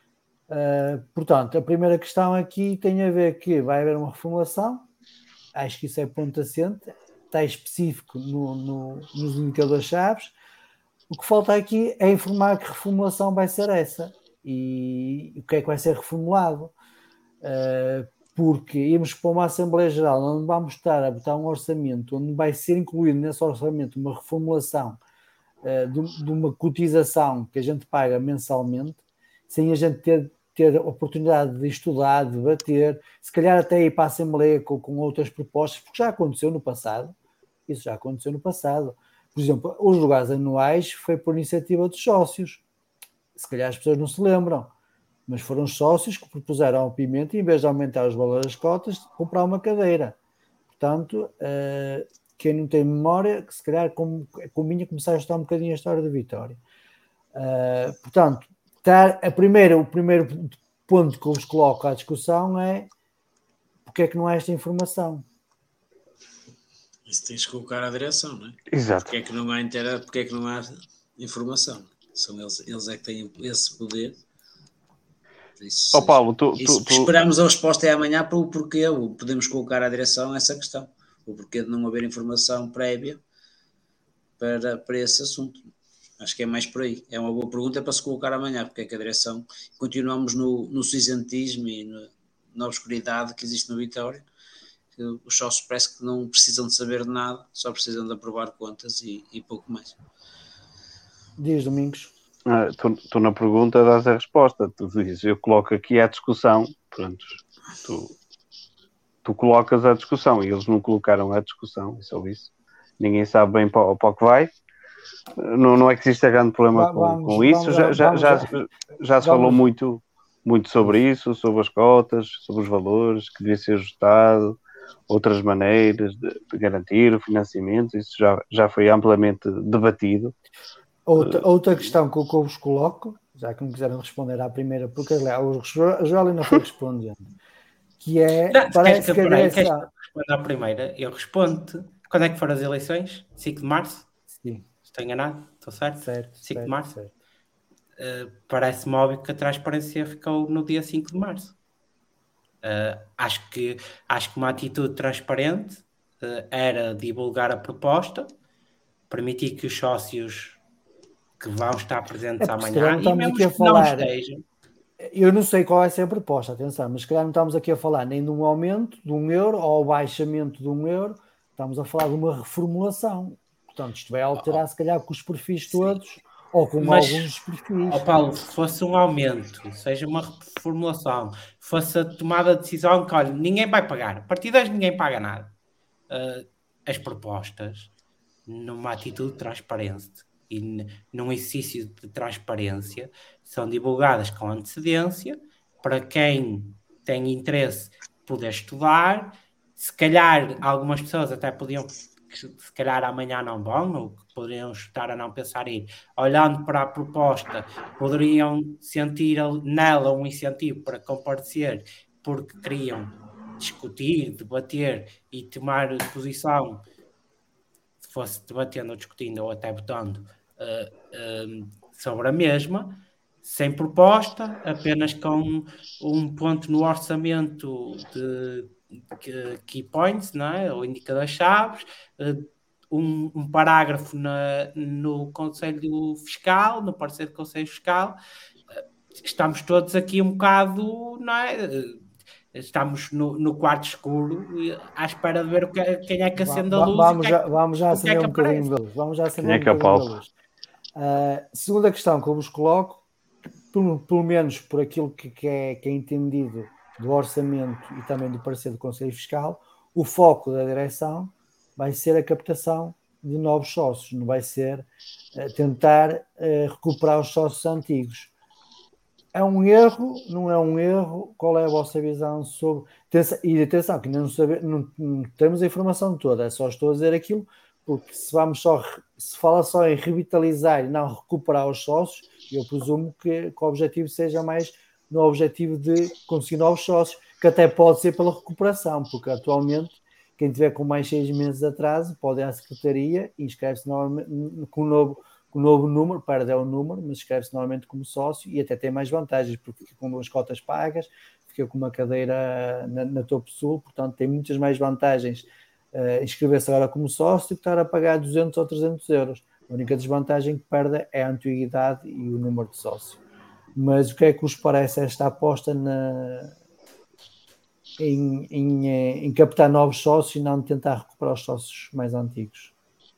Uh, portanto, a primeira questão aqui tem a ver que vai haver uma reformulação, acho que isso é ponto assente, está específico no, no, nos indicadores-chaves. O que falta aqui é informar que reformulação vai ser essa e o que é que vai ser reformulado, uh, porque irmos para uma Assembleia Geral onde vamos estar a botar um orçamento, onde vai ser incluído nesse orçamento uma reformulação uh, de, de uma cotização que a gente paga mensalmente, sem a gente ter, ter a oportunidade de estudar, de debater, se calhar até ir para a Assembleia com, com outras propostas, porque já aconteceu no passado, isso já aconteceu no passado. Por exemplo, os lugares anuais foi por iniciativa dos sócios, se calhar as pessoas não se lembram, mas foram os sócios que propuseram ao Pimenta, em vez de aumentar os valores das cotas, comprar uma cadeira. Portanto, uh, quem não tem memória, que se calhar convinha começar a estudar um bocadinho a história da Vitória. Uh, portanto, Tá, a primeira, o primeiro ponto que eu vos coloco à discussão é porque é que não há esta informação? Isso tens que colocar à direção, não é? Exato. Porque é que não há, intera... porque é que não há informação? São eles, eles é que têm esse poder. Ó oh, Paulo, tu, tu, tu... Esperamos a resposta é amanhã para o porquê. Podemos colocar à direção essa questão. O porquê de não haver informação prévia para, para esse assunto. Acho que é mais por aí. É uma boa pergunta para se colocar amanhã, porque é que a direção... Continuamos no, no cinzentismo e no, na obscuridade que existe na Vitória. Os sócios parece que não precisam de saber de nada, só precisam de aprovar contas e, e pouco mais. Dias Domingos. Ah, tu, tu na pergunta dás a resposta. Tu dizes, eu coloco aqui a discussão. Pronto, tu, tu colocas a discussão e eles não colocaram a discussão, só isso. Ninguém sabe bem para, para o que vai. Não, não é que exista grande problema com, vamos, com isso, já, já, já, já se falou muito, muito sobre isso, sobre as cotas, sobre os valores, que devia ser ajustado, outras maneiras de, de garantir o financiamento, isso já, já foi amplamente debatido. Outra, uh, outra questão que eu vos coloco, já que não quiseram responder à primeira, porque o Joel não foi respondendo, que é... Não, parece que, que a direção... direção... Queres responder à primeira? Eu respondo. Quando é que foram as eleições? cinco de março? Sim. Estou enganado? Estou certo? Certo. cinco certo, de março? Certo. Uh, parece-me óbvio que a transparência ficou no dia cinco de março. Uh, acho, que, acho que uma atitude transparente uh, era divulgar a proposta, permitir que os sócios que vão estar presentes é amanhã e mesmo que falar, não estejam. Eu não sei qual é a proposta, atenção, mas se calhar não estamos aqui a falar nem de um aumento de um euro ou baixamento de um euro, estamos a falar de uma reformulação. Portanto, isto vai alterar, oh, se calhar, com os perfis todos, sim, ou com mas, alguns dos perfis. Oh Paulo, se fosse um aumento, seja uma reformulação, fosse a tomada de decisão que, olha, ninguém vai pagar. A partir de hoje ninguém paga nada. Uh, as propostas, numa atitude transparente e n- num exercício de transparência, são divulgadas com antecedência para quem tem interesse poder estudar. Se calhar, algumas pessoas até podiam que se calhar amanhã não vão, ou que poderiam estar a não pensar em ir, olhando para a proposta, poderiam sentir nela um incentivo para comparecer, porque queriam discutir, debater e tomar posição, se fosse debatendo ou discutindo ou até votando uh, uh, sobre a mesma, sem proposta, apenas com um ponto no orçamento de, de key points, não é? Ou indicadores-chave, uh, um, um parágrafo na, no Conselho Fiscal, no parecer do Conselho Fiscal. Uh, estamos todos aqui um bocado, não é? Uh, Estamos no, no quarto escuro à espera de ver o que, quem é que acende a luz. Vamos, e já, que, vamos já acender é um bocadinho da luz. Vamos já acender quem um é que bocadinho da luz. Uh, segunda questão que eu vos coloco, pelo, pelo menos por aquilo que, que, é, que é entendido do orçamento e também do parecer do Conselho Fiscal, o foco da direção vai ser a captação de novos sócios, não vai ser uh, tentar uh, recuperar os sócios antigos. É um erro? Não é um erro? Qual é a vossa visão sobre... E atenção, que não, sabe, não, não temos a informação toda, é só estou a dizer aquilo, porque se vamos só, se fala só em revitalizar e não recuperar os sócios, eu presumo que, que o objetivo seja mais no objetivo de conseguir novos sócios, que até pode ser pela recuperação, porque atualmente quem tiver com mais seis meses de atraso pode ir à secretaria e inscreve-se com um novo... o novo número, perde é o número, mas escreve-se normalmente como sócio e até tem mais vantagens, porque fica com duas cotas pagas, fica com uma cadeira na, na Topo Sul, portanto tem muitas mais vantagens uh, inscrever-se agora como sócio do que estar a pagar duzentos ou trezentos euros. A única desvantagem que perde é a antiguidade e o número de sócio. Mas o que é que vos parece esta aposta na, em, em, em captar novos sócios e não tentar recuperar os sócios mais antigos?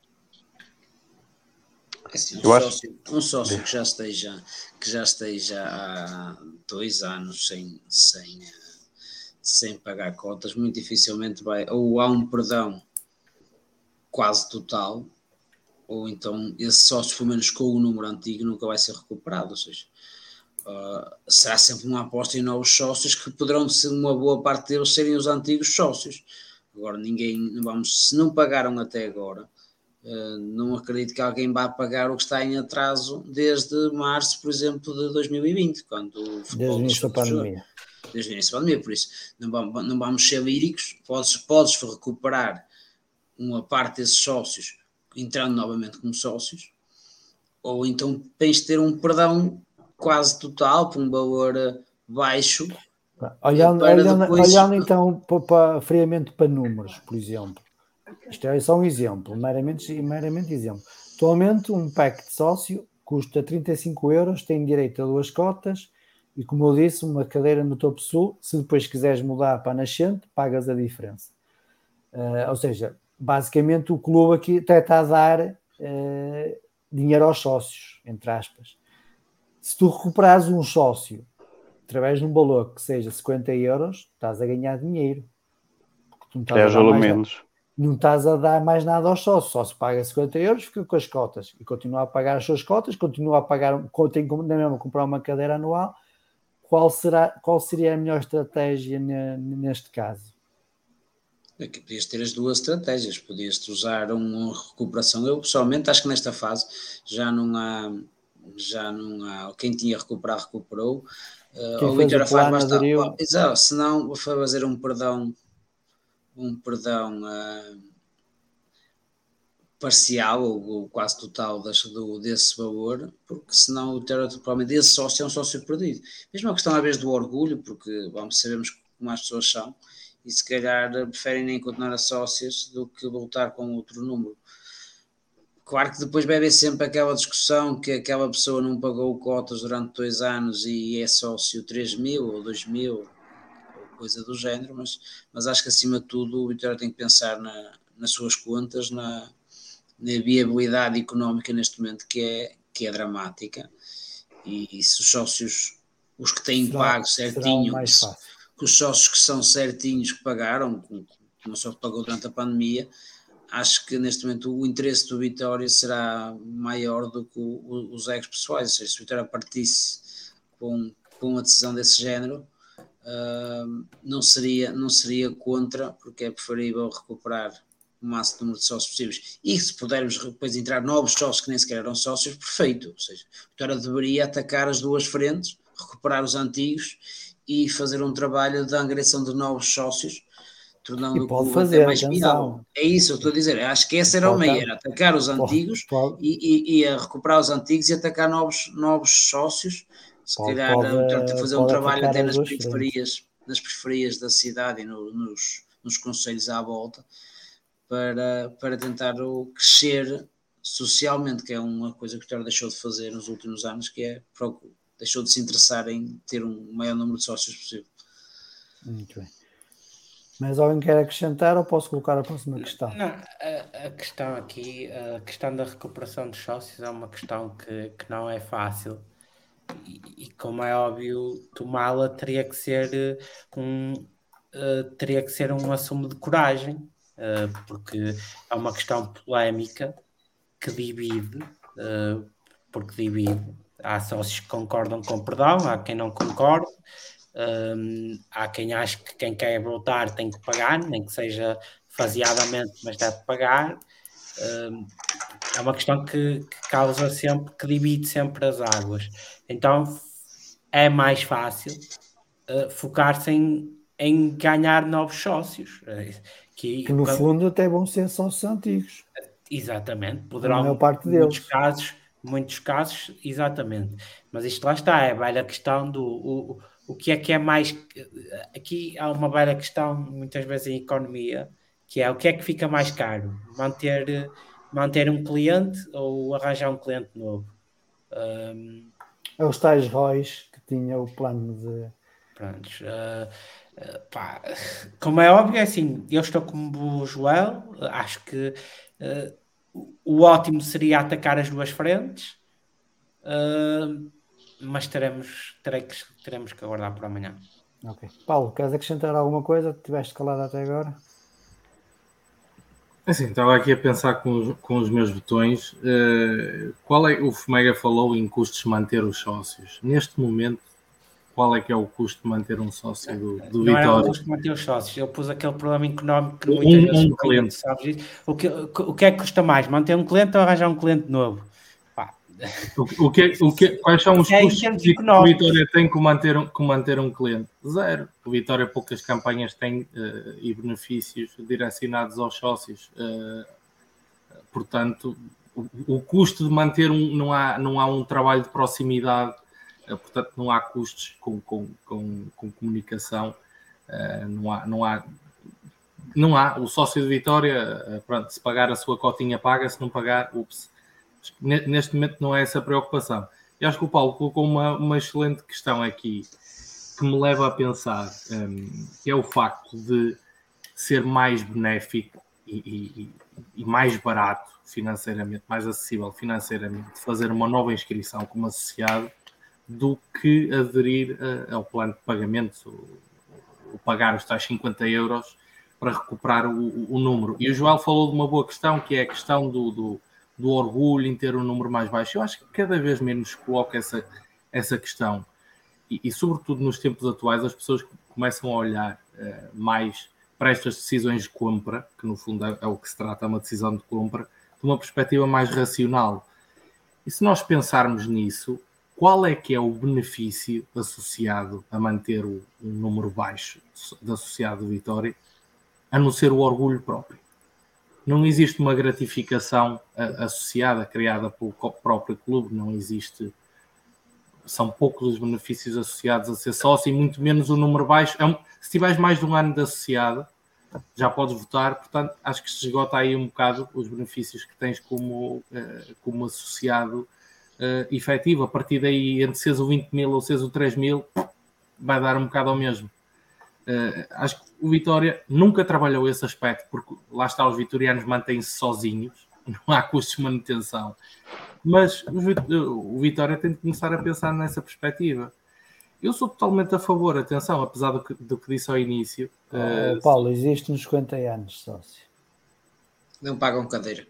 Assim, um, sócio, um sócio que já esteja que já esteja há dois anos sem, sem, sem pagar cotas, muito dificilmente vai, ou há um perdão quase total, ou então esse sócio, pelo menos com o número antigo, nunca vai ser recuperado, ou seja, uh, será sempre uma aposta em novos sócios que poderão ser uma boa parte deles serem os antigos sócios. Agora ninguém, vamos, se não pagaram até agora, Uh, não acredito que alguém vá pagar o que está em atraso desde março, por exemplo, de dois mil e vinte, quando o futebol desde o início da pandemia. Desde o início da pandemia, por isso não vamos, não vamos ser líricos, podes, podes recuperar uma parte desses sócios entrando novamente como sócios, ou então tens de ter um perdão quase total por um valor baixo. Olhando, olhando, depois... olhando então para, friamente para números, por exemplo. Isto é só um exemplo, meramente, meramente exemplo. Atualmente um pack de sócio custa trinta e cinco euros, tem direito a duas cotas e, como eu disse, uma cadeira no Topo Sul. Se depois quiseres mudar para a Nascente, pagas a diferença. Uh, ou seja, basicamente o clube aqui até está a dar uh, dinheiro aos sócios, entre aspas. Se tu recuperares um sócio através de um valor que seja cinquenta euros, estás a ganhar dinheiro. Tu não estás a dar mais menos. Não estás a dar mais nada aos sócios, só se paga cinquenta euros, fica com as cotas e continua a pagar as suas cotas, continua a pagar, tem que mesmo comprar uma cadeira anual. Qual, será, qual seria a melhor estratégia neste caso? Aqui podias ter as duas estratégias, podias usar uma recuperação. Eu pessoalmente acho que nesta fase já não há, já não há, quem tinha recuperado recuperou. Quem uh, fez o plano aderiu. Exato, se não, vou fazer um perdão um perdão uh, parcial ou, ou quase total desse, do, desse valor, porque senão o provavelmente esse sócio é um sócio perdido. Mesmo a questão às vezes do orgulho, porque vamos, sabemos como as pessoas são, e se calhar preferem nem continuar a sócios do que voltar com outro número. Claro que depois vai haver sempre aquela discussão que aquela pessoa não pagou cotas durante dois anos e é sócio três mil ou dois mil, coisa do género, mas, mas acho que acima de tudo o Vitória tem que pensar na, nas suas contas, na, na viabilidade económica neste momento que é, que é dramática, e, e se os sócios, os que têm será, pago certinho, que, que os sócios que são certinhos que pagaram, não só pagou durante a pandemia, acho que neste momento o interesse do Vitória será maior do que o, os egos pessoais, ou seja, se o Vitória partisse com, com uma decisão desse género, Uh, não seria, não seria contra, porque é preferível recuperar o máximo número de sócios possíveis. E se pudermos depois entrar novos sócios que nem sequer eram sócios, perfeito. Ou seja, a Vitória deveria atacar as duas frentes, recuperar os antigos e fazer um trabalho de angariação de novos sócios, tornando o clube até mais viável. É isso, eu estou a dizer. Acho que esse era o meio, era atacar os antigos pode, pode. E, e, e a recuperar os antigos e atacar novos, novos sócios. Se pode, calhar pode, fazer um trabalho até nas periferias, nas periferias da cidade e no, nos, nos concelhos à volta, para, para tentar crescer socialmente, que é uma coisa que o Vitória deixou de fazer nos últimos anos, que é deixou de se interessar em ter um maior número de sócios possível. Muito bem. Mas alguém quer acrescentar ou posso colocar a próxima questão? Não, a, a questão aqui, a questão da recuperação dos sócios é uma questão que, que não é fácil e, e como é óbvio, tomá-la teria que ser um, uh, teria que ser um assunto de coragem, uh, porque é uma questão polémica que divide, uh, porque divide. Há sócios que concordam com o perdão, há quem não concorde. Um, há quem acha que quem quer voltar tem que pagar, nem que seja faseadamente, mas deve pagar. Um, é uma questão que, que causa sempre, que divide sempre as águas. Então é mais fácil uh, focar-se em, em ganhar novos sócios. Que, que no quando... fundo até vão ser sócios antigos. Exatamente. Poderão, a maior parte em muitos deles. casos, muitos casos, exatamente. Mas isto lá está, é a velha questão do... O, O que é que é mais... Aqui há uma velha questão, muitas vezes em economia, que é o que é que fica mais caro? Manter, manter um cliente ou arranjar um cliente novo? Um, é os tais Roy's que tinha o plano de... Prontos. Uh, uh, pá, como é óbvio, é assim, eu estou como o Joel, acho que uh, o ótimo seria atacar as duas frentes, uh, mas teremos, teremos, teremos que aguardar por amanhã. Ok. Paulo, queres acrescentar alguma coisa? Tiveste calado até agora? Assim, estava aqui a pensar com os, com os meus botões. Uh, qual é, o Fomega falou em custos de manter os sócios. Neste momento, qual é que é o custo de manter um sócio do, do Não Vitória? Não é o custo de manter os sócios. Eu pus aquele problema económico que muitas um, vezes... Um cliente. Sabes? O, que, o que é que custa mais? Manter um cliente ou arranjar um cliente novo? O, o que, o que, quais são os é custos que o Vitória tem com manter, um, com manter um cliente? Zero. O Vitória poucas campanhas tem uh, e benefícios direcionados aos sócios. Uh, portanto, o, o custo de manter um... Não há, não há um trabalho de proximidade, uh, portanto, não há custos com, com, com, com comunicação. Uh, não há... Não há não há. O sócio de Vitória, uh, pronto, se pagar a sua cotinha paga, se não pagar, ups. Neste momento não é essa a preocupação. Eu acho que o Paulo colocou uma, uma excelente questão aqui que me leva a pensar, um, que é o facto de ser mais benéfico e, e, e mais barato financeiramente, mais acessível financeiramente, fazer uma nova inscrição como associado do que aderir a, ao plano de pagamento ou, ou pagar os tais cinquenta euros para recuperar o, o número. E o Joel falou de uma boa questão, que é a questão do, do do orgulho em ter um número mais baixo. Eu acho que cada vez menos coloca essa, essa questão. E, e, sobretudo, nos tempos atuais, as pessoas começam a olhar uh, mais para estas decisões de compra, que no fundo é, é o que se trata, é uma decisão de compra, de uma perspectiva mais racional. E se nós pensarmos nisso, qual é que é o benefício associado a manter o, um número baixo de associado de Vitória, a não ser o orgulho próprio? Não existe uma gratificação associada, criada pelo próprio clube, não existe. São poucos os benefícios associados a ser sócio e muito menos o número baixo. É um, se tiveres mais de um ano de associado, já podes votar, portanto, acho que se esgota aí um bocado os benefícios que tens como, como associado uh, efetivo. A partir daí, entre seres o vinte mil ou seres o três mil, vai dar um bocado ao mesmo. Uh, acho que o Vitória nunca trabalhou esse aspecto, porque lá está, os vitorianos mantêm-se sozinhos, não há custos de manutenção, mas o, o Vitória tem de começar a pensar nessa perspectiva. Eu sou totalmente a favor, atenção, apesar do que, do que disse ao início. Uh, Paulo, existe nos cinquenta anos, sócio. Não pagam cadeira.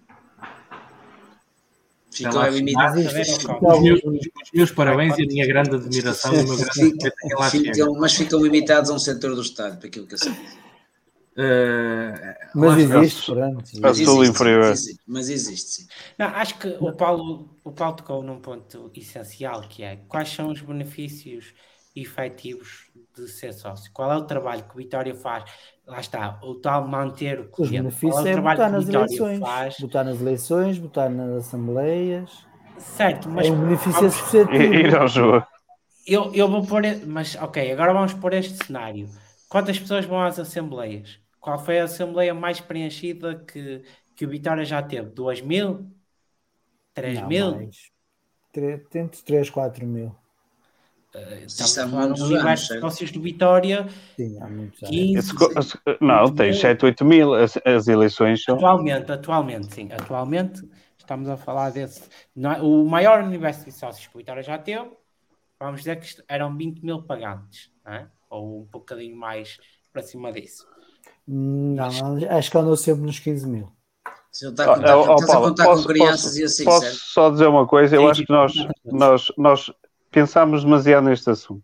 Ficam limitados. Os meus, os meus parabéns e a minha grande admiração. E o meu grande ficam, ficam, mas ficam limitados a um setor do estádio, para aquilo que eu sei. Uh, mas existe, pronto. Mas existe, inferior. Existe, mas existe, sim. Não, acho que o Paulo, o Paulo tocou num ponto essencial, que é quais são os benefícios efetivos de ser sócio? Qual é o trabalho que o Vitória faz? Lá está, o tal manter o cliente. Os benefícios é, é o botar nas eleições, faz? botar nas eleições, botar nas assembleias. Certo, mas... É um benefício associativo. Ir ao jogo. Eu, eu vou pôr... Mas, ok, agora vamos pôr este cenário. Quantas pessoas vão às assembleias? Qual foi a assembleia mais preenchida que, que o Vitória já teve? duas mil? três mil? Mais. Entre três, quatro mil. Uh, estamos a falar de um universo de sócios do Vitória. Sim, há muitos quinze, anos. Não, tem sete, oito mil. As, as eleições são... Atualmente, atualmente, sim. Atualmente, estamos a falar desse... O maior universo de sócios que o Vitória já teve, vamos dizer que eram vinte mil pagantes, não é? Ou um bocadinho mais para cima disso. Não, acho que andou sempre nos quinze mil. Se eu está a contar, oh, oh, Paulo, a contar posso, com crianças posso, e assim, posso certo? Só dizer uma coisa, eu Sim, acho que nós, nós, nós pensámos demasiado neste assunto.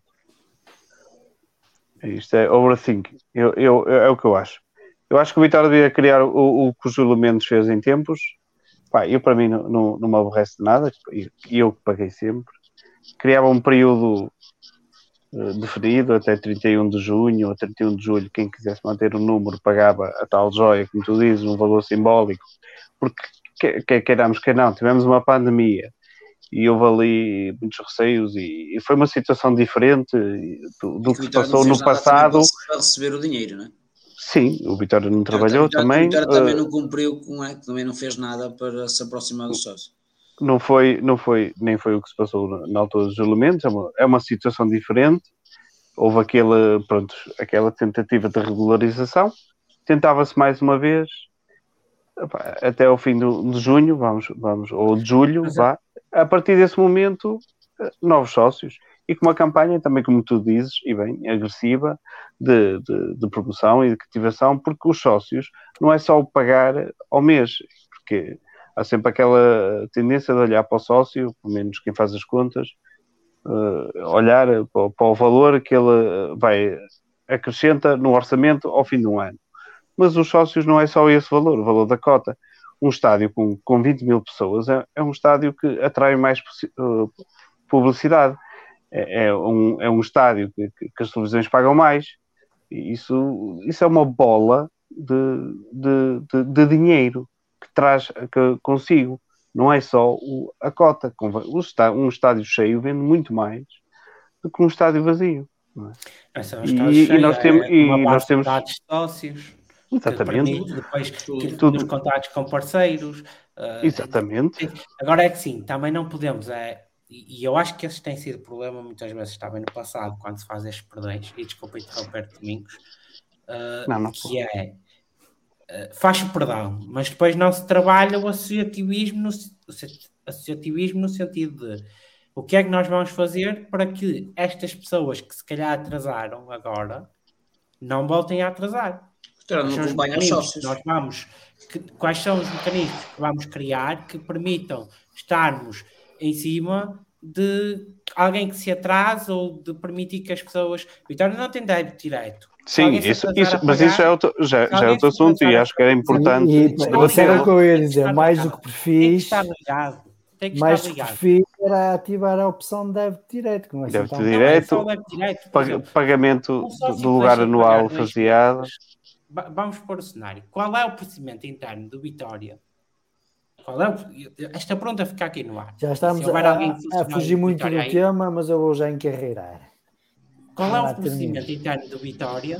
Isto é overthinking. Eu, eu, é o que eu acho. Eu acho que o Vitória devia criar o, o que os elementos fez em tempos. Pá, eu, para mim, não, não, não me aborrece de nada. E eu que paguei sempre. Criava um período uh, definido até trinta e um de junho ou trinta e um de julho. Quem quisesse manter o número pagava a tal joia, como tu dizes, um valor simbólico. Porque, que, que, queiramos que não, tivemos uma pandemia e houve ali muitos receios e, e foi uma situação diferente do, do que se passou no passado. Para receber o dinheiro, não é? Sim, o Vitória não trabalhou também. O Vitória também não cumpriu, com é, também não fez nada para se aproximar do sócio. Não foi, não foi, nem foi o que se passou na altura dos elementos, é uma, é uma situação diferente. Houve aquele, pronto, aquela tentativa de regularização, tentava-se mais uma vez, até ao fim do, de junho, vamos, vamos, ou de julho, vá. A partir desse momento, novos sócios. E com uma campanha também, como tu dizes, e bem, agressiva, de, de, de promoção e de cativação, porque os sócios não é só o pagar ao mês, porque há sempre aquela tendência de olhar para o sócio, pelo menos quem faz as contas, uh, olhar para, para o valor que ele vai acrescenta no orçamento ao fim de um ano. Mas os sócios não é só esse valor, o valor da cota. Um estádio com, com vinte mil pessoas é, é um estádio que atrai mais uh, publicidade. É, é, um, é um estádio que, que as televisões pagam mais. E isso, isso é uma bola de, de, de, de dinheiro que traz que consigo. Não é só o, a cota. Um estádio cheio vende muito mais do que um estádio vazio. Não é? É um e, e nós temos, é e uma nós temos de sócios. Exatamente. Permite, depois que, tudo. Nos contatos com parceiros. Uh, Exatamente. Agora é que sim, também não podemos. É, e, e eu acho que esse tem sido problema muitas vezes também no passado, quando se faz estes perdões. E desculpa interromper, Domingos. Uh, não, não que é uh, faz o perdão, mas depois não se trabalha o associativismo no, o associativismo no sentido de o que é que nós vamos fazer para que estas pessoas que se calhar atrasaram agora não voltem a atrasar. Quais são, os nós vamos, que, quais são os mecanismos que vamos criar que permitam estarmos em cima de alguém que se atrasa ou de permitir que as pessoas... Vitória não tem débito direto. Sim, isso, isso, mas isso já é outro, já, já é outro assunto e acho que era importante. E, e, você era o que eu ia dizer, mais do que perfis... Tem que estar ligado. Tem que mais estar ligado. perfis era ativar a opção de débito direto. Como é débito então, direto, não, é direto pag, exemplo, fagamento um do lugar anual faseado. Vamos pôr o cenário. Qual é o procedimento interno do Vitória? Qual é o... Esta pergunta fica aqui no ar. Já estamos a, a fugir muito do aí, tema, mas eu vou já encarreirar. Qual é o procedimento interno do Vitória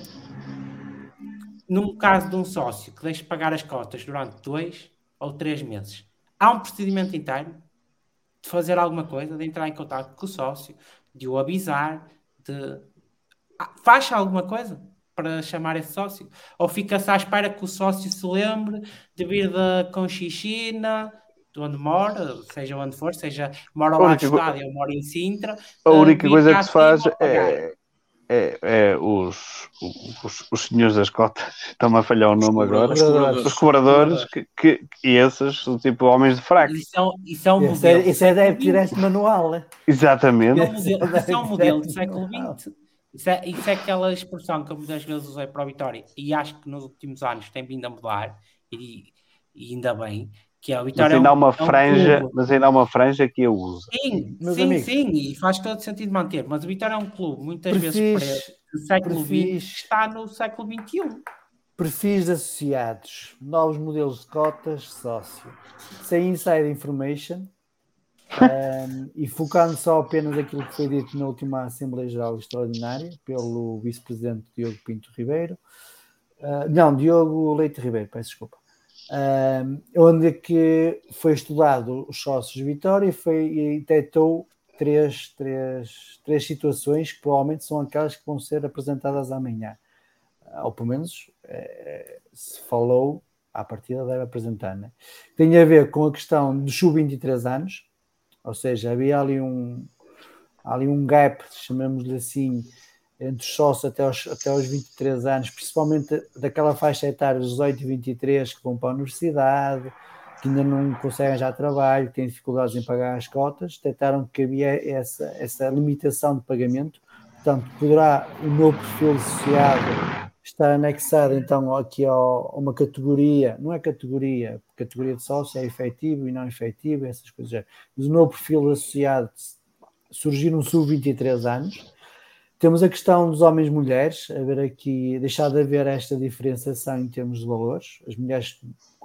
num caso de um sócio que deixe pagar as cotas durante dois ou três meses? Há um procedimento interno de fazer alguma coisa, de entrar em contato com o sócio, de o avisar, de... Faz alguma coisa para chamar esse sócio? Ou fica-se à espera que o sócio se lembre de vir da Conchichina, de onde mora, seja onde for, seja mora lá no estádio ou mora em Sintra. A única coisa que se faz é, é, é os, os, os senhores das cotas, estão-me a falhar o nome agora, os cobradores, os cobradores que, que, que esses são tipo homens de fraco. Isso é, isso é um isso modelo. É, isso é débito direto manual, é? Exatamente. Isso é um modelo, isso é um modelo do século vinte. Isso é, isso é aquela expressão que eu muitas vezes usei para o Vitória e acho que nos últimos anos tem vindo a mudar e, e ainda bem, que é o Vitória. Mas ainda há uma é um, franja, é um mas ainda há uma franja que eu uso. Sim, Meus sim, amigos, sim, e faz todo sentido manter, mas o Vitória é um clube muitas perfis, vezes preso do século perfis, vinte que está no século vinte e um. Perfis associados, novos modelos de cotas, sócio, sem inside information, um, e focando só apenas aquilo que foi dito na última Assembleia Geral Extraordinária pelo vice-presidente Diogo Pinto Ribeiro, uh, não, Diogo Leite Ribeiro, peço desculpa, um, onde que foi estudado os sócios de Vitória e, foi, e detectou três, três, três situações que provavelmente são aquelas que vão ser apresentadas amanhã, ou pelo menos eh, se falou à partida deve apresentar, né? Tem a ver com a questão dos sub vinte e três anos, ou seja, havia ali um, ali um gap, chamemos-lhe assim, entre os sócios até aos, até aos vinte e três anos, principalmente daquela faixa etária dos dezoito e vinte e três que vão para a universidade, que ainda não conseguem já trabalho, têm dificuldades em pagar as cotas, detectaram que havia essa, essa limitação de pagamento, portanto, poderá o novo perfil associado estar anexado então aqui a uma categoria, não é categoria, categoria de sócio é efetivo e não efetivo, essas coisas, mas o novo perfil associado surgir um sub vinte e três anos. Temos a questão dos homens e mulheres, a ver aqui, deixar de haver esta diferenciação em termos de valores. As mulheres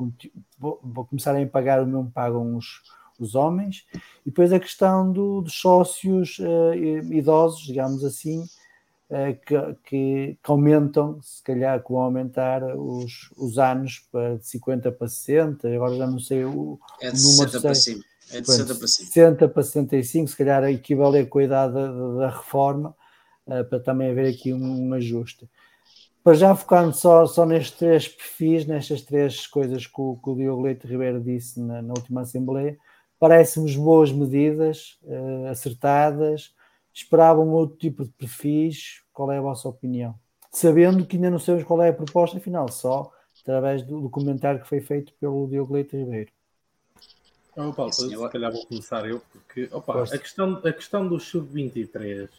vão começarem a pagar o mesmo pagam os, os homens. E depois a questão do, dos sócios uh, idosos, digamos assim, uh, que, que, que aumentam, se calhar que vão aumentar os, os anos para de cinquenta para sessenta, agora já não sei o, é de o número. sessenta para cima. É de sessenta para cima. sessenta para sessenta e cinco, se calhar a equivaler com a idade da, da reforma, Uh, para também haver aqui um, um ajuste. Para já focando só, só nestes três perfis, nestas três coisas que o, que o Diogo Leite Ribeiro disse na, na última Assembleia, parece-nos boas medidas, uh, acertadas. Esperavam outro tipo de perfis. Qual é a vossa opinião? Sabendo que ainda não sabemos qual é a proposta final, só através do, do comentário que foi feito pelo Diogo Leite Ribeiro. Oh, Paulo, se calhar vou começar eu, porque opa, a, questão, a questão do sub vinte e três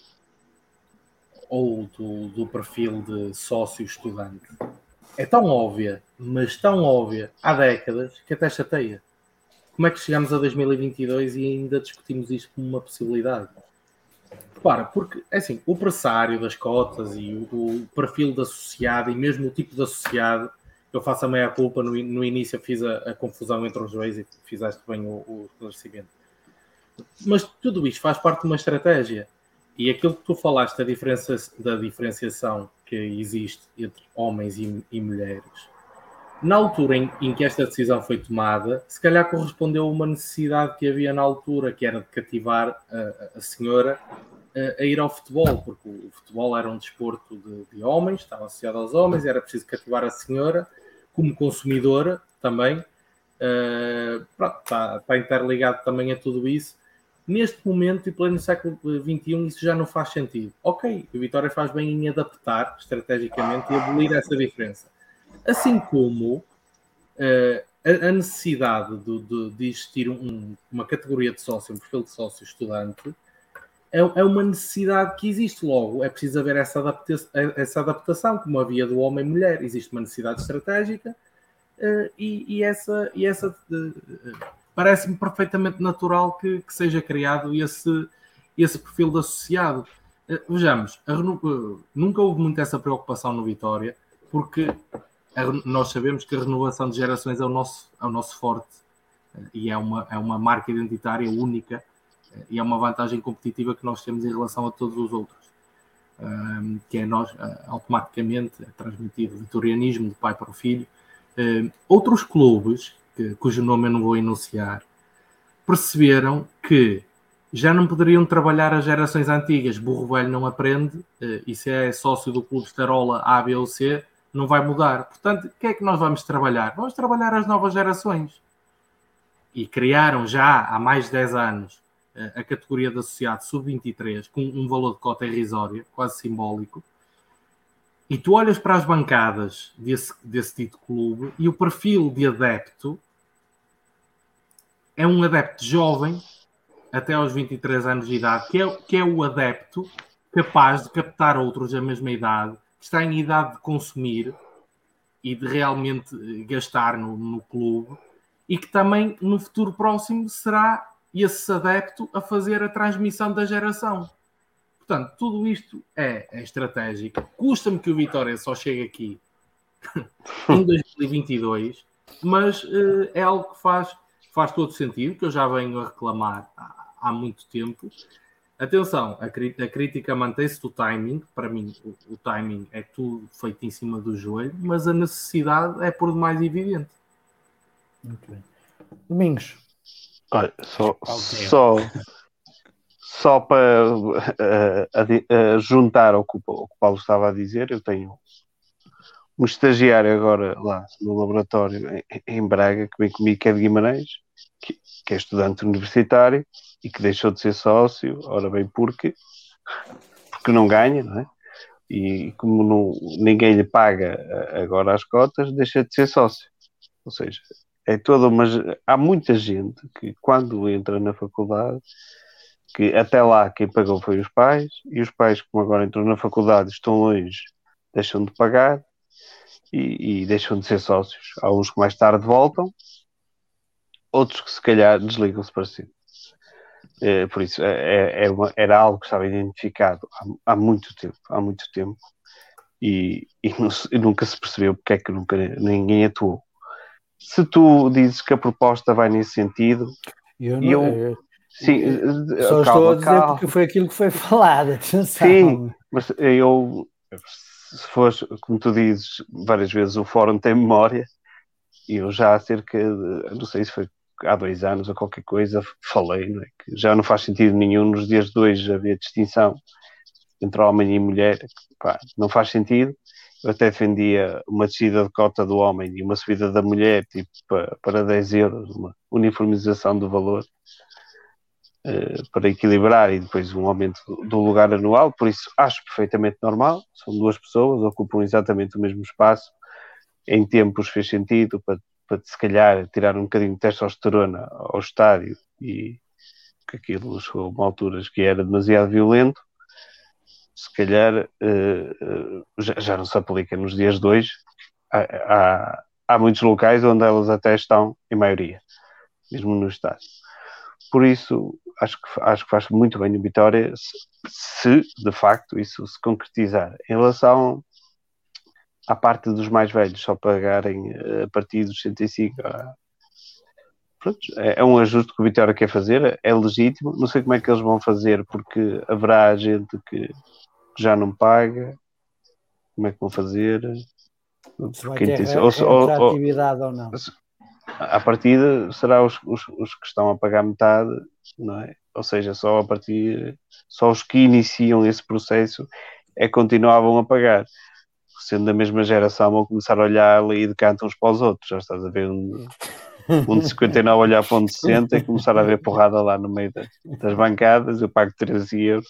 ou do, do perfil de sócio-estudante é tão óbvia, mas tão óbvia há décadas que até chateia. Como é que chegamos a dois mil e vinte e dois e ainda discutimos isto como uma possibilidade? Repara, porque assim, o pressário das cotas e o, o perfil de associado e mesmo o tipo de associado, eu faço a meia culpa, no, no início eu fiz a, a confusão entre os dois e fizeste bem o, o esclarecimento. Mas tudo isto faz parte de uma estratégia. E aquilo que tu falaste da, diferença, da diferenciação que existe entre homens e, e mulheres, na altura em, em que esta decisão foi tomada, se calhar correspondeu a uma necessidade que havia na altura, que era de cativar a, a senhora a, a ir ao futebol, porque o, o futebol era um desporto de, de homens, estava associado aos homens, era preciso cativar a senhora como consumidora também. Uh, pronto, está, está interligado também a tudo isso. Neste momento, e pleno século vinte e um, isso já não faz sentido. Ok, o Vitória faz bem em adaptar estrategicamente e abolir essa diferença. Assim como uh, a, a necessidade de, de, de existir um, uma categoria de sócio, um perfil de sócio estudante, é, é uma necessidade que existe logo. É preciso haver essa, adapta essa adaptação, como havia do homem e mulher. Existe uma necessidade estratégica uh, e, e essa... E essa uh, parece-me perfeitamente natural que, que seja criado esse, esse perfil de associado. Vejamos, a Reno... nunca houve muito essa preocupação no Vitória, porque a... nós sabemos que a renovação de gerações é o nosso, é o nosso forte e é uma, é uma marca identitária única e é uma vantagem competitiva que nós temos em relação a todos os outros, um, que é nós automaticamente é transmitido o vitorianismo de pai para o filho. Um, outros clubes, que, cujo nome eu não vou enunciar, perceberam que já não poderiam trabalhar as gerações antigas. Burro velho não aprende, e se é sócio do clube Estarola A, B ou C, não vai mudar. Portanto, o que é que nós vamos trabalhar? Vamos trabalhar as novas gerações. E criaram já há mais de dez anos a categoria de associado sub vinte e três com um valor de cota irrisória, quase simbólico. E tu olhas para as bancadas desse, desse dito clube e o perfil de adepto é um adepto jovem, até aos vinte e três anos de idade, que é, que é o adepto capaz de captar outros da mesma idade, que está em idade de consumir e de realmente gastar no, no clube, e que também no futuro próximo será esse adepto a fazer a transmissão da geração. Portanto, tudo isto é, é estratégico. Custa-me que o Vitória só chegue aqui em dois mil e vinte e dois, mas uh, é algo que faz, faz todo sentido, que eu já venho a reclamar há, há muito tempo. Atenção, a, a crítica mantém-se do timing. Para mim, o, o timing é tudo feito em cima do joelho, mas a necessidade é por demais evidente. Muito bem. Domingos. Olha, só, só, só para uh, uh, juntar ao que o Paulo estava a dizer, eu tenho um estagiário agora lá no laboratório em, em Braga, que vem comigo, que é de Guimarães, que, que é estudante universitário e que deixou de ser sócio, ora bem, porque, porque não ganha, não é? E como não, ninguém lhe paga agora as cotas, deixa de ser sócio. Ou seja, é toda uma... Há muita gente que, quando entra na faculdade, que até lá quem pagou foi os pais, e os pais, como agora entram na faculdade, estão longe, deixam de pagar e, e deixam de ser sócios. Há uns que mais tarde voltam, outros que se calhar desligam-se para sempre. É, por isso, é, é uma, era algo que estava identificado há, há muito tempo, há muito tempo, e, e, não, e nunca se percebeu porque é que nunca, ninguém atuou. Se tu dizes que a proposta vai nesse sentido, eu, não, eu, eu sim, eu só calma, estou a dizer calma. porque foi aquilo que foi falado. Atenção. Sim, mas eu, se fores, como tu dizes várias vezes, o fórum tem memória, e eu já há cerca de, não sei se foi há dois anos ou qualquer coisa, falei, não é? Que já não faz sentido nenhum nos dias de hoje haver distinção entre homem e mulher, pá, não faz sentido. Eu até defendia uma descida de cota do homem e uma subida da mulher, tipo, para, para dez euros, uma uniformização do valor, uh, para equilibrar, e depois um aumento do lugar anual. Por isso acho perfeitamente normal, são duas pessoas, ocupam exatamente o mesmo espaço, em tempos fez sentido para, para se calhar tirar um bocadinho de testosterona ao estádio, e que aquilo chegou a uma altura que era demasiado violento. Se calhar uh, uh, já, já não se aplica nos dias de hoje. Há, há, há muitos locais onde elas até estão, em maioria, mesmo no estádio. Por isso, acho que, acho que faz muito bem o Vitória, se, se de facto isso se concretizar. Em relação à parte dos mais velhos só pagarem a partir dos sessenta e cinco, pronto, é, é um ajuste que o Vitória quer fazer, é legítimo. Não sei como é que eles vão fazer, porque haverá gente que já não paga. Como é que vão fazer? Se vai ter retroatividade ou, ou não. À partida será os, os, os que estão a pagar metade, não é? Ou seja, só a partir, só os que iniciam esse processo é que continuavam a pagar. Sendo da mesma geração, vão começar a olhar ali de canto uns para os outros. Já estás a ver um, um de cinquenta e nove olhar para um de sessenta e começar a ver porrada lá no meio das, das bancadas. Eu pago treze euros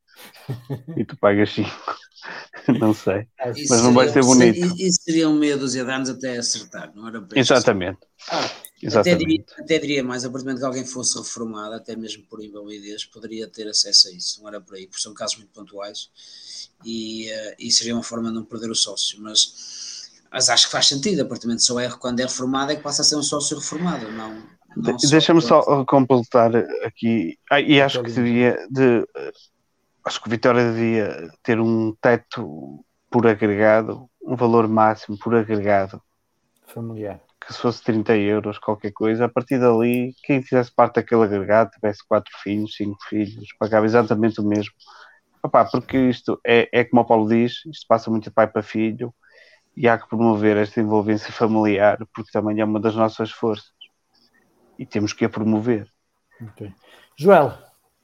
e tu pagas cinco. Não sei, isso mas não vai ser bonito. Isso seriam meia dúzia de anos até acertar, não era bem. Exatamente. Ah, Exatamente. Até, diria, até diria mais, a partir do momento que alguém fosse reformado, até mesmo por invalidez, poderia ter acesso a isso, não era por aí, porque são casos muito pontuais e, uh, e seria uma forma de não perder o sócio, mas, mas acho que faz sentido, a partir do momento que só é quando é reformado é que passa a ser um sócio reformado, não... não de, Deixa-me só, só completar aqui, ah, e acho que devia... De, Acho que o Vitória devia ter um teto por agregado, um valor máximo por agregado. Familiar. Que se fosse trinta euros, qualquer coisa, a partir dali, quem fizesse parte daquele agregado, tivesse quatro filhos, cinco filhos, pagava exatamente o mesmo. Opa, porque isto é, é como o Paulo diz, isto passa muito de pai para filho, e há que promover esta envolvência familiar, porque também é uma das nossas forças. E temos que a promover. Okay. Joel.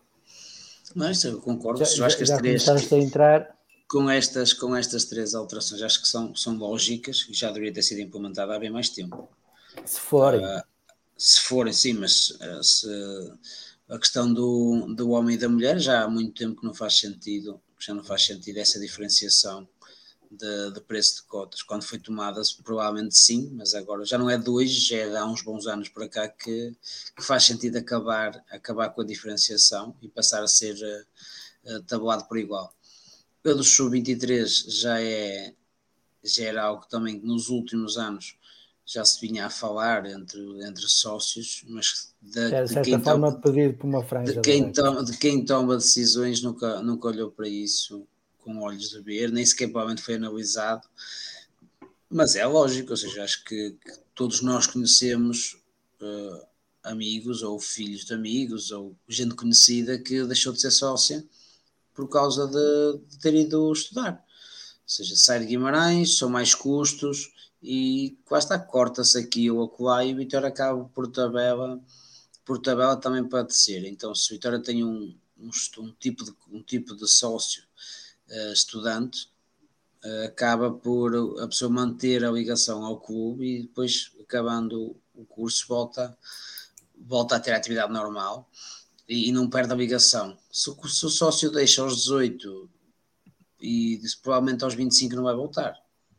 Mas eu concordo, já, eu acho que já as três a entrar... com, estas, com estas três alterações acho que são, são lógicas e já deveria ter sido implementada há bem mais tempo. Se forem. Uh, se forem, sim, mas uh, se, a questão do, do homem e da mulher já há muito tempo que não faz sentido, já não faz sentido essa diferenciação de, de preço de cotas. Quando foi tomada, provavelmente sim, mas agora já não é de hoje, já é de há uns bons anos para cá que, que faz sentido acabar, acabar com a diferenciação e passar a ser uh, uh, tabulado por igual. a do sub vinte e três já, é, já era algo também que nos últimos anos já se vinha a falar entre, entre sócios, mas de, é, de, de, certa quem forma, toma, pedido por uma franja de, quem toma, de quem toma decisões nunca, nunca olhou para isso com olhos de ver, nem sequer provavelmente foi analisado, mas é lógico, ou seja, acho que, que todos nós conhecemos uh, amigos ou filhos de amigos ou gente conhecida que deixou de ser sócia por causa de, de ter ido estudar, ou seja, sai de Guimarães, são mais custos e quase está, corta-se aqui ou acolá e o Vitória acaba por tabela, por tabela também para descer. Então se o Vitória tem um, um, um, tipo, de, um tipo de sócio uh, estudante, uh, acaba por a pessoa manter a ligação ao clube e depois acabando o curso volta, volta a ter a atividade normal e, e não perde a ligação. Se, se o sócio deixa aos dezoito e provavelmente aos vinte e cinco não vai voltar,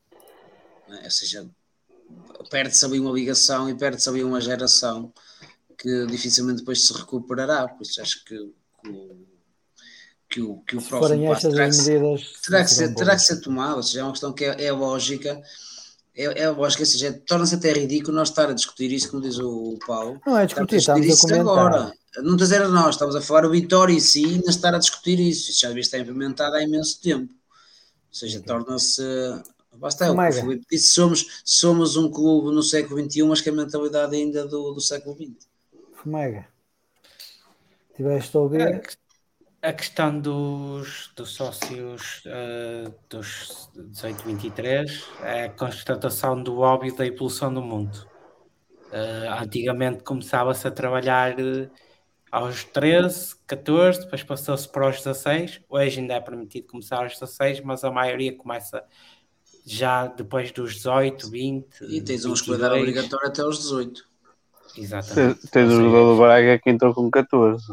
ou seja, perde-se ali uma ligação e perde-se ali uma geração que dificilmente depois se recuperará. Por isso acho que, que, o, que, o, que o próximo passo terá que, medidas, terá, que ser, terá que ser tomado. Ou seja, é uma questão que é, é lógica, é, é lógica, ou seja, torna-se até ridículo nós estar a discutir isso, como diz o Paulo. Não é discutir, estamos a, discutir estamos a comentar. Agora. Não estás a dizer a nós, estamos a falar o Vitória em si e ainda estar a discutir isso. Isso já devia estar implementado há imenso tempo. Ou seja, okay. torna-se... Basta, é o que o Filipe disse, somos, somos um clube no século vinte e um, mas que a mentalidade ainda do, do século vinte. Fomega, tiveste a ouvir? A, a questão dos, dos sócios uh, dos dezoito vinte e três é a constatação do óbvio da evolução do mundo. Uh, antigamente começava-se a trabalhar uh, aos treze, catorze, depois passou-se para os dezasseis. Hoje ainda é permitido começar aos dezasseis, mas a maioria começa já depois dos dezoito, vinte. E tens uma escola obrigatória até aos dezoito. Exatamente. Tens, tens o jogador do Braga que entrou com catorze.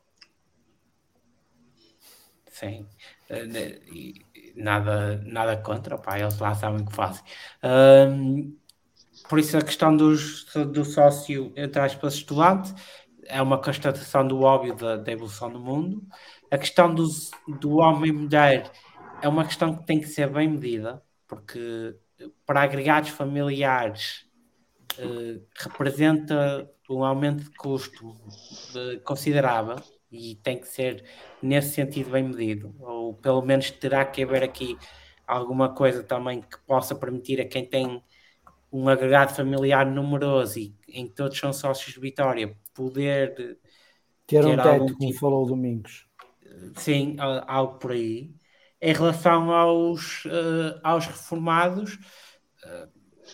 Sim. Nada, nada contra, pá, eles lá sabem o que fazem. Um, por isso a questão dos, do sócio, entre aspas, estudante, é uma constatação do óbvio da, da evolução do mundo. A questão do, do homem e mulher é uma questão que tem que ser bem medida, porque para agregados familiares eh, representa um aumento de custo eh, considerável e tem que ser nesse sentido bem medido, ou pelo menos terá que haver aqui alguma coisa também que possa permitir a quem tem um agregado familiar numeroso e em que todos são sócios de Vitória poder ter, ter um teto, tipo, como falou o Domingos. Sim, algo por aí. Em relação aos, uh, aos reformados, uh,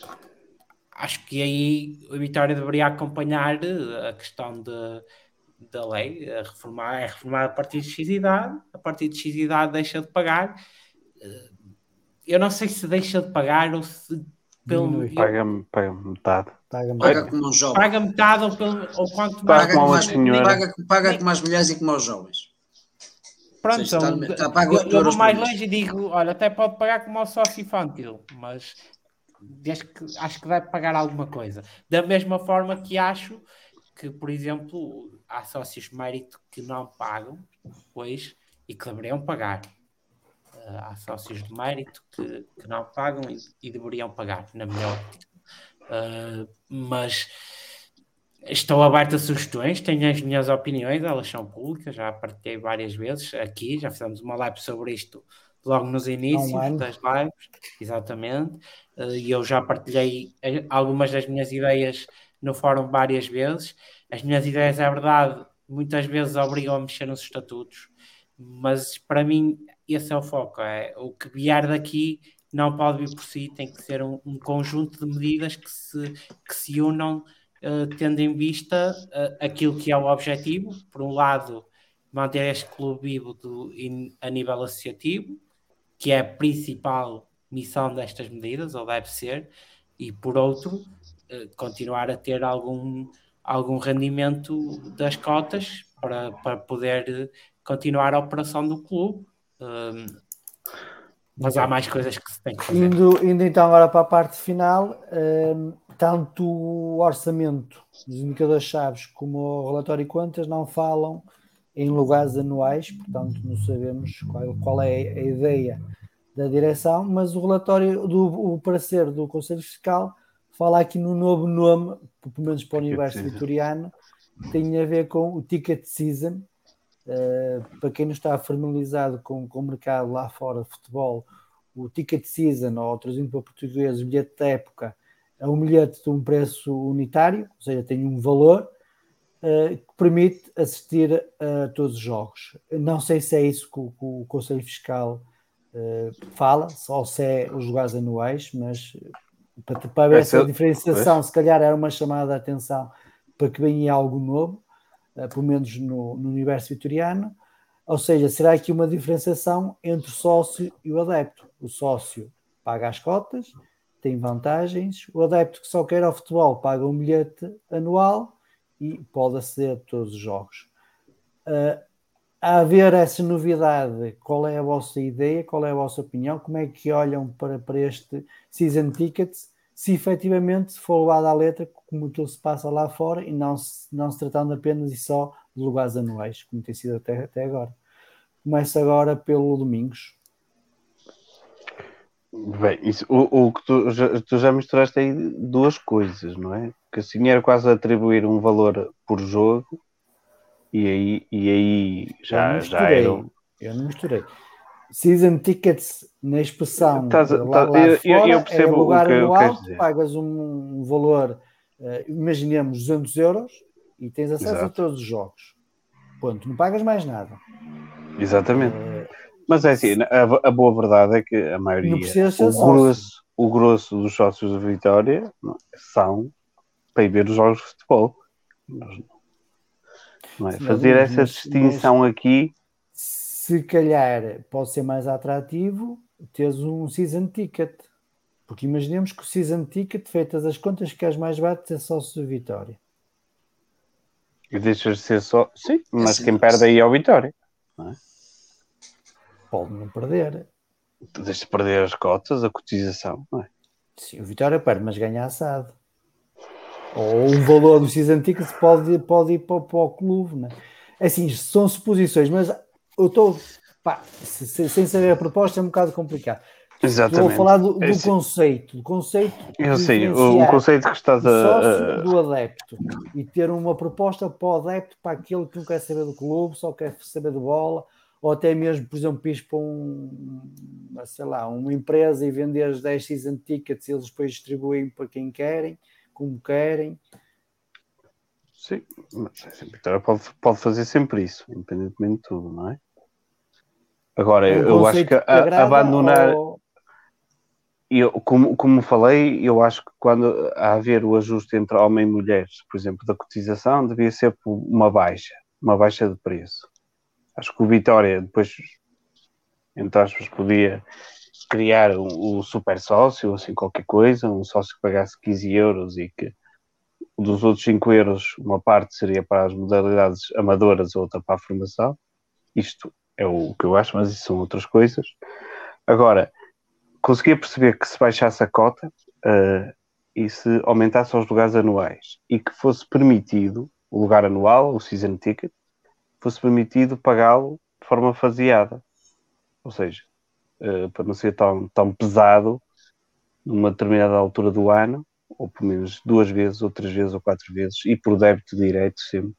acho que aí a Vitória deveria acompanhar a questão de, da lei. A reformar, é reformar a partir de X idade, a partir de X idade deixa de pagar. Uh, eu não sei se deixa de pagar ou se... Pelo, eu, paga, paga metade. Paga, paga como aos jovens. Paga metade ou, pelo, ou quanto mais. Paga, como mais paga, paga como as mulheres e como aos jovens. Pronto, seja, então, está, está eu, eu vou mais longe e digo, olha, até pode pagar como ao sócio infantil, mas desde que, acho que deve pagar alguma coisa. Da mesma forma que acho que, por exemplo, há sócios de mérito que não pagam, pois, e que deveriam pagar. Uh, há sócios de mérito que, que não pagam e, e deveriam pagar, na minha ótica. Uh, mas... Estou aberto a sugestões, tenho as minhas opiniões, elas são públicas, já partilhei várias vezes aqui, já fizemos uma live sobre isto logo nos inícios um das lives, exatamente, e eu já partilhei algumas das minhas ideias no fórum várias vezes. As minhas ideias, é verdade, muitas vezes obrigam a mexer nos estatutos, mas para mim esse é o foco, é o que vier daqui não pode vir por si, tem que ser um, um conjunto de medidas que se, que se unam, Uh, tendo em vista uh, aquilo que é o objetivo, por um lado manter este clube vivo do, in, a nível associativo, que é a principal missão destas medidas, ou deve ser, e por outro uh, continuar a ter algum, algum rendimento das cotas para, para poder continuar a operação do clube. Um, mas há mais coisas que se tem que fazer. Indo, indo então agora para a parte final, um, tanto o orçamento dos indicadores chaves como o relatório de contas não falam em lugares anuais, portanto não sabemos qual, qual é a ideia da direção, mas o relatório, do, o parecer do Conselho Fiscal fala aqui no novo nome, pelo menos para o universo vitoriano, que tem a ver com o Ticket Season. Uh, para quem não está familiarizado com, com o mercado lá fora de futebol, o Ticket Season, ou traduzindo para português, o bilhete da época, é um bilhete de um preço unitário, ou seja, tem um valor uh, que permite assistir a todos os jogos. Não sei se é isso que o, que o Conselho Fiscal uh, fala, ou se é os lugares anuais, mas para, para ver se a diferenciação, se calhar era uma chamada de atenção para que venha algo novo, uh, pelo menos no, no universo vitoriano. Ou seja, será aqui uma diferenciação entre o sócio e o adepto. O sócio paga as cotas, tem vantagens, o adepto que só quer ao futebol paga um bilhete anual e pode aceder a todos os jogos. Uh, a haver essa novidade, qual é a vossa ideia, qual é a vossa opinião, como é que olham para, para este Season Tickets, se efetivamente for levado à letra como tudo se passa lá fora e não se, não se tratando apenas e só de lugares anuais, como tem sido até, até agora. Começa agora pelo Domingos. Bem, isso, o, o que tu já, tu já misturaste aí duas coisas, não é? Que assim era quase atribuir um valor por jogo e aí, e aí já, já era. Eu não misturei. Season Tickets na expressão Tás, lá, tá, lá eu, fora eu percebo é lugar o que, anual, o que tu pagas um, um valor, uh, imaginemos duzentos euros e tens acesso Exato. a todos os jogos. Ponto, não pagas mais nada. Exatamente. Uh, Mas é assim, a, a boa verdade é que a maioria, o grosso, o grosso dos sócios da Vitória são para ir ver os jogos de futebol. Não, não é? Sim, fazer mas, essa distinção mas, aqui. Se calhar pode ser mais atrativo teres um season ticket. Porque imaginemos que o season ticket, feitas as contas que és mais barato, é sócio de Vitória. E deixas de ser só. Sim, mas assim, quem perde aí é o Vitória. Não é? Pode não perder. Deixa de perder as cotas, a cotização, não é? Sim, o Vitória perde, mas ganha assado. Ou o valor do season ticket pode, pode ir para, para o clube, não é? Assim, são suposições, mas eu estou, pá, se, sem saber a proposta é um bocado complicado. Exatamente. Estou a falar do, do é, conceito. Do conceito eu sei, o, o conceito que estás a... O sócio do adepto. E ter uma proposta para o adepto, para aquele que não quer saber do clube, só quer saber de bola, ou até mesmo, por exemplo, ir para um, sei lá, uma empresa e vender as dez season tickets e eles depois distribuem para quem querem, como querem. Sim, mas a Vitória pode, pode fazer sempre isso, independentemente de tudo, não é? Agora, eu, eu acho que a, abandonar... Ou... Eu, como, como falei, eu acho que quando há haver o ajuste entre homem e mulheres, por exemplo, da cotização, devia ser por uma baixa, uma baixa de preço. Acho que o Vitória depois, entre aspas, podia criar o, o super sócio, assim, qualquer coisa, um sócio que pagasse quinze euros e que dos outros cinco euros, uma parte seria para as modalidades amadoras, outra para a formação. Isto é o que eu acho, mas isso são outras coisas. Agora, conseguia perceber que se baixasse a cota uh, e se aumentasse os lugares anuais e que fosse permitido o lugar anual, o season ticket, fosse permitido pagá-lo de forma faseada. Ou seja, uh, para não ser tão, tão pesado numa determinada altura do ano, ou pelo menos duas vezes, ou três vezes, ou quatro vezes, e por débito direto sempre,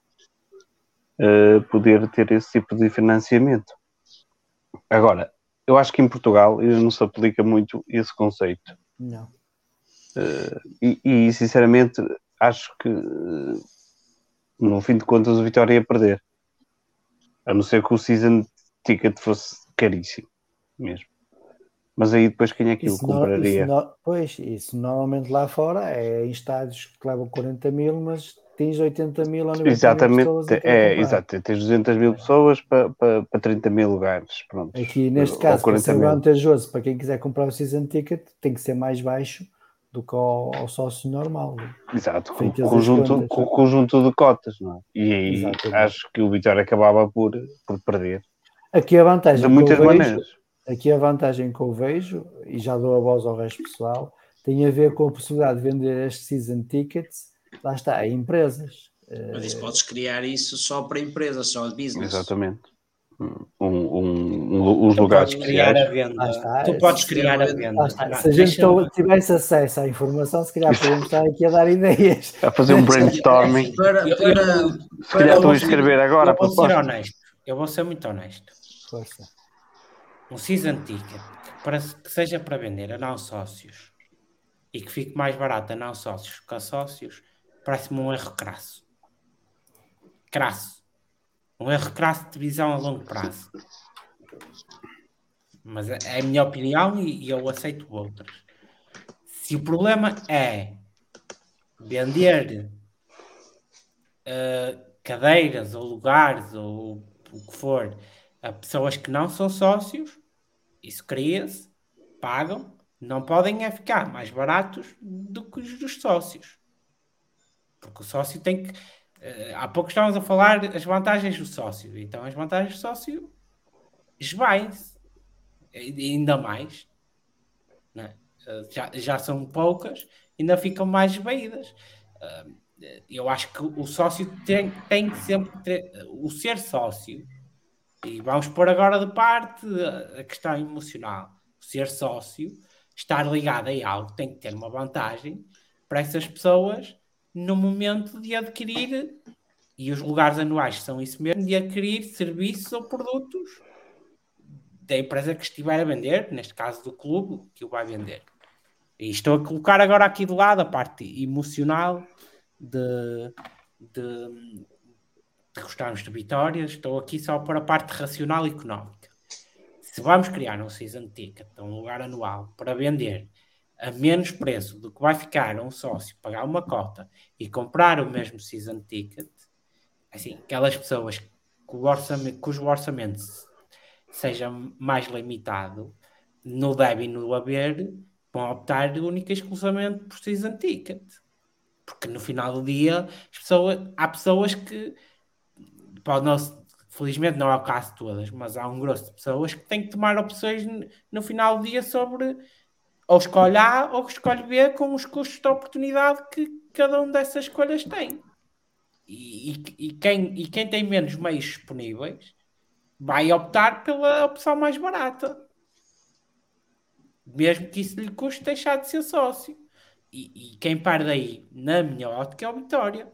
uh, poder ter esse tipo de financiamento. Agora, eu acho que em Portugal ainda não se aplica muito esse conceito. Não. Uh, e, e, sinceramente, acho que uh, no fim de contas o Vitória ia perder. A não ser que o season ticket fosse caríssimo mesmo. Mas aí depois quem é que isso o compraria? No, isso no, pois, isso normalmente lá fora é em estádios que levam quarenta mil, mas tens oitenta mil ou noventa exatamente, mil pessoas. É, exato, tens duzentas mil pessoas para, para, para trinta mil lugares. Pronto. Aqui neste caso, para ser vantajoso, para quem quiser comprar o season ticket, tem que ser mais baixo do que ao, ao sócio normal. Exato, com o conjunto, com conjunto de cotas, não é? E aí acho que o Vitória acabava por, por perder. Aqui a vantagem de muitas que eu vejo, maneiras. Aqui a vantagem que eu vejo, e já dou a voz ao resto pessoal, tem a ver com a possibilidade de vender estes season tickets, lá está, a empresas. Mas isso podes criar isso só para empresas, só de business. Exatamente. Um, um, um, os tu lugares podes criar a especiais. venda. Ah, está. Tu podes Se- criar a se- venda. Ah, Não, se a gente deixa-me- tivesse acesso à informação, se calhar podemos estar aqui a dar ideias. A fazer um brainstorming. Para, Eu- para, eu- Se calhar para estou a o- escrever agora a eu vou ser proposta. honesto. Eu vou ser muito honesto. Força. Um season ticket para que seja para vender a não sócios e que fique mais barato a não sócios que a sócios, parece-me um erro crasso. Crasso. Um erro crasso de visão a longo prazo. Mas é é a minha opinião e, e eu aceito outras. Se o problema é vender uh, cadeiras ou lugares ou o que for a pessoas que não são sócios, isso cria-se, pagam, não podem é ficar mais baratos do que os dos sócios. Porque o sócio tem que... Uh, há pouco estávamos a falar as vantagens do sócio. Então as vantagens do sócio esvaem-se. E ainda mais. Não é? Uh, já, já são poucas, ainda ficam mais esvaídas. Uh, eu acho que o sócio tem, tem que sempre ter... O ser sócio, e vamos pôr agora de parte a questão emocional. O ser sócio, estar ligado a algo, tem que ter uma vantagem para essas pessoas no momento de adquirir, e os lugares anuais são isso mesmo, de adquirir serviços ou produtos da empresa que estiver a vender, neste caso do clube, que o vai vender. E estou a colocar agora aqui de lado a parte emocional de... de de gostarmos de vitórias, estou aqui só para a parte racional e económica. Se vamos criar um season ticket, um lugar anual, para vender a menos preço do que vai ficar um sócio pagar uma cota e comprar o mesmo season ticket, assim, aquelas pessoas que o orçamento, cujo orçamento seja mais limitado, no deve e no haver, vão optar única e exclusivamente por season ticket. Porque no final do dia, as pessoas, há pessoas que pode não, felizmente não é o caso de todas, mas há um grosso de pessoas que têm que tomar opções no, no final do dia sobre ou escolhe A ou escolhe B com os custos de oportunidade que cada uma dessas escolhas tem. E, e, e, quem, e quem tem menos meios disponíveis vai optar pela opção mais barata. Mesmo que isso lhe custe deixar de ser sócio. E, e quem perde aí, na minha ótica, é o Vitória.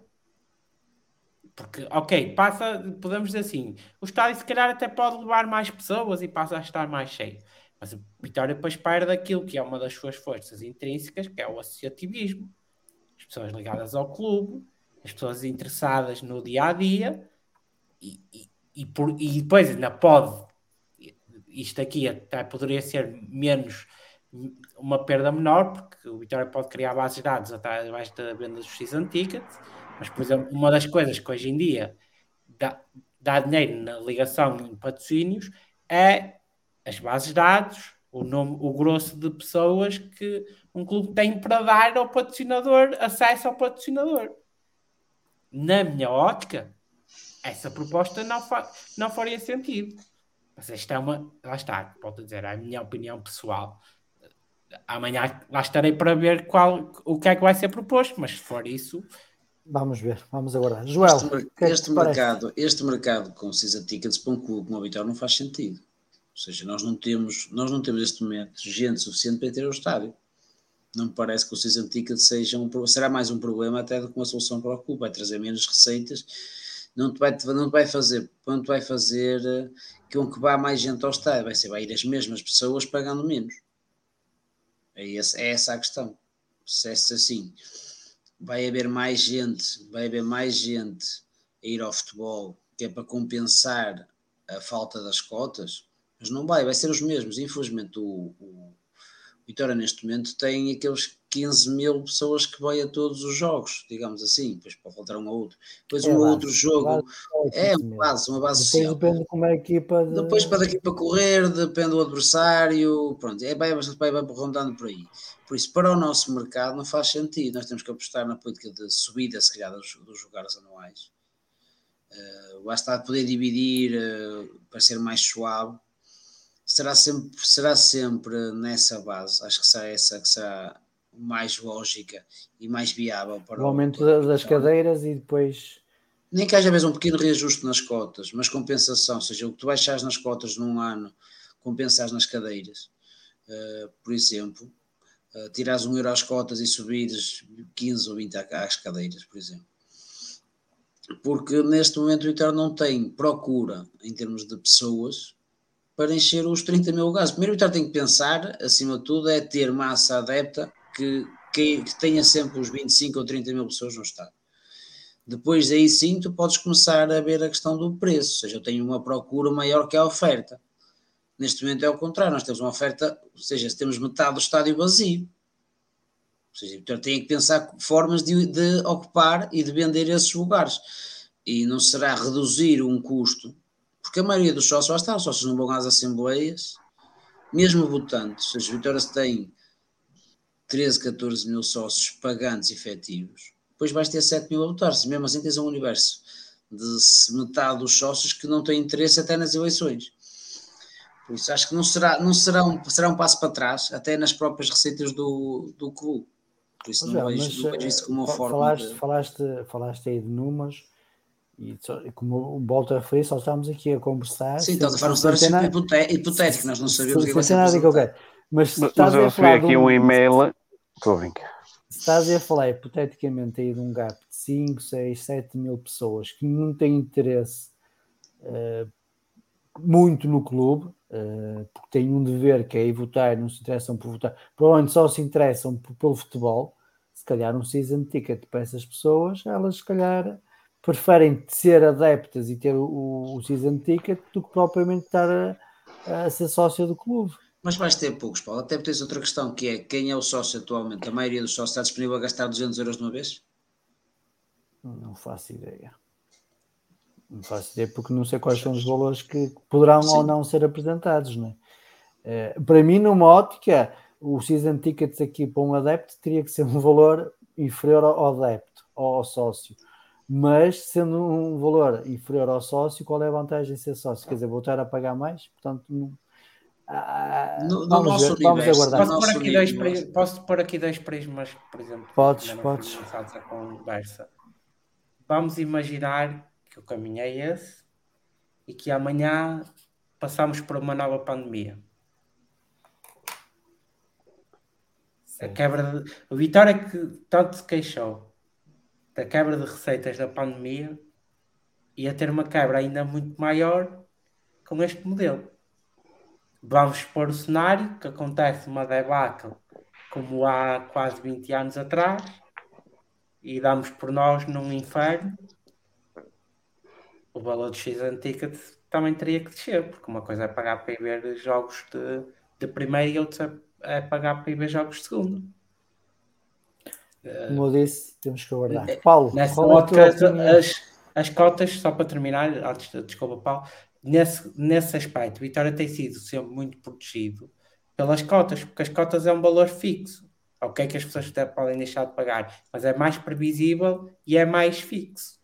Porque, ok, passa, podemos dizer assim, o estádio se calhar até pode levar mais pessoas e passa a estar mais cheio. Mas o Vitória depois perde aquilo que é uma das suas forças intrínsecas, que é o associativismo. As pessoas ligadas ao clube, as pessoas interessadas no dia-a-dia e, e, e, por, e depois ainda pode, isto aqui até poderia ser menos, uma perda menor, porque o Vitória pode criar bases de dados através da venda dos season tickets. Mas, por exemplo, uma das coisas que hoje em dia dá, dá dinheiro na ligação em patrocínios é as bases de dados, o, nome, o grosso de pessoas que um clube tem para dar ao patrocinador, acesso ao patrocinador. Na minha ótica, essa proposta não, fa, não faria sentido. Mas esta é uma... Lá está, posso dizer, é a minha opinião pessoal. Amanhã lá estarei para ver qual, o que é que vai ser proposto, mas se for isso... Vamos ver, vamos agora. Joel, este, que é que este mercado, este mercado com season tickets para um clube como o Vitória não faz sentido. Ou seja, nós não temos, nós não temos neste momento gente suficiente para ter o estádio. Não me parece que o season ticket seja um, será mais um problema até do que uma solução para o clube. Vai trazer menos receitas, não te vai, não te vai fazer, não te vai fazer com que vá mais gente ao estádio. Vai ser, vai ir as mesmas pessoas pagando menos. É, esse, é essa a questão. Se é assim, vai haver mais gente, vai haver mais gente a ir ao futebol, que é para compensar a falta das cotas, mas não vai, vai ser os mesmos. Infelizmente o, o Vitória neste momento tem aqueles quinze mil pessoas que vai a todos os jogos, digamos assim, depois pode faltar um ou outro. Depois é um ou outro jogo, é uma base, uma base depois social. Depende como é a equipa de... Depois para daqui para correr, depende do adversário, pronto, é, vai, vai, vai rondando por aí. Por isso, para o nosso mercado não faz sentido, nós temos que apostar na política de subida, se calhar, dos, dos lugares anuais. Uh, basta poder dividir uh, para ser mais suave. Será sempre, será sempre nessa base, acho que será essa que será mais lógica e mais viável para o aumento o, para das cadeiras e depois nem que haja mesmo um pequeno reajuste nas cotas, mas compensação, ou seja, o que tu baixares nas cotas num ano, compensares nas cadeiras. Uh, por exemplo, uh, tirares um euro às cotas e subires quinze ou vinte às cadeiras, por exemplo. Porque neste momento o Vitória não tem procura em termos de pessoas para encher os trinta mil lugares. Primeiro o Vitória tem que pensar, acima de tudo, é ter massa adepta que, que, que tenha sempre os vinte e cinco ou trinta mil pessoas no estádio. Depois daí sim tu podes começar a ver a questão do preço, ou seja, eu tenho uma procura maior que a oferta. Neste momento é o contrário, nós temos uma oferta, ou seja, temos metade do estádio vazio. Ou seja, então tem que pensar formas de, de ocupar e de vender esses lugares. E não será reduzir um custo, porque a maioria dos sócios, lá está, os sócios não vão às assembleias, mesmo votantes. Ou seja, o Vitória tem treze, catorze mil sócios pagantes efetivos, depois vais ter sete mil a votar. Mesmo assim tens um universo de metade dos sócios que não têm interesse até nas eleições. Por isso acho que não será, não será, um, será um passo para trás, até nas próprias receitas do, do clube. Por isso não, é, vejo, não vejo isso como uma falaste, forma de... Falaste, falaste aí de números, e como volto a referir, só estamos aqui a conversar. Sim, estás a falar um cenário hipotético, nós não sabemos o que vai ser apresentado. Mas, mas, mas eu recebi aqui um, um e-mail... Estou a brincar. Se estás a falar hipoteticamente aí de um gap de cinco, seis, sete mil pessoas que não têm interesse uh, muito no clube, Uh, porque têm um dever que é ir votar, não se interessam por votar, provavelmente só se interessam por, pelo futebol. Se calhar um season ticket para essas pessoas, elas se calhar preferem ser adeptas e ter o, o season ticket do que propriamente estar a, a ser sócio do clube. Mas vais ter poucos, Paulo. Até tens outra questão, que é quem é o sócio atualmente? A maioria dos sócios está disponível a gastar duzentos euros de uma vez? Não faço ideia. Não faço ideia porque não sei quais são os valores que poderão Sim. ou não ser apresentados, não é? É, para mim, numa ótica, o season tickets aqui para um adepto teria que ser um valor inferior ao adepto, ao sócio. Mas, sendo um valor inferior ao sócio, qual é a vantagem de ser sócio? Quer dizer, vou estar a pagar mais? Portanto, não... ah, no, no vamos, nosso ver, vamos aguardar. Posso pôr, aqui dois pri... Posso pôr aqui dois prismas, por exemplo? Podes, podes. A conversa. Vamos imaginar que o caminho é esse e que amanhã passamos por uma nova pandemia. A quebra de... O Vitória que tanto se queixou da quebra de receitas da pandemia ia ter uma quebra ainda muito maior com este modelo. Vamos pôr o cenário que acontece uma debacle como há quase vinte anos atrás e damos por nós num inferno. O valor do season ticket também teria que descer, porque uma coisa é pagar para ir ver jogos de, de primeiro e outra é pagar para ir ver jogos de segundo. Como eu disse, temos que aguardar. Uh, Paulo, nessa ótica, as, as cotas, só para terminar, antes de, desculpa, Paulo, nesse, nesse aspecto, o Vitória tem sido sempre muito protegido pelas cotas, porque as cotas é um valor fixo. Ok, que as pessoas até podem deixar de pagar, mas é mais previsível e é mais fixo.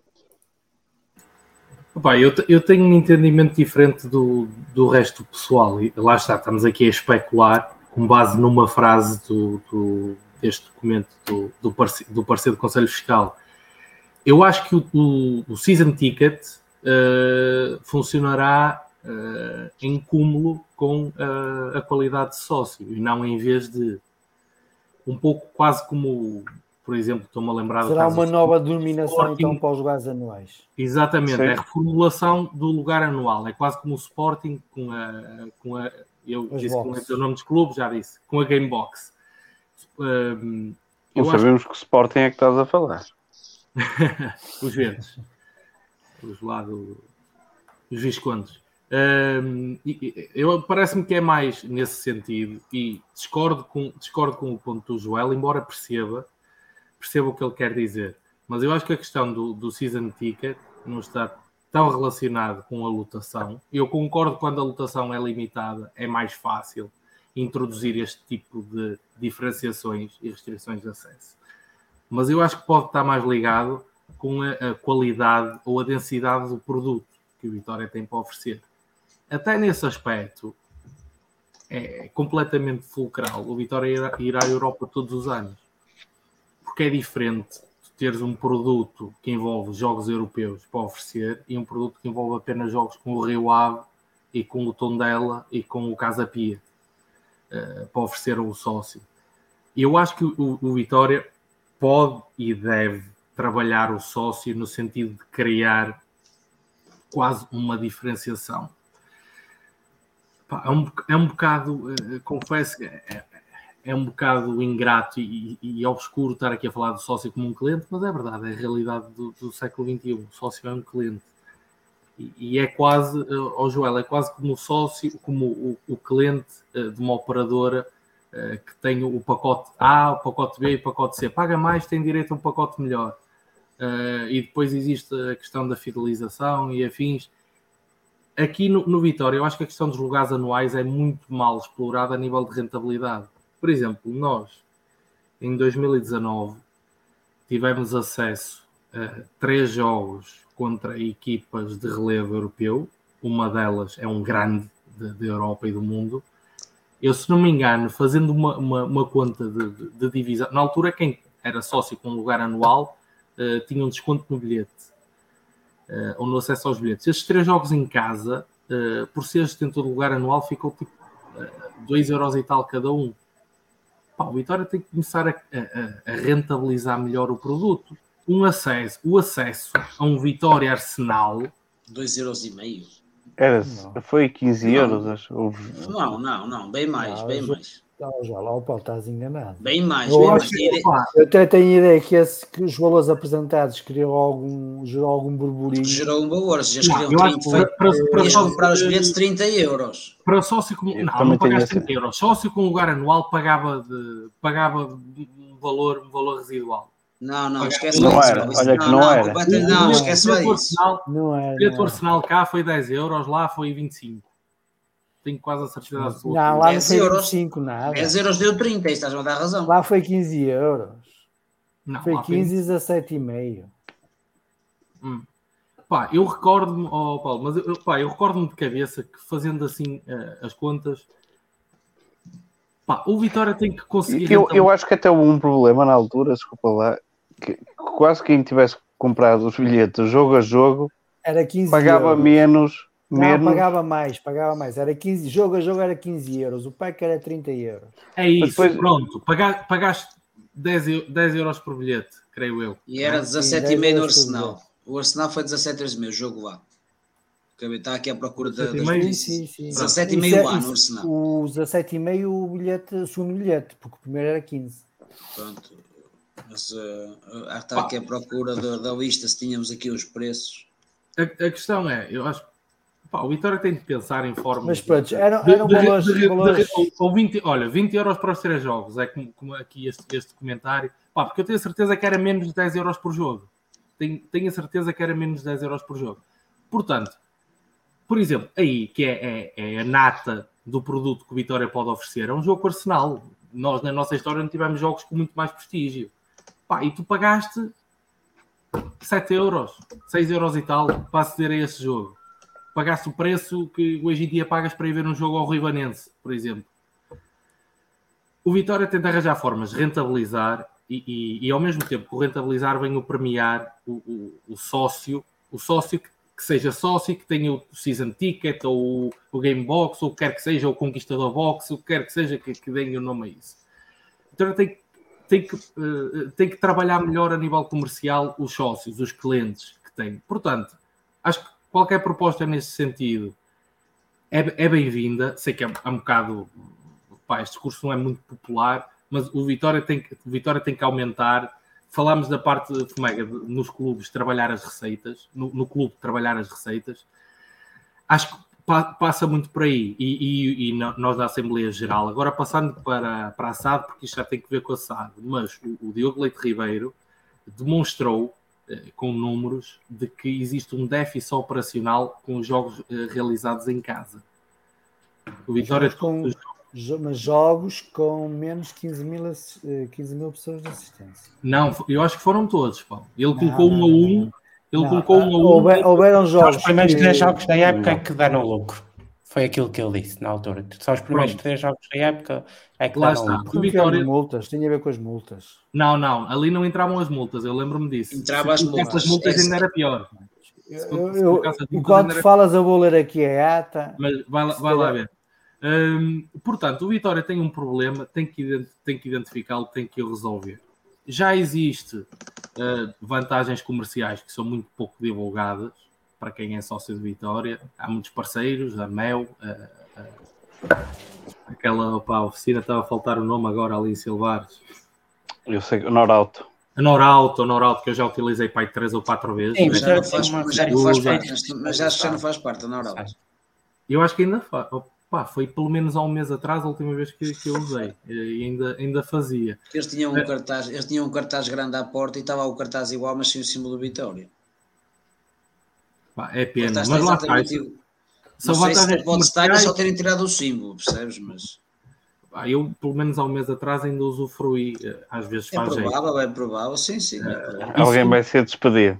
Opa, eu, eu tenho um entendimento diferente do, do resto do pessoal. E lá está, estamos aqui a especular com base numa frase do, do, deste documento do, do, parecer, do parecer do Conselho Fiscal. Eu acho que o, o, o Season Ticket uh, funcionará uh, em cúmulo com uh, a qualidade de sócio e não em vez de um pouco quase como... Por exemplo, estou-me a lembrar... Será uma nova denominação, então, para os lugares anuais. Exatamente, Sim. é a reformulação do lugar anual. É quase como o Sporting, com a... Com a eu Os disse box. que não é o nome dos clubes, já disse. Com a Gamebox. Um, não sabemos acho... que o Sporting é que estás a falar. Os verdes. Os lá do... Os Viscondes. Um, eu, parece-me que é mais nesse sentido. E discordo com, discordo com o ponto do Joel, embora perceba percebo o que ele quer dizer, mas eu acho que a questão do, do season ticket não está tão relacionado com a lotação. Eu concordo que quando a lotação é limitada é mais fácil introduzir este tipo de diferenciações e restrições de acesso, mas eu acho que pode estar mais ligado com a, a qualidade ou a densidade do produto que o Vitória tem para oferecer. Até nesse aspecto é completamente fulcral. O Vitória irá, irá à Europa todos os anos, porque é diferente teres um produto que envolve jogos europeus para oferecer e um produto que envolve apenas jogos com o Rio Ave e com o Tondela e com o Casa Pia uh, para oferecer ao sócio. E eu acho que o, o Vitória pode e deve trabalhar o sócio no sentido de criar quase uma diferenciação. Pá, é, um, é um bocado, uh, confesso que é, é um bocado ingrato e, e, e obscuro estar aqui a falar do sócio como um cliente, mas é verdade, é a realidade do, do século vinte e um. O sócio é um cliente. E, e é quase, uh, oh Joel, é quase como o sócio, como o, o cliente uh, de uma operadora uh, que tem o pacote A, o pacote B e o pacote C. Paga mais, tem direito a um pacote melhor. Uh, e depois existe a questão da fidelização e afins. Aqui no, no Vitória, eu acho que a questão dos lugares anuais é muito mal explorada a nível de rentabilidade. Por exemplo, nós, em dois mil e dezanove, tivemos acesso a três jogos contra equipas de relevo europeu. Uma delas é um grande da Europa e do mundo. Eu, se não me engano, fazendo uma, uma, uma conta de, de, de divisão... Na altura, quem era sócio com lugar anual uh, tinha um desconto no bilhete. Uh, ou no acesso aos bilhetes. Estes três jogos em casa, uh, por ser detentor do lugar anual, ficou tipo dois euros e tal cada um. Pá, o Vitória tem que começar a, a, a rentabilizar melhor o produto. Um acesso, o acesso a um Vitória Arsenal... dois euros e meio. Era, foi quinze euros, acho. Não, não, não, bem mais, não, bem já, mais. Já lá o Paulo estás enganado. Bem mais, eu bem acho mais. Que, opa, eu até tenho ideia que, esse, que os valores apresentados criou algum, gerou algum burburinho. Gerou um valor, já escreviam trinta, para, para, para ias comprar os bilhetes trinta euros. Para sócio com, não, não pagaste trinta euros. Sócio com lugar anual pagava, de, pagava um, valor, um valor residual. Não, não, esquece não isso. Era, olha que não, não era. Não, não, esquece lá isso. O bilhete Arsenal cá foi dez euros, lá foi vinte e cinco. Tenho quase a certeza absoluta. Não, lá não foi vinte e cinco, nada. dez euros deu trinta, estás a dar razão. Lá foi quinze euros. Não, foi quinze e dezassete e meio. Hum. Pá, eu recordo-me, oh Paulo, mas eu, pá, eu recordo-me de cabeça que fazendo assim uh, as contas, pá, o Vitória tem que conseguir... Eu, então... eu acho que até houve um problema na altura, desculpa lá, que quase quem tivesse comprado os bilhetes jogo a jogo era quinze pagava euros. menos... Não, menos... pagava mais, pagava mais. Era quinze, jogo a jogo era quinze euros, o pack era trinta euros. É isso, depois... pronto. Pagaste, pagaste dez euros por bilhete, creio eu. E era dezassete e meio no Arsenal. O Arsenal foi dezassete euros e meio, o jogo lá. Está aqui à procura da, das notícias. dezassete e meio lá no Arsenal. O dezassete e meio o bilhete, o segundo bilhete, porque o primeiro era quinze. Pronto. Mas uh, está aqui à procura da, da lista se tínhamos aqui os preços. A, a questão é, eu acho que pá, o Vitória tem de pensar em formas... Mas pronto, eram, eram de, valores... De, de, valores... De, ou vinte, olha, vinte euros para os três jogos, é como, como aqui este, este comentário. Pá, porque eu tenho a certeza que era menos de dez euros por jogo. Tenho, tenho a certeza que era menos de dez euros por jogo. Portanto, por exemplo, aí, que é, é, é a nata do produto que o Vitória pode oferecer, é um jogo com Arsenal. Nós, na nossa história, não tivemos jogos com muito mais prestígio. Pá, e tu pagaste sete euros, seis euros e tal para aceder a esse jogo. Pagaste o preço que hoje em dia pagas para ir ver um jogo ao Rivanense, por exemplo. O Vitória tenta arranjar formas de rentabilizar e, e, e ao mesmo tempo que o rentabilizar vem o premiar o, o, o sócio, o sócio que, que seja sócio, que tenha o Season Ticket ou o, o Game Box, ou o que quer que seja, ou o Conquistador Box, o que quer que seja que, que deem o nome a isso. Então tem, tem, que, uh, tem que trabalhar melhor a nível comercial os sócios, os clientes que têm. Portanto, acho que qualquer proposta nesse sentido é, é bem-vinda. Sei que é, é um bocado... Pá, este discurso não é muito popular, mas o Vitória tem que, o Vitória tem que aumentar. Falámos da parte de Fomega, nos clubes, trabalhar as receitas. No, no clube, trabalhar as receitas. Acho que pa, passa muito por aí. E, e, e nós da Assembleia Geral. Agora passando para, para a S A D, porque isto já tem que ver com a S A D. Mas o, o Diogo Leite Ribeiro demonstrou com números de que existe um déficit operacional com os jogos uh, realizados em casa. O Vitória com jo- mas jogos com menos quinze mil, quinze mil pessoas de assistência. Não, eu acho que foram todos, Paulo. Ele colocou não, um a um. Ele não, colocou um a um. Houver, houveram jogos. Os primeiros três jogos da época é que deram lucro. Foi aquilo que ele disse na altura. Só os primeiros Pronto. três jogos da época é que Lá deram está. limpo. O Vitória... multas, tinha a ver com as multas. Não, não, ali não entravam as multas, eu lembro-me disso. Entrava Se as multas. as multas É, ainda era pior. Se Eu, se eu, colocasse as multas, enquanto ainda era falas, eu vou ler aqui a ata. Mas vai lá, vai lá ver. Hum, portanto, o Vitória tem um problema, tem que, ident- tem que identificá-lo, tem que o resolver. Já existe uh, vantagens comerciais que são muito pouco divulgadas para quem é sócio de Vitória. Há muitos parceiros, a Mel, uh, uh, aquela pá, oficina, estava a faltar o nome agora ali em Silvares. Eu sei, o Norauto. A Norauto, a Norauto que eu já utilizei para aí três ou quatro vezes. Sim, Mas mas já já não faz, tem uma mas já não faz usa. parte, neste- mas já, já não faz parte da Norauto. Eu acho que ainda faz. Pá, foi pelo menos há um mês atrás a última vez que, que eu usei. E ainda, ainda fazia. Eles tinham, um cartaz, eles tinham um cartaz grande à porta e estava o cartaz igual, mas sem o símbolo do Vitória. Pá, é O pena. cartaz Mas está lá está. exatamente isso- igual. São Não sei se vantagens pode estar comerciais. só terem tirado o símbolo, percebes? Mas Pá, eu, pelo menos há um mês atrás, ainda usufruí. eh, Às vezes é faz jeito. provável, é provável, sim, sim. é provável. Alguém Isso- vai ser despedido.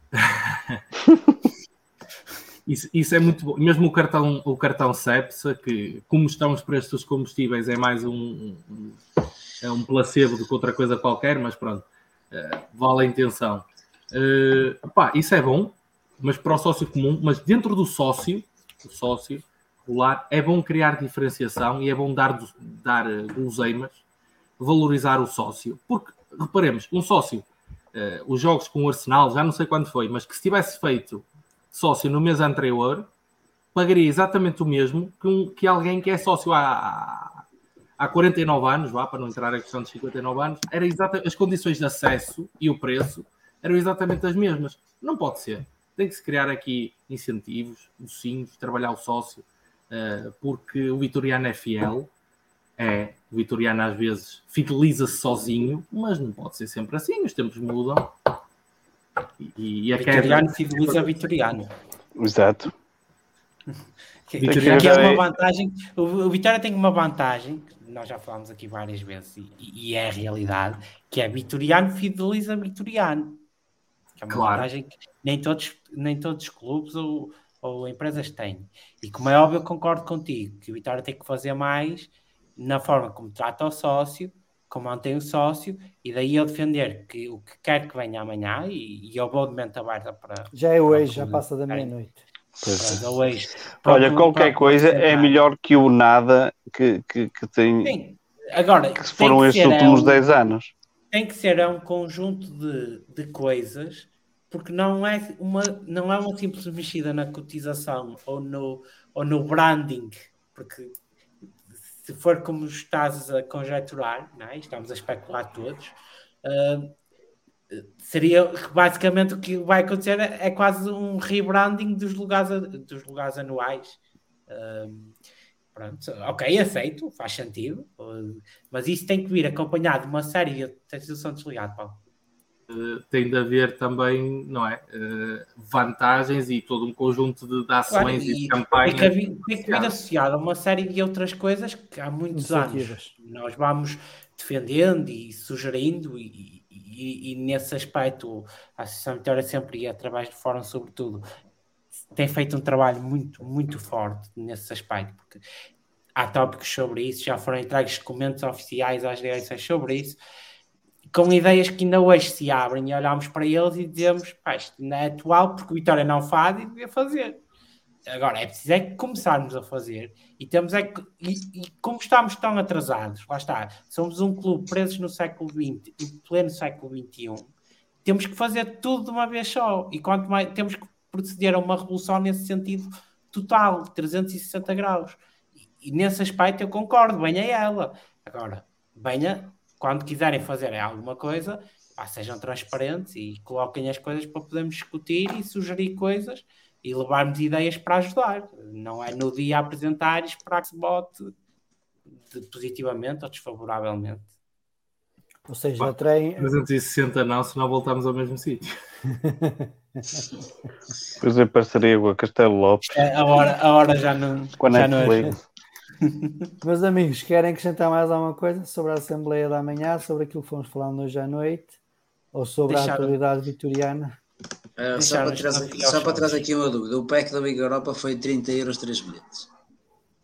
Isso, isso é muito bom. Mesmo o cartão, o cartão Cepsa, que como estão os preços dos combustíveis, é mais um, um, é um placebo do que outra coisa qualquer, mas pronto, eh, vale a intenção. Eh, pá, isso é bom, mas para o sócio comum, mas dentro do sócio, o sócio regular, é bom criar diferenciação e é bom dar, dar eh, guloseimas, valorizar o sócio. Porque, reparemos, um sócio, eh, os jogos com o Arsenal, já não sei quando foi, mas que se tivesse feito sócio no mês anterior, pagaria exatamente o mesmo que, um, que alguém que é sócio há, há quarenta e nove anos, vá, para não entrar a questão de cinquenta e nove anos, era exata, as condições de acesso e o preço eram exatamente as mesmas. Não pode ser. Tem que se criar aqui incentivos, docinhos, trabalhar o sócio, uh, porque o vitoriano é fiel, é, o vitoriano às vezes fideliza-se sozinho, mas não pode ser sempre assim, os tempos mudam. E, e a Vitoriano fideliza Vitoriano. Exato. Que, Vitoriano que é já uma é- vantagem. O, o Vitória tem uma vantagem, que nós já falámos aqui várias vezes, e, e é a realidade, que é Vitoriano fideliza Vitoriano. Que é uma Claro. vantagem que nem todos, nem todos os clubes ou, ou empresas têm. E como é óbvio, eu concordo contigo, que o Vitória tem que fazer mais na forma como trata o sócio, como mantém o sócio, e daí eu defender que o que quer que venha amanhã, e, e eu vou de mente aberta para... Já é hoje, já para- passa da meia-noite. Pois é. para hoje. Olha, Para- qualquer para- coisa para- é melhor que o nada que, que, que tem, Sim. Agora, que se tem foram que estes ser, últimos é um- dez anos. tem que ser é um conjunto de, de coisas, porque não é, uma, não é uma simples mexida na cotização ou no, ou no branding, porque se for como estás a conjecturar, não é? Estamos a especular todos, uh, seria basicamente o que vai acontecer é, é quase um rebranding dos lugares, a- dos lugares anuais. Uh, pronto, ok, aceito, faz sentido, uh, mas isso tem que vir acompanhado de uma série de atenção desligado, Paulo. Uh, tem de haver também, não é? Uh, vantagens e todo um conjunto de, de ações Claro, e, de e campanhas. tem que, haver- tem que vir associado a uma série de outras coisas que há muitos anos Iniciativas. nós vamos defendendo e sugerindo, e, e- e nesse aspecto a Associação Vitória sempre, e através do Fórum sobretudo, tem feito um trabalho muito, muito forte nesse aspecto, porque há tópicos sobre isso, já foram entregues documentos oficiais às direções sobre isso, com ideias que ainda hoje se abrem e olhamos para eles e dizemos, pá, isto não é atual porque o Vitória não faz e devia fazer. Agora, é preciso é que começarmos a fazer e temos é que, e, e como estamos tão atrasados, lá está, somos um clube presos no século vinte e pleno século vinte e um, temos que fazer tudo de uma vez só e quanto mais, temos que proceder a uma revolução nesse sentido total, trezentos e sessenta graus. E, e nesse aspecto eu concordo, venha ela. Agora, venha... Quando quiserem fazer alguma coisa, pá, sejam transparentes e coloquem as coisas para podermos discutir e sugerir coisas e levarmos ideias para ajudar. Não é no dia apresentar e esperar que se bote de positivamente ou desfavoravelmente. Ou seja, Pá, atraem. trezentos e sessenta não, senão voltamos ao mesmo sítio. Depois em parceria com a Castelo Lopes, A hora, a hora já não, com a já não é. Netflix. Meus amigos, querem acrescentar mais alguma coisa sobre a Assembleia da Manhã, sobre aquilo que fomos falando hoje à noite, ou sobre Deixar- a atualidade vitoriana? Uh, só, para Deixar-nos trazer, aqui aos só para shows. trazer aqui uma dúvida: o pack da Liga Europa foi trinta euros, três bilhetes.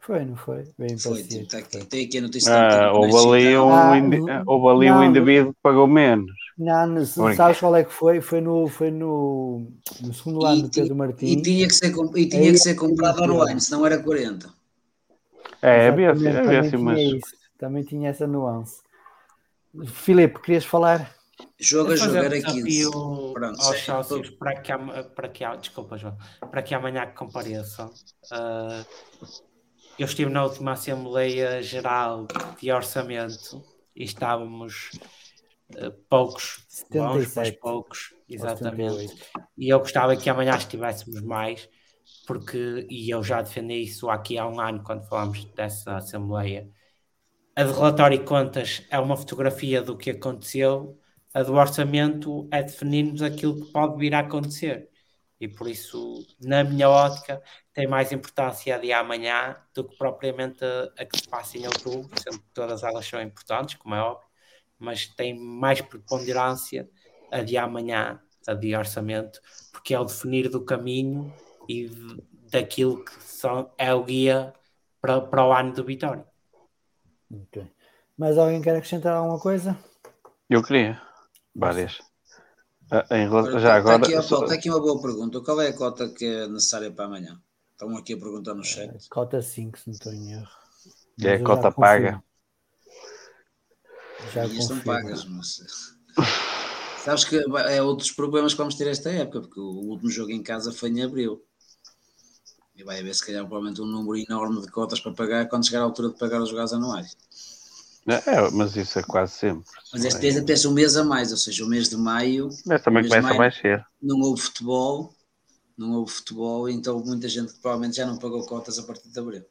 Foi, não foi? Bem Foi, paciente. tem, aqui, tem aqui a notícia. Ah, houve ali um, Ah, indi- no- houve ali um não, indivíduo que pagou menos. Não, não, Brinca. sabes qual é que foi? Foi no, foi no, no segundo ano E, do Pedro ti- Martins. e tinha que ser, com- e tinha Aí que ser é comprado que online, senão era quarenta. É, havia assim, Exatamente, havia também assim tinha umas. isso, também tinha essa nuance. Filipe, querias falar? Jogo a Eu fazer jogo um era desafio quinze. Pronto, aos sim, sócios para que, am- para que, a- desculpa, João, para que amanhã compareçam. Uh, eu estive na última Assembleia Geral de Orçamento e estávamos uh, poucos, bons, mas setenta e sete. poucos, Ou exatamente. setenta e oito. E eu gostava que amanhã estivéssemos mais, porque, e eu já defendi isso aqui há um ano, quando falámos dessa Assembleia. A de relatório e contas é uma fotografia do que aconteceu, a do orçamento é definirmos aquilo que pode vir a acontecer. E por isso, na minha ótica, tem mais importância a de amanhã do que propriamente a, a que se passa em outubro, sendo que todas elas são importantes, como é óbvio, mas tem mais preponderância a de amanhã, a de orçamento, porque é o definir do caminho e de, daquilo que são, é o guia para, para o ano do Vitória. Okay. Mais alguém quer acrescentar alguma coisa? Eu queria. Várias. Ah, em relação- Agora, já tá- agora. tá aqui, ó, só- Paulo, tá aqui uma boa pergunta. Qual é a cota que é necessária para amanhã? Estão aqui a perguntar no chat. Cota cinco, se não estou em erro. É Mas eu cota já paga. confirmo. Já E estão confirmo. pagas, mas... Sabes que é outros problemas que vamos ter esta época, porque o último jogo em casa foi em abril. E vai haver, se calhar, provavelmente um número enorme de cotas para pagar quando chegar à altura de pagar os jogadores anuais. É, mas isso é quase sempre. Mas este mês até-se um mês a mais, ou seja, o mês de maio. Mas também o mês de começa maio mais cedo. Não houve futebol, não houve futebol, então muita gente que provavelmente já não pagou cotas a partir de abril.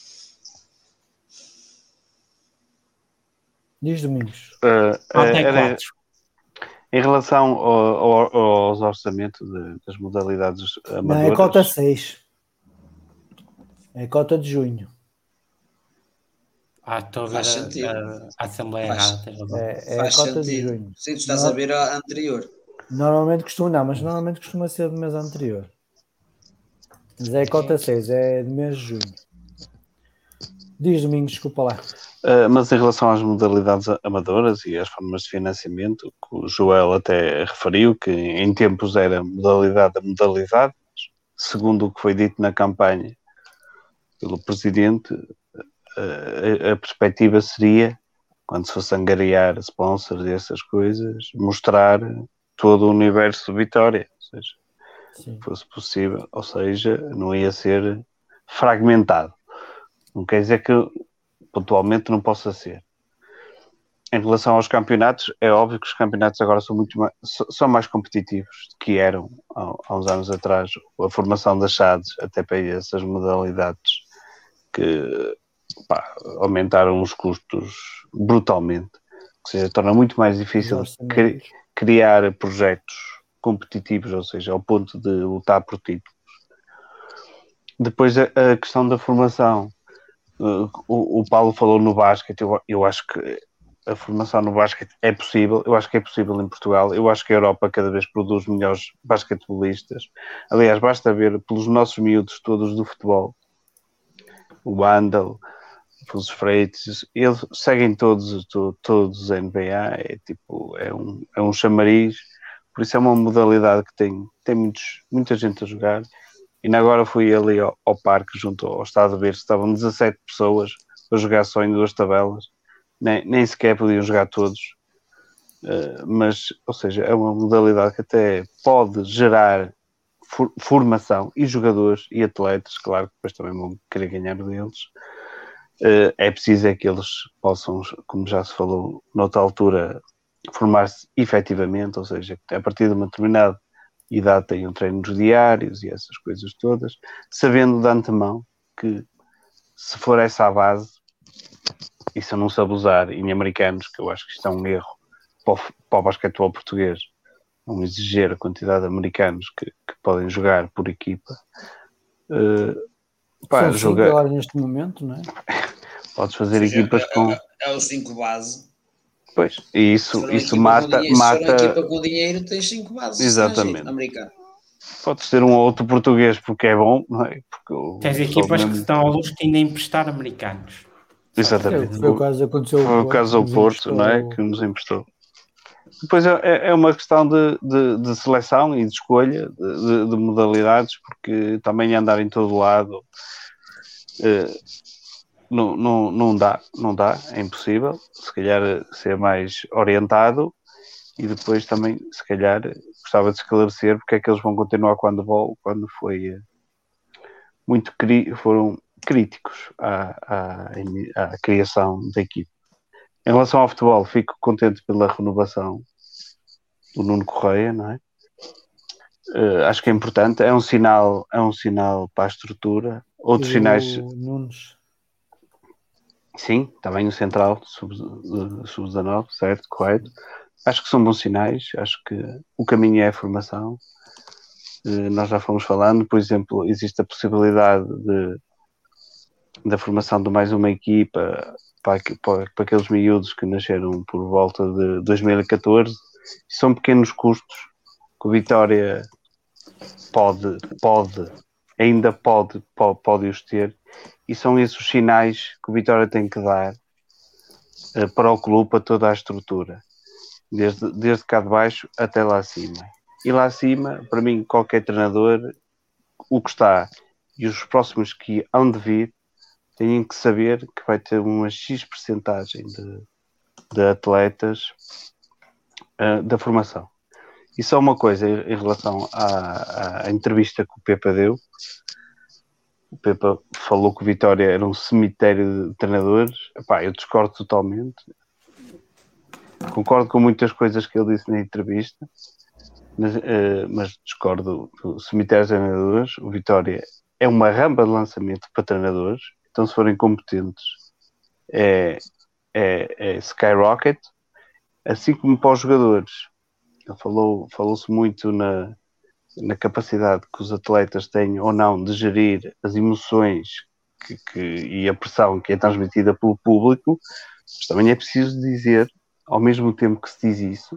Diz, Domingos. Uh, Até era- quatro. em relação ao- ao- aos orçamentos de- das modalidades amadoras. Não, é cota seis. É cota de junho. Ah, estou a ver Faz a, sentido. a, a Assembleia Faz. errada, tens razão. É, é a Faz cota de sentido. junho. Sim, tu estás Não- a ver a anterior. Normalmente costuma, não, mas normalmente costuma ser do mês anterior. Mas é cota seis, é do mês de junho. Diz, Domingos, desculpa lá. Uh, mas em relação às modalidades amadoras e às formas de financiamento, que o Joel até referiu que em tempos era modalidade a modalidade, segundo o que foi dito na campanha pelo Presidente, uh, a, a perspectiva seria, quando se fosse angariar sponsors e essas coisas, mostrar todo o universo de Vitória, ou seja, Sim. fosse possível, ou seja, não ia ser fragmentado. Não quer dizer que pontualmente não possa ser. Em relação aos campeonatos, é óbvio que os campeonatos agora são muito mais, são mais competitivos do que eram há, há uns anos atrás. A formação das S A Ds, até para essas modalidades que pá, aumentaram os custos brutalmente. Ou seja, torna muito mais difícil cri, criar projetos competitivos, ou seja, ao ponto de lutar por títulos. Depois a, a questão da formação. Uh, o, o Paulo falou no basquete, eu, eu acho que a formação no basquete é possível, eu acho que é possível em Portugal, eu acho que a Europa cada vez produz melhores basquetebolistas. Aliás, basta ver pelos nossos miúdos todos do futebol, o Wandel, os Freitas, eles seguem todos, todos, todos a N B A, é tipo, é um, é um chamariz, por isso é uma modalidade que tem, tem muitos, muita gente a jogar. E agora fui ali ao, ao parque, junto ao Estado Verde, estavam dezassete pessoas a jogar só em duas tabelas, nem, nem sequer podiam jogar todos. Uh, mas, ou seja, é uma modalidade que até pode gerar for, formação e jogadores e atletas, claro que depois também vão querer ganhar deles. Uh, é preciso é que eles possam, como já se falou noutra altura, formar-se efetivamente, ou seja, a partir de uma determinada idade tenham treinos diários e essas coisas todas, sabendo de antemão que se for essa a base, e se não se abusar em americanos, que eu acho que isto é um erro para o, para o basquetebol português, não exigir a quantidade de americanos que, que podem jogar por equipa. Uh, pá, São joga... cinco agora neste momento, não é? Podes fazer Seja, equipas é, com... É, é os cinco base. Pois, e isso, isso mata... mata... Dinheiro, mata... se for uma equipa com dinheiro, tens cinco bases. Exatamente. Americano. Pode ser um ou outro português porque é bom, não é? Porque Tens equipas mesmo... que estão ao luxo de ainda emprestar americanos. Exatamente. Foi o caso, aconteceu foi o caso do Porto, emprestou... não é? Que nos emprestou. Depois é, é uma questão de, de, de seleção e de escolha de, de modalidades, porque também andar em todo lado eh, não, não, não dá, não dá, é impossível. Se calhar ser mais orientado e depois também, se calhar, gostava de esclarecer porque é que eles vão continuar com o handball quando foi eh, muito cri, foram críticos à, à, à criação da equipe. Em relação ao futebol, fico contente pela renovação do Nuno Correia, não é? Uh, acho que é importante, é um sinal, é um sinal para a estrutura. Outros e sinais. Nunes. Sim, também o central, sub dezanove, certo, correto. Acho que são bons sinais, acho que o caminho é a formação. Uh, nós já fomos falando, por exemplo, existe a possibilidade de da formação de mais uma equipa para, para, para aqueles miúdos que nasceram por volta de dois mil e catorze. São pequenos custos que o Vitória pode, pode, ainda pode, pode, pode os ter, e são esses os sinais que o Vitória tem que dar uh, para o clube, para toda a estrutura, desde, desde cá de baixo até lá acima. E lá acima, para mim, qualquer treinador, o que está e os próximos que hão de vir, têm que saber que vai ter uma X percentagem de, de atletas uh, da formação. E só uma coisa em, em relação à, à entrevista que o Pepa deu. O Pepa falou que o Vitória era um cemitério de treinadores. Epá, eu discordo totalmente. Concordo com muitas coisas que ele disse na entrevista, mas, uh, mas discordo do cemitério de treinadores. O Vitória é uma rampa de lançamento para treinadores. Então, se forem competentes, é, é, é skyrocket, assim como para os jogadores. Ele falou, falou-se muito na, na capacidade que os atletas têm ou não de gerir as emoções que, que, e a pressão que é transmitida pelo público, mas também é preciso dizer, ao mesmo tempo que se diz isso,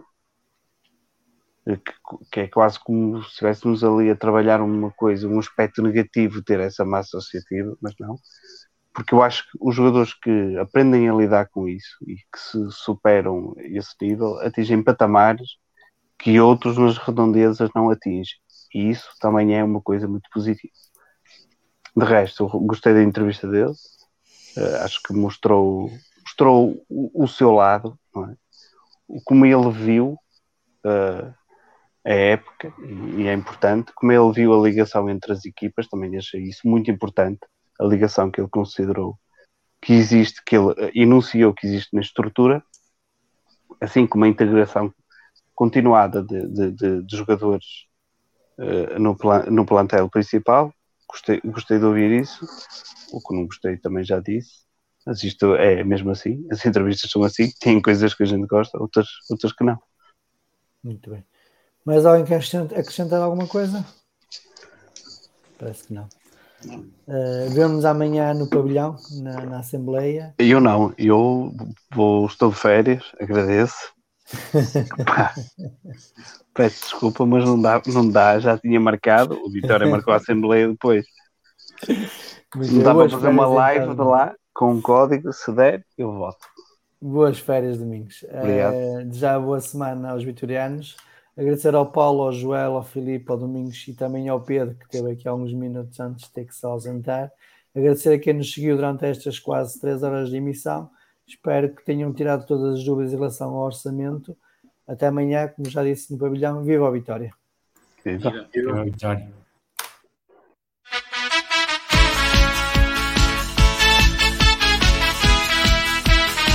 que, que é quase como se estivéssemos ali a trabalhar uma coisa, um aspecto negativo ter essa massa associativa, mas não. Porque eu acho que os jogadores que aprendem a lidar com isso e que se superam esse nível atingem patamares que outros nas redondezas não atingem. E isso também é uma coisa muito positiva. De resto, eu gostei da entrevista dele. Uh, acho que mostrou, mostrou o, o seu lado, não é? Como ele viu uh, a época, e, e é importante, como ele viu a ligação entre as equipas, também achei isso muito importante. A ligação que ele considerou que existe, que ele enunciou que existe na estrutura, assim como a integração continuada de, de, de, de jogadores uh, no, plan, no plantel principal. Gostei, gostei de ouvir isso. O que não gostei também já disse, mas isto é mesmo assim, as entrevistas são assim, tem coisas que a gente gosta, outras, outras que não. Muito bem. Mas alguém quer acrescentar alguma coisa? Parece que não. Uh, vemo-nos amanhã no pavilhão, na, na Assembleia. Eu não, eu vou, estou de férias, agradeço. Pá, peço desculpa, mas não dá, não dá, já tinha marcado, o Vitória marcou a Assembleia depois. Mas não dá para fazer uma live de lá com um código, se der, eu voto. Boas férias, Domingos. Uh, já boa semana aos vitorianos. Agradecer ao Paulo, ao Joel, ao Filipe, ao Domingos e também ao Pedro, que esteve aqui há alguns minutos antes de ter que se ausentar. Agradecer a quem nos seguiu durante estas quase três horas de emissão. Espero que tenham tirado todas as dúvidas em relação ao orçamento. Até amanhã, como já disse no pavilhão, viva a Vitória! Viva, viva a Vitória!